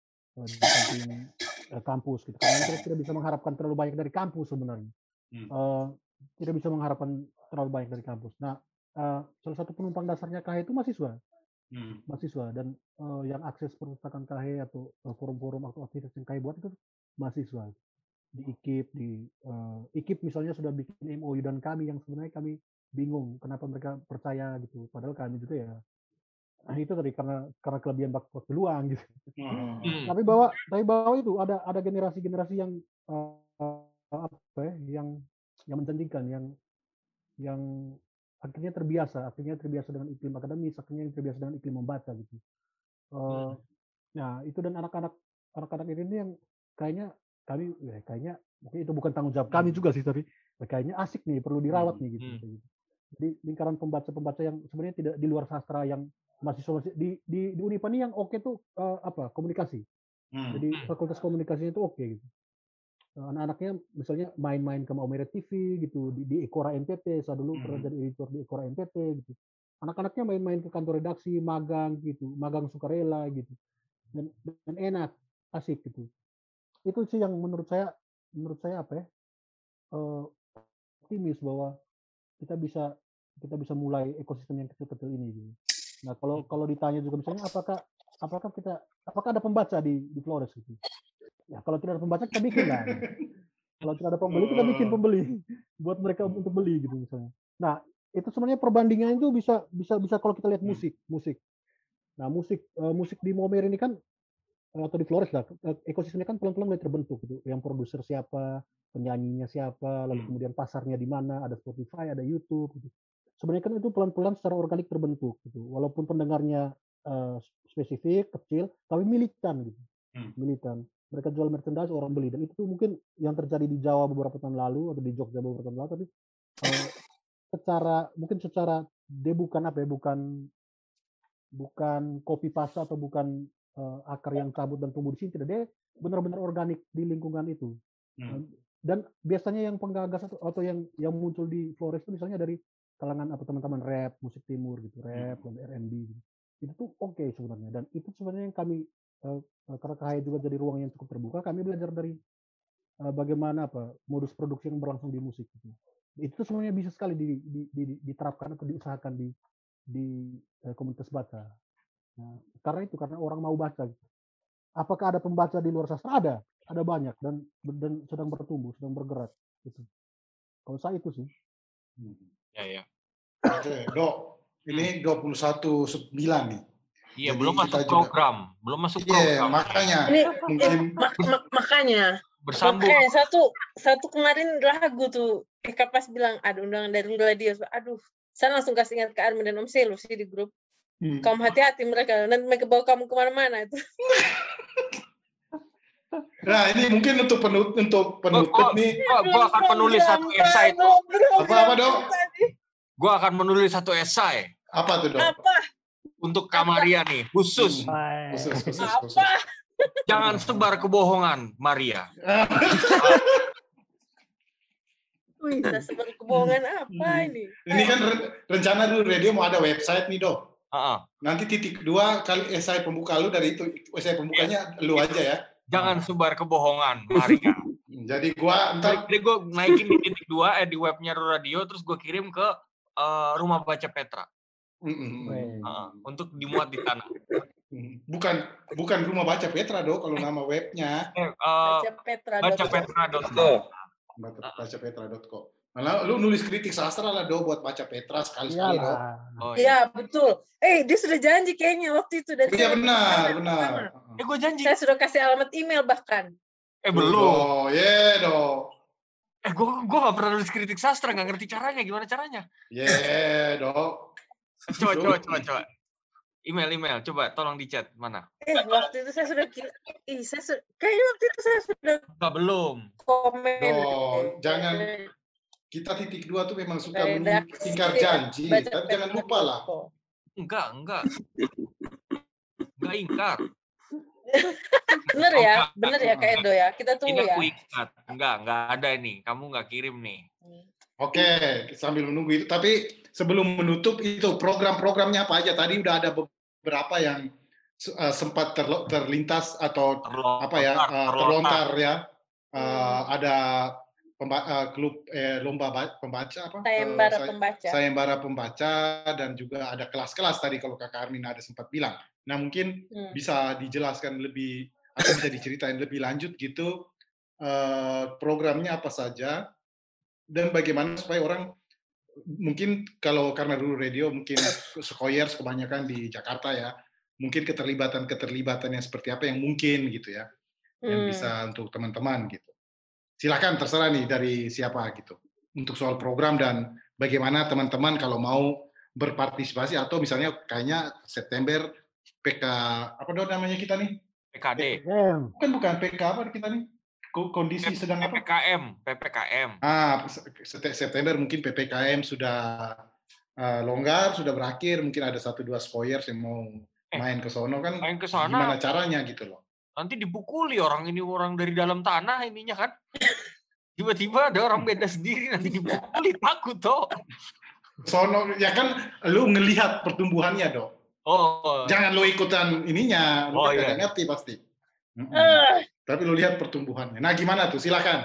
kampus gitu. Karena kita tidak bisa mengharapkan terlalu banyak dari kampus sebenarnya. Tidak bisa mengharapkan terlalu banyak dari kampus. Nah, salah satu penumpang dasarnya KH itu mahasiswa dan yang akses perpustakaan KH atau forum-forum atau aktivitas yang KH buat itu mahasiswa. Di IKIP misalnya sudah bikin MOU dan kami yang sebenarnya kami bingung kenapa mereka percaya gitu. Padahal kami juga ya itu tadi karena kelebihan waktu luang gitu. Tapi bahwa itu ada generasi-generasi yang yang menjanjikan, yang akhirnya terbiasa dengan iklim akademis, akhirnya terbiasa dengan iklim membaca gitu. Nah itu dan anak-anak ini yang kayaknya mungkin itu bukan tanggung jawab kami juga sih, tapi kayaknya asik nih, perlu dirawat nih gitu. Jadi lingkaran pembaca yang sebenarnya tidak di luar sastra yang mahasiswa di Unipa ini yang oke tuh komunikasi. Jadi fakultas komunikasinya itu oke gitu. Anak-anaknya misalnya main-main ke Maumere TV gitu di Ekora NTT. Saya dulu pernah jadi editor di Ekora NTT gitu. Anak-anaknya main-main ke kantor redaksi, magang gitu, magang sukarela gitu. Dan enak, asik gitu. Itu sih yang menurut saya optimis bahwa kita bisa mulai ekosistem yang kecil-kecil ini gitu. Nah, kalau ditanya juga misalnya apakah ada pembaca di Flores gitu. Ya, kalau tidak ada pembaca kita bikin lah. Kalau tidak ada pembeli kita bikin pembeli buat mereka untuk beli gitu misalnya. Nah, itu sebenarnya perbandingannya itu bisa kalau kita lihat musik. Nah, musik di Maumere ini kan atau di Flores lah, ekosistemnya kan pelan-pelan mulai terbentuk gitu. Yang produser siapa, penyanyinya siapa, lalu kemudian pasarnya di mana, ada Spotify, ada YouTube gitu. Sebenarnya kan itu pelan-pelan secara organik terbentuk gitu. Walaupun pendengarnya spesifik, kecil, tapi militan gitu. Militan. Mereka jual merchandise, orang beli. Dan itu tuh mungkin yang terjadi di Jawa beberapa tahun lalu atau di Jogja beberapa tahun lalu, tapi secara dia bukan copy paste atau bukan akar yang cabut dan tumbuh di sini, tidak, dia benar-benar organik di lingkungan itu. Dan biasanya yang penggagas atau yang muncul di Flores itu misalnya dari kalangan teman-teman rap, musik timur gitu, rap dan R&B gitu. Itu tuh oke sebenarnya, dan itu sebenarnya yang kami karena KHI juga jadi ruang yang cukup terbuka, kami belajar dari bagaimana modus produksi yang berlangsung di musik gitu. Itu sebenarnya bisa sekali diterapkan atau diusahakan di komunitas baca Nah, karena orang mau baca. Apakah ada pembaca di luar sastra? Ada banyak dan sedang bertumbuh, sedang bergerak. Gitu. Kalau saya itu sih. Ya. Oke, Dok. Ini 21.9 nih. Iya, belum masuk program. Iya, makanya. Makanya. Bersambung. Satu kemarin lagu tuh, Eka pas bilang, ada undangan dari radio. Aduh, saya langsung kasih ingat ke Armin dan Om Selu sih di grup. Kamu hati-hati mereka, nanti mereka bawa kamu kemana-mana itu. Nah, ini mungkin untuk penutup nih. Gue akan menulis satu esai itu. Apa, Dok? Gue akan menulis satu esai. Apa tuh, Dok? Apa? Untuk Kamaria nih, khusus. Apa? Jangan sebar kebohongan, Maria. Wih, sebar kebohongan apa ini? Ini kan rencana dulu radio mau ada website nih, Dok. Nanti titik 2 kali esai pembuka lu dari itu esai pembukanya lu aja ya. Jangan sebar kebohongan, Maria. Jadi gue naikin di titik 2 di webnya radio, terus gue kirim ke Rumah Baca Petra. Untuk dimuat di tanah. Bukan Rumah Baca Petra, Dok, kalau nama webnya. Bacapetra.co. Malah lu nulis kritik sastra lah, Dok, buat Baca Petra sekali-sekali, Dok. Iya, betul. dia sudah janji kayaknya waktu itu dari Iya, benar. Gue janji. Saya sudah kasih alamat email bahkan. Oh, Belum. Dok. Gue gak pernah nulis kritik sastra, gak ngerti caranya. Gimana caranya? Dok. Coba. Email, coba tolong di chat. Mana? Waktu itu saya sudah kayaknya waktu itu saya sudah belum. Komen. Jangan. Kita titik 2 tuh memang suka ingkar janji. Tapi jangan lupa lah. Enggak ingkar. Bener ya Kak Edo ya. Kita tunggu ya. Ini aku ingat. Enggak ada ini. Kamu enggak kirim nih. Oke, sambil menunggu itu. Tapi sebelum menutup itu program-programnya apa aja? Tadi udah ada beberapa yang sempat terlintas atau terlontar ya. Ada klub lomba pembaca apa? Sayembara pembaca dan juga ada kelas-kelas tadi kalau Kakak Armin ada sempat bilang. Nah, mungkin bisa dijelaskan lebih atau bisa diceritain lebih lanjut gitu programnya apa saja dan bagaimana supaya orang mungkin karena dulu radio mungkin Sekoyers kebanyakan di Jakarta ya, mungkin keterlibatan yang seperti apa yang mungkin gitu ya, yang bisa untuk teman-teman gitu. Silakan terserah nih dari siapa gitu untuk soal program dan bagaimana teman-teman kalau mau berpartisipasi atau misalnya kayaknya September PK apa namanya kita nih? PKD. Bukan PK apa kita nih? Kondisi sedang apa? PPKM. September mungkin PPKM sudah longgar, sudah berakhir, mungkin ada 1-2 spoilers yang mau main ke sono kan. Main ke sana. Gimana caranya gitu loh. Nanti dipukuli orang dari dalam tanah ininya kan. Tiba-tiba ada orang beda sendiri nanti dipukuli, takut toh. Sono ya kan lu ngelihat pertumbuhannya, Dok. Jangan lu ikutan ininya, lu kan ngerti pasti. Tapi lu lihat pertumbuhannya. Nah, gimana tuh? Silakan.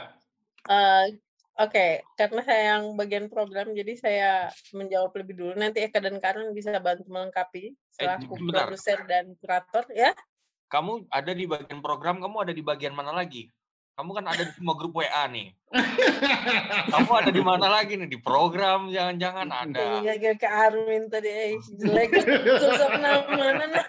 Oke, karena saya yang bagian program, jadi saya menjawab lebih dulu. Nanti Eka dan Karen bisa bantu melengkapi selaku produser dan kurator, ya. Kamu ada di bagian program, kamu ada di bagian mana lagi? Kamu kan ada di semua grup WA nih. Kamu ada di mana lagi nih? Di program jangan-jangan ada. Iya, ke Armin tadi, jelek. Susah mana.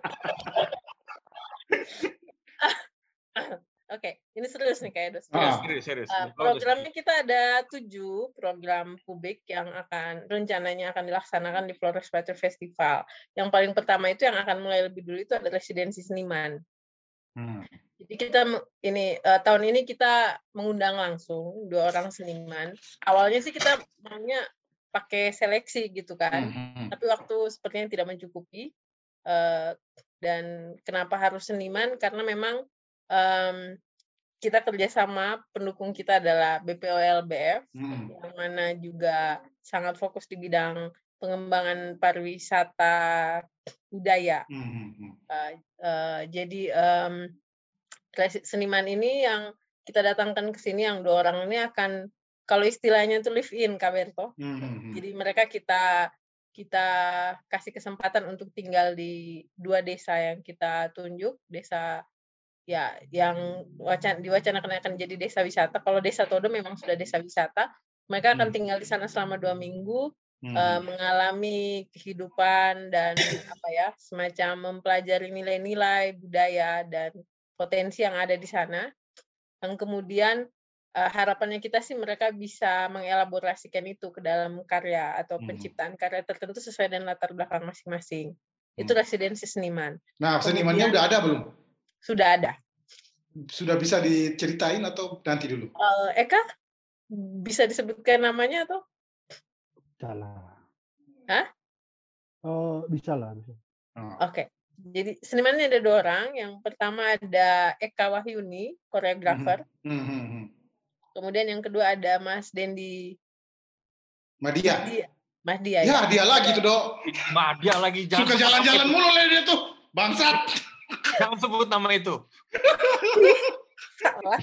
Oke, ini serius nih kayak serius. Programnya kita ada 7 program publik yang rencananya akan dilaksanakan di Flores Writer Festival. Yang paling pertama itu yang akan mulai lebih dulu itu ada residensi seniman. Jadi kita tahun ini kita mengundang langsung 2 orang seniman. Awalnya sih kita maunya pakai seleksi gitu kan, tapi waktu sepertinya tidak mencukupi. Dan kenapa harus seniman? Karena memang kita kerjasama, pendukung kita adalah BPOLBF, yang mana juga sangat fokus di bidang pengembangan pariwisata budaya. Jadi seniman ini yang kita datangkan ke sini, yang 2 orang ini akan, kalau istilahnya itu live in, Kak Berto. Jadi mereka kita kita kasih kesempatan untuk tinggal di 2 desa yang kita tunjuk, desa ya yang diwacanakan akan jadi desa wisata. Kalau Desa Todo memang sudah desa wisata, mereka akan tinggal di sana selama 2 minggu, mengalami kehidupan dan semacam mempelajari nilai-nilai budaya dan potensi yang ada di sana. Yang kemudian harapannya kita sih mereka bisa mengelaborasikan itu ke dalam karya atau penciptaan karya tertentu sesuai dengan latar belakang masing-masing. Itu residensi seniman. Nah, senimannya udah ada belum? Sudah ada. Sudah bisa diceritain atau nanti dulu? Eka, bisa disebutkan namanya atau? Bisa lah. Hah? Bisa lah. Bisa. Oke. Jadi senimannya ada 2 orang. Yang pertama ada Eka Wahyuni, koreografer. Kemudian yang kedua ada Mas Dendi Madia. Mahdia. Ya, dia lagi tuh, Dok. Mahdia lagi. Suka jalan-jalan mulu lah dia tuh. Bangsat. Jangan sebut nama itu. Salah.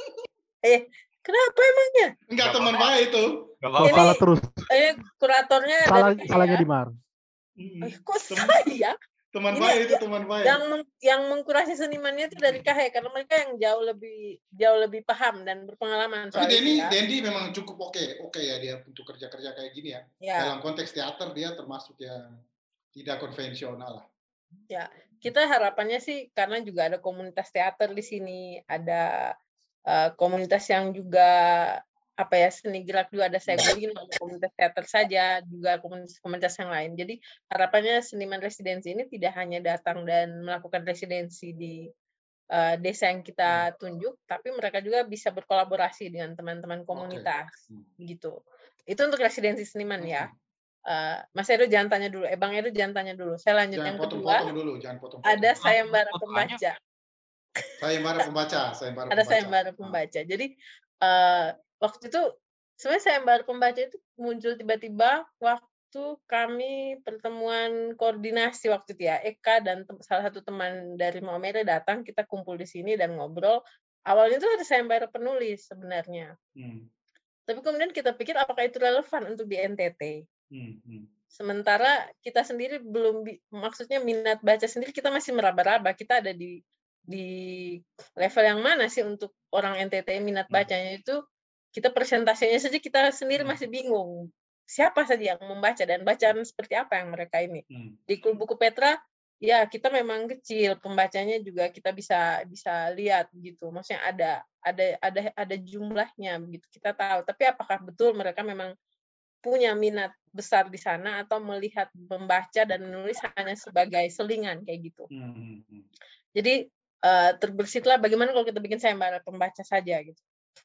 Kenapa emangnya? Enggak teman baik itu. Enggak apa-apa. Salah terus. Kuratornya salahnya di Mar. Kok saya? Teman baik itu, teman baik. Yang mengkurasi senimannya itu dari KH karena mereka yang jauh lebih paham dan berpengalaman soal itu. Tapi Dendi memang cukup oke ya dia untuk kerja-kerja kayak gini ya. Dalam konteks teater dia termasuk yang tidak konvensional lah. Ya, kita harapannya sih karena juga ada komunitas teater di sini, ada komunitas yang juga seni gerak juga ada saya bikin komunitas teater saja, juga komunitas yang lain. Jadi harapannya seniman residensi ini tidak hanya datang dan melakukan residensi di desa yang kita tunjuk, tapi mereka juga bisa berkolaborasi dengan teman-teman komunitas, gitu. Itu untuk residensi seniman ya. Mas Edo jangan tanya dulu, Bang Edo jangan tanya dulu. Saya lanjut yang kedua. Jangan potong. Ada sayembara pembaca. Ada sayembara pembaca. Jadi waktu itu sebenarnya sayembara pembaca itu muncul tiba-tiba waktu kami pertemuan koordinasi waktu itu ya. Eka dan salah satu teman dari Maomere datang, kita kumpul di sini dan ngobrol. Awalnya itu ada sayembara penulis sebenarnya. Tapi kemudian kita pikir apakah itu relevan untuk di NTT. Sementara kita sendiri belum, maksudnya minat baca sendiri kita masih meraba-raba, kita ada di level yang mana sih untuk orang NTT minat bacanya itu, kita presentasinya saja kita sendiri masih bingung siapa saja yang membaca dan bacaan seperti apa yang mereka ini. Di Klub Buku Petra ya kita memang kecil, pembacanya juga kita bisa lihat gitu, maksudnya ada jumlahnya begitu, kita tahu, tapi apakah betul mereka memang punya minat besar di sana atau melihat membaca dan menulis hanya sebagai selingan kayak gitu. Jadi terbersihlah bagaimana kalau kita bikin sayembara pembaca saja gitu.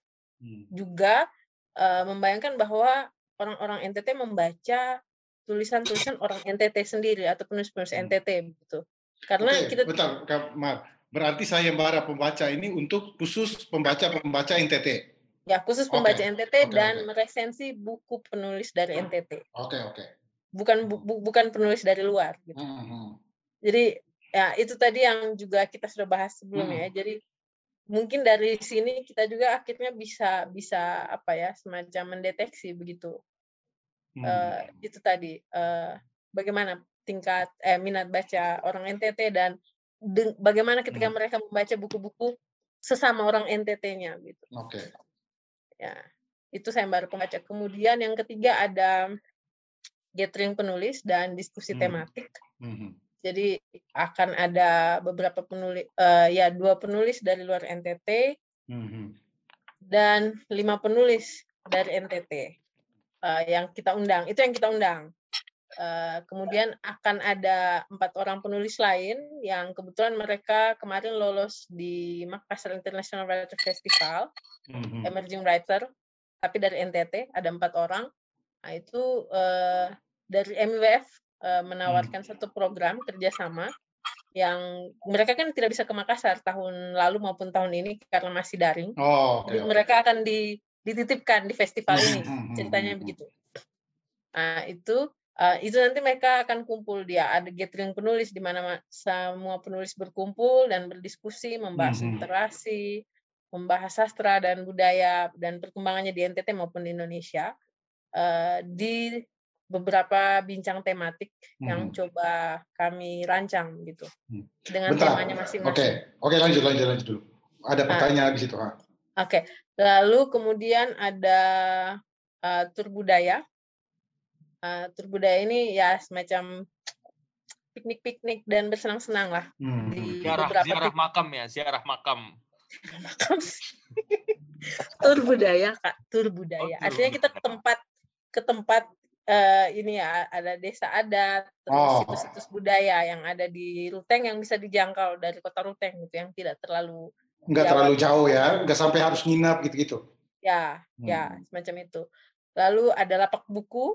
Juga membayangkan bahwa orang-orang NTT membaca tulisan-tulisan orang NTT sendiri atau penulis-penulis NTT begitu. Karena kita bentar, berarti sayembara pembaca ini untuk khusus pembaca NTT. Ya, khusus pembaca NTT dan meresensi buku penulis dari NTT. Bukan penulis dari luar. Gitu. Jadi ya itu tadi yang juga kita sudah bahas sebelumnya. Jadi mungkin dari sini kita juga akhirnya bisa semacam mendeteksi begitu. Itu tadi bagaimana tingkat minat baca orang NTT dan bagaimana ketika mereka membaca buku-buku sesama orang NTT-nya gitu. Ya, itu sayembara pembaca. Kemudian yang ketiga ada gathering penulis dan diskusi tematik. Jadi akan ada beberapa penulis, 2 penulis dari luar NTT dan 5 penulis dari NTT yang kita undang. Itu yang kita undang. Kemudian akan ada 4 orang penulis lain yang kebetulan mereka kemarin lolos di Makassar International Writer Festival, Emerging Writer, tapi dari NTT ada 4 orang. Nah itu dari MWF menawarkan satu program kerjasama yang mereka kan tidak bisa ke Makassar tahun lalu maupun tahun ini karena masih daring. Jadi mereka akan dititipkan di festival ini, ceritanya begitu. Nah itu nanti mereka akan kumpul, dia ada gathering penulis di mana semua penulis berkumpul dan berdiskusi, membahas literasi, membahas sastra dan budaya dan perkembangannya di NTT maupun di Indonesia. Di beberapa bincang tematik yang coba kami rancang gitu dengan temanya masing-masing. Oke, lanjut dulu. Ada pertanyaan di situ. Oke, lalu kemudian ada tur budaya. Tur budaya ini ya semacam piknik-piknik dan bersenang-senang lah di ziarah makam. Tur budaya, Kak, tur budaya. Artinya kita ke tempat ini ya, ada desa adat, terus situs-situs budaya yang ada di Ruteng yang bisa dijangkau dari kota Ruteng gitu, yang tidak terlalu jauh ya, nggak sampai harus nginap gitu-gitu. Ya, semacam itu. Lalu ada lapak buku.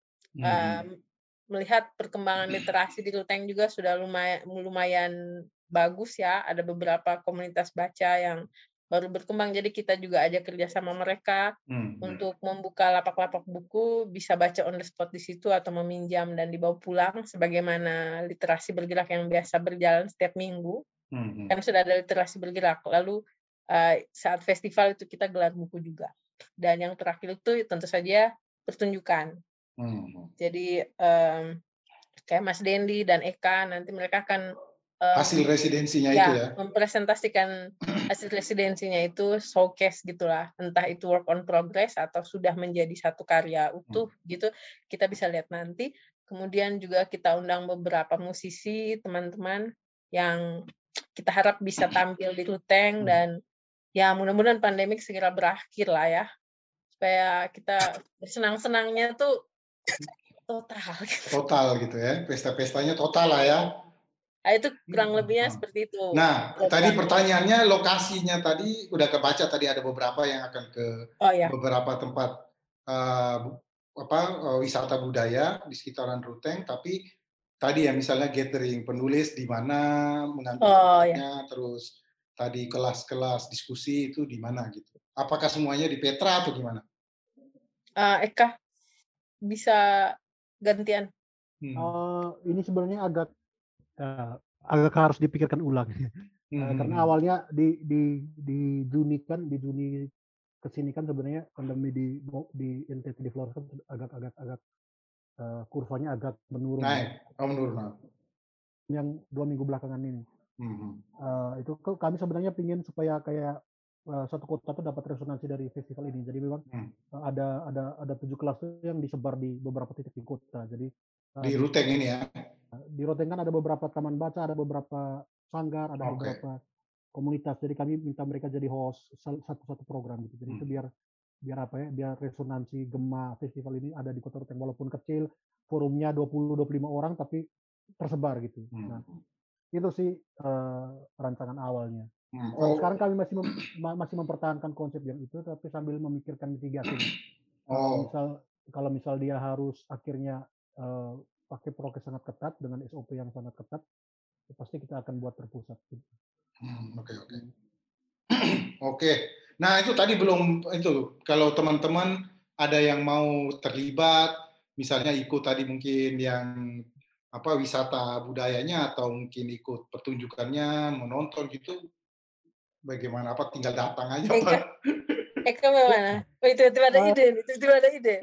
Melihat perkembangan literasi di Ruteng juga sudah lumayan bagus ya. Ada beberapa komunitas baca yang baru berkembang, jadi kita juga ajak kerjasama mereka untuk membuka lapak-lapak buku, bisa baca on the spot di situ atau meminjam dan dibawa pulang, sebagaimana literasi bergerak yang biasa berjalan setiap minggu. Kan sudah ada literasi bergerak. Lalu saat festival itu kita gelar buku juga. Dan yang terakhir itu tentu saja pertunjukan. Jadi kayak Mas Dendi dan Eka nanti mereka akan hasil residensinya itu ya, mempresentasikan hasil residensinya itu, showcase gitulah, entah itu work on progress atau sudah menjadi satu karya utuh gitu, kita bisa lihat nanti. Kemudian juga kita undang beberapa musisi teman-teman yang kita harap bisa tampil di Ruteng, dan ya mudah-mudahan pandemik segera berakhir lah ya, supaya kita bersenang-senangnya tuh total gitu ya, pesta-pestanya total lah ya. Nah, itu kurang lebihnya seperti itu. Nah, tadi pertanyaannya lokasinya tadi udah kebaca, tadi ada beberapa yang akan ke beberapa tempat wisata budaya di sekitaran Ruteng, tapi tadi ya misalnya gathering penulis di mana, mengambil terus tadi kelas-kelas diskusi itu di mana gitu. Apakah semuanya di Petra atau gimana? Eka bisa gantian. Ini sebenarnya agak harus dipikirkan ulang. Karena awalnya di Juni kesini kan sebenarnya pandemi di NTT di Flores kan agak kurvanya agak menurun. Menurun. Yang 2 minggu belakangan ini. Itu kami sebenarnya ingin supaya kayak satu kota itu dapat resonansi dari festival ini. Jadi memang ada 7 kelas yang disebar di beberapa titik di kota. Jadi di Ruteng ini ya. Di Ruteng kan ada beberapa taman baca, ada beberapa sanggar, ada beberapa komunitas. Jadi kami minta mereka jadi host satu program gitu. Jadi itu biar resonansi gema festival ini ada di Kota Ruteng, walaupun kecil, forumnya 20-25 orang tapi tersebar gitu. Nah, itu sih rancangan awalnya. Sekarang kami masih mempertahankan konsep yang itu, tapi sambil memikirkan mitigasi. Kalau misal dia harus akhirnya pakai prokes sangat ketat dengan SOP yang sangat ketat, pasti kita akan buat terpusat. Oke. Nah itu tadi belum itu. Kalau teman-teman ada yang mau terlibat, misalnya ikut tadi mungkin yang wisata budayanya atau mungkin ikut pertunjukannya, menonton gitu, bagaimana? Tinggal datang aja. Eka mana? Tiba-tiba ada ide.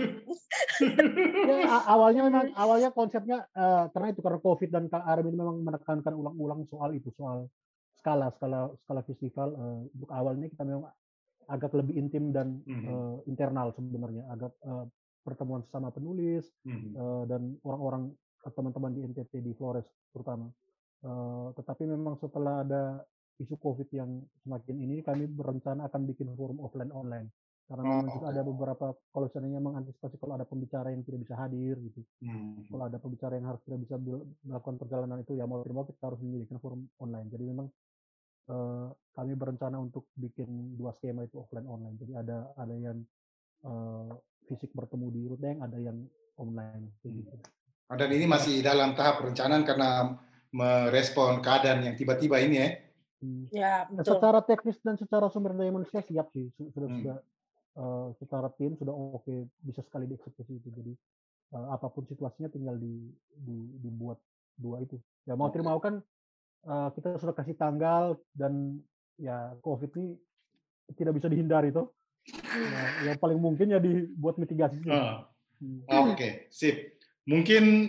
Ya, awalnya konsepnya karena COVID dan Kak Armin memang menekankan ulang-ulang soal skala festival. Untuk awalnya kita memang agak lebih intim dan internal sebenarnya, agak pertemuan sesama penulis dan orang-orang teman-teman di NTT di Flores terutama. Tetapi memang setelah ada isu COVID yang semakin ini, kami berencana akan bikin forum offline online. Karena memang juga ada beberapa, kalau seandainya mengantisipasi kalau ada pembicara yang tidak bisa hadir gitu. Kalau ada pembicara yang harus tidak bisa melakukan perjalanan itu, ya mau tidak mau kita harus memiliki forum online. Jadi memang kami berencana untuk bikin 2 skema itu offline online. Jadi ada yang fisik bertemu di Ruteng, ada yang online. Gitu. Dan ini masih dalam tahap perencanaan karena merespon keadaan yang tiba-tiba ini ya. Ya, betul. Secara teknis dan secara sumber daya manusia siap sih, sudah secara tim sudah oke, bisa sekali dieksekusi itu. Jadi apapun situasinya tinggal dibuat 2 itu. Ya mau tidak mau kan kita sudah kasih tanggal, dan ya COVID ini tidak bisa dihindari toh. Yang paling mungkin ya dibuat mitigasi sih. Oke, sip. Mungkin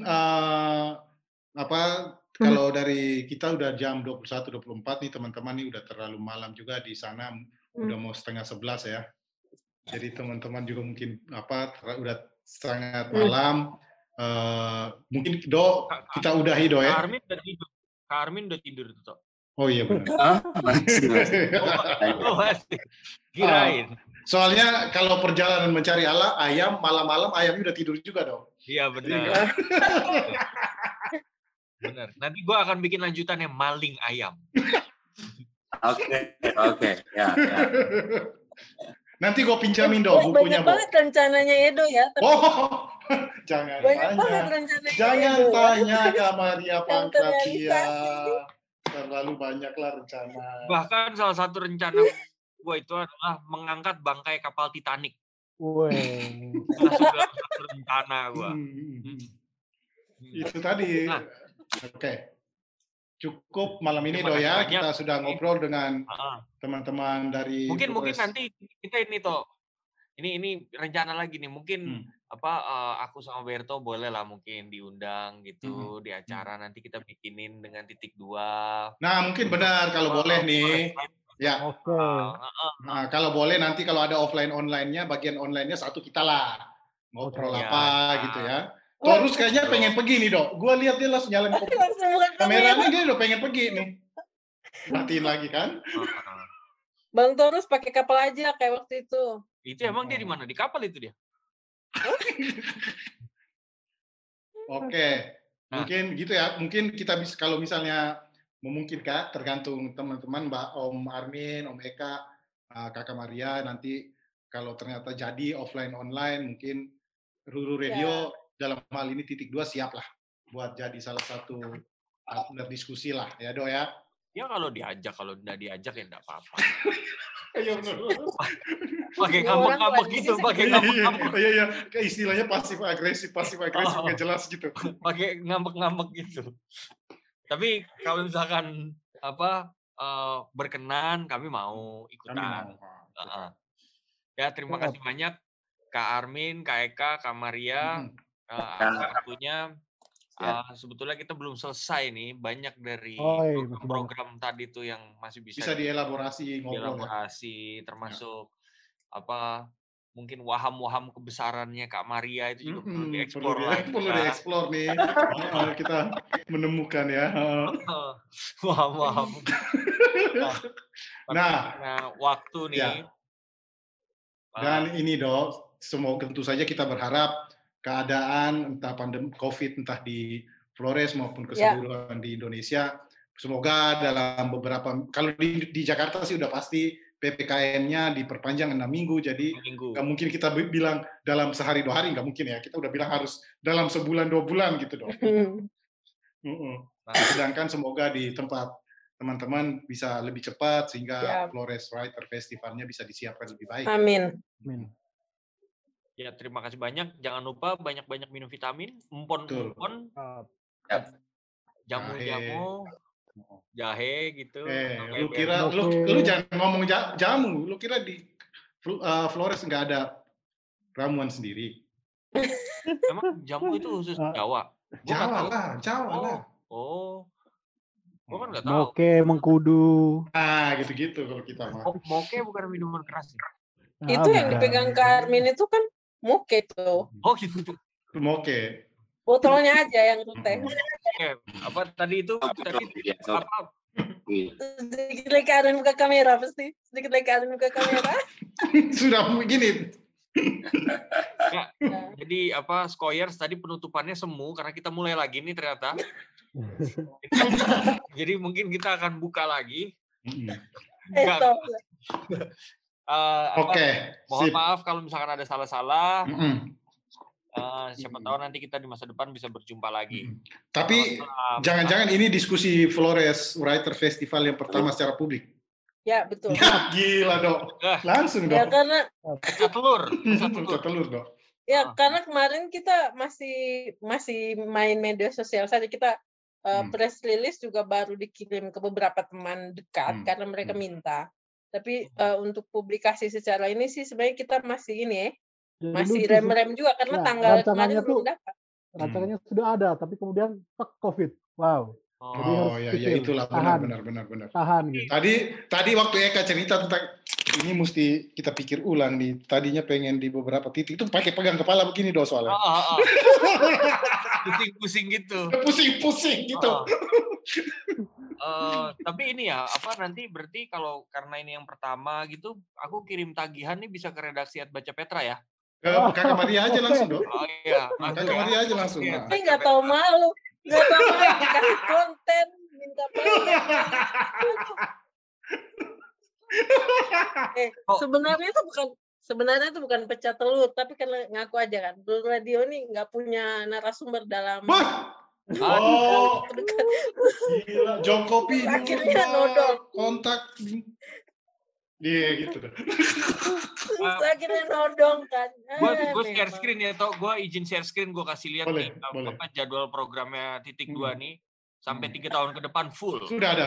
kalau dari kita udah jam 21.24 nih teman-teman, nih udah terlalu malam juga di sana, udah mau 10:30 ya. Jadi teman-teman juga mungkin udah sangat malam. Mungkin kita udahi ya. Kak Armin udah tidur tuh. Oh iya benar. Masih. Kirain. Soalnya kalau perjalanan mencari ayam, malam-malam ayamnya udah tidur juga dong. Iya benar. Benar. Nanti gue akan bikin lanjutannya maling ayam. Oke. Ya. Nanti gue pinjamin dong bukunya. Banyak banget rencananya Edo ya. Jangan tanya. Tanya Kak Maria Pankratia. Terlalu banyaklah rencana. Bahkan salah satu rencana gue itu adalah mengangkat bangkai kapal Titanic. Masuk dalam satu rencana gue. Itu tadi. Oke. Cukup malam ini ya. Kita sudah ngobrol dengan teman-teman dari. Mungkin nanti kita ini ini rencana lagi nih. Mungkin aku sama Berto boleh lah mungkin diundang gitu di acara, nanti kita bikinin dengan titik 2. Nah mungkin benar kalau boleh nih. Ya. Oke. Nah, kalau boleh nanti kalau ada offline online-nya, bagian online-nya satu kita lah ngobrol gitu ya. Terus kayaknya pengen pergi nih Dok. Gua lihat dia langsung nyalain kameranya, dia udah pengen pergi nih. Matiin lagi kan? Bang Torus pakai kapal aja kayak waktu itu. Itu emang dia di mana? Di kapal itu dia. Oke. Mungkin gitu ya. Mungkin kita bisa kalau misalnya memungkinkan, tergantung teman-teman, Mbak Om Armin, Om Eka, Kakak Maria, nanti kalau ternyata jadi offline online, mungkin Ruru Radio dalam hal ini titik 2 siap lah buat jadi salah satu partner diskusi lah ya Do ya. Ya kalau diajak, kalau nggak diajak ya nggak apa-apa. Iya benar. Pakai ngambek-ngambek gitu, pakai ngambek-ngambek. Iya, istilahnya pasif agresif nggak jelas gitu. Pakai ngambek-ngambek gitu. Tapi kalau misalkan berkenan, kami mau ikutan. Ya terima kasih banyak Kak Armin, Kak Eka, Kak Maria. Waktunya sebetulnya kita belum selesai nih, banyak dari program tadi tuh yang masih bisa dielaborasi, termasuk mungkin waham-waham kebesarannya Kak Maria itu juga perlu dieksplor lagi. Perlu dieksplor nih. Kita menemukan ya. Waham-waham. Nah, waktu nih. Ya. Dan ini Dok, semoga tentu saja kita berharap keadaan entah pandemi COVID entah di Flores maupun keseluruhan di Indonesia, semoga dalam beberapa, kalau di Jakarta sih udah pasti PPKM-nya diperpanjang 6 minggu, jadi nggak mungkin kita bilang dalam sehari 2 hari, nggak mungkin ya, kita udah bilang harus dalam sebulan 2 bulan gitu dong. Sedangkan semoga di tempat teman-teman bisa lebih cepat sehingga Flores Writer Festivalnya bisa disiapkan lebih baik. Amin. Ya, terima kasih banyak. Jangan lupa banyak-banyak minum vitamin, empon-empon, jamu-jamu, jahe gitu. Lu kira lu jangan ngomong jamu, lu kira di Flores nggak ada ramuan sendiri? Emang jamu itu khusus Jawa? Jawa lah. Oh. Gua kan nggak tahu. Moke, mengkudu. Gitu-gitu kalau kita mah. Moke bukan minuman keras ya? Itu yang dipegang Kak Armin itu kan moke tuh. Oh gitu. Moke. Botolnya aja yang teh. Apa tadi itu? Sedikit lagi Kak Armin buka kamera pasti. Sedikit lagi Kak Armin buka kamera. Sudah begini. Jadi Skoyers tadi penutupannya semu karena kita mulai lagi nih ternyata. Jadi mungkin kita akan buka lagi. Mohon maaf kalau misalkan ada salah-salah. Siapa tahu nanti kita di masa depan bisa berjumpa lagi. Tapi jangan-jangan ini diskusi Flores Writer Festival yang pertama secara publik. Ya, betul. Ya, gila, Dok. Langsung, Dok. Ya, karena pecah telur, Dok. Ya, karena kemarin kita masih main media sosial saja. Kita press release juga baru dikirim ke beberapa teman dekat karena mereka minta. Tapi untuk publikasi secara ini sih sebenarnya kita masih Masih rem-rem juga karena tanggal kemarin belum dapat. Rancangannya sudah ada, tapi kemudian COVID. Wow. Jadi ya itulah benar. Tahan gitu. Tadi waktu Eka cerita tentang ini mesti kita pikir ulang nih. Tadinya pengen di beberapa titik itu pakai pegang kepala begini soalnya. Pusing-pusing gitu. Pusing-pusing gitu. Tapi ini ya, nanti berarti kalau karena ini yang pertama gitu, aku kirim tagihan nih bisa ke redaksi @baca Petra ya. Ke Kakak Maria aja langsung dong. Oh iya. Kakak Maria aja langsung. Tapi nggak tahu malu. Nggak tahu malu dikasih konten, minta payah. Sebenarnya itu bukan pecah telur, tapi karena ngaku aja kan. Blue Radio ini nggak punya narasumber dalam. Oh, gila, Jokowi akhirnya nodong kontak. Iya gitu deh. Akhirnya nodong kan. Gue share screen ya, gue izin share screen, gue kasih lihat nih jadwal programnya titik 2 nih sampai 3 tahun ke depan full. Sudah ada.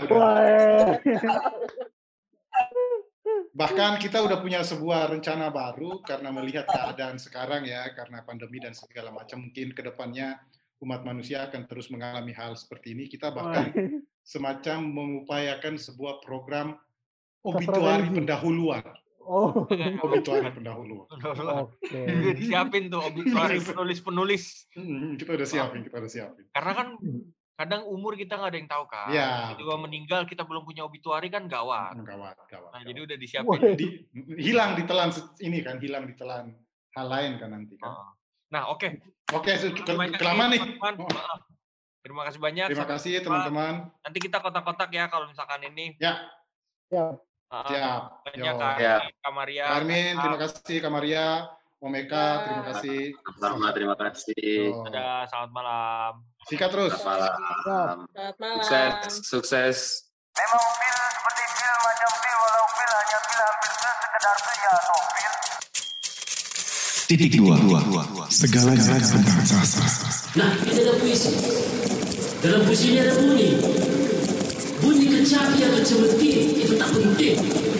Bahkan kita udah punya sebuah rencana baru karena melihat keadaan sekarang ya, karena pandemi dan segala macam, mungkin ke depannya umat manusia akan terus mengalami hal seperti ini. Kita bahkan semacam mengupayakan sebuah program obituari pendahuluan. Obituari pendahuluan. Siapin tuh obituari penulis-penulis. Kita udah siapin. Karena kan kadang umur kita nggak ada yang tahu kan. Ya. Tiba meninggal kita belum punya obituari kan gawat. Gawat. Nah, jadi udah disiapin. Hilang ditelan ini kan, ditelan hal lain kan nanti kan. Nah, oke, kelamaan nih. Terima kasih banyak. Terima kasih teman-teman. Nanti kita kontak-kontak ya kalau misalkan ini. Ya. Siap. Banyak Kak Maria. Armin, terima kasih Kak Maria. Om Eka, terima kasih. Terima kasih. Selamat malam. Sikat terus. Selamat malam. Sukses. Memang pil seperti pil macam pil, walau pil hanya pil hampir sekedar pil ya atau pil. Titik 2. Segalanya tentang sastra. Nah, ini ada puisi. Dalam puisi ini ada bunyi. Bunyi kecapi atau cemetik itu tak penting.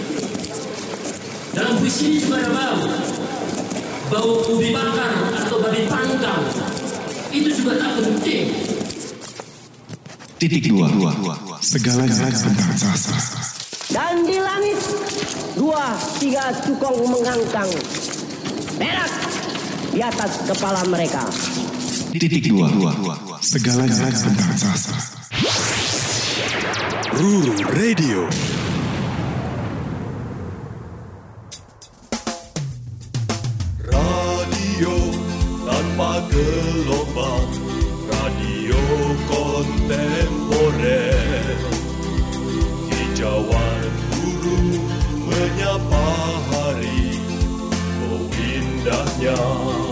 Dalam puisi ini juga ada bau. Bau ubi bakar atau babi panggang itu juga tak penting. Titik 2. Segalanya tentang sastra. Dan di langit 2-3 cukong mengangkang perak di atas kepala mereka. Titik 2. Segalanya tentang sastra. Ruru Radio. Radio tanpa gelombang, radio kontemporer. Hijauan guru menyapa hari, oh indahnya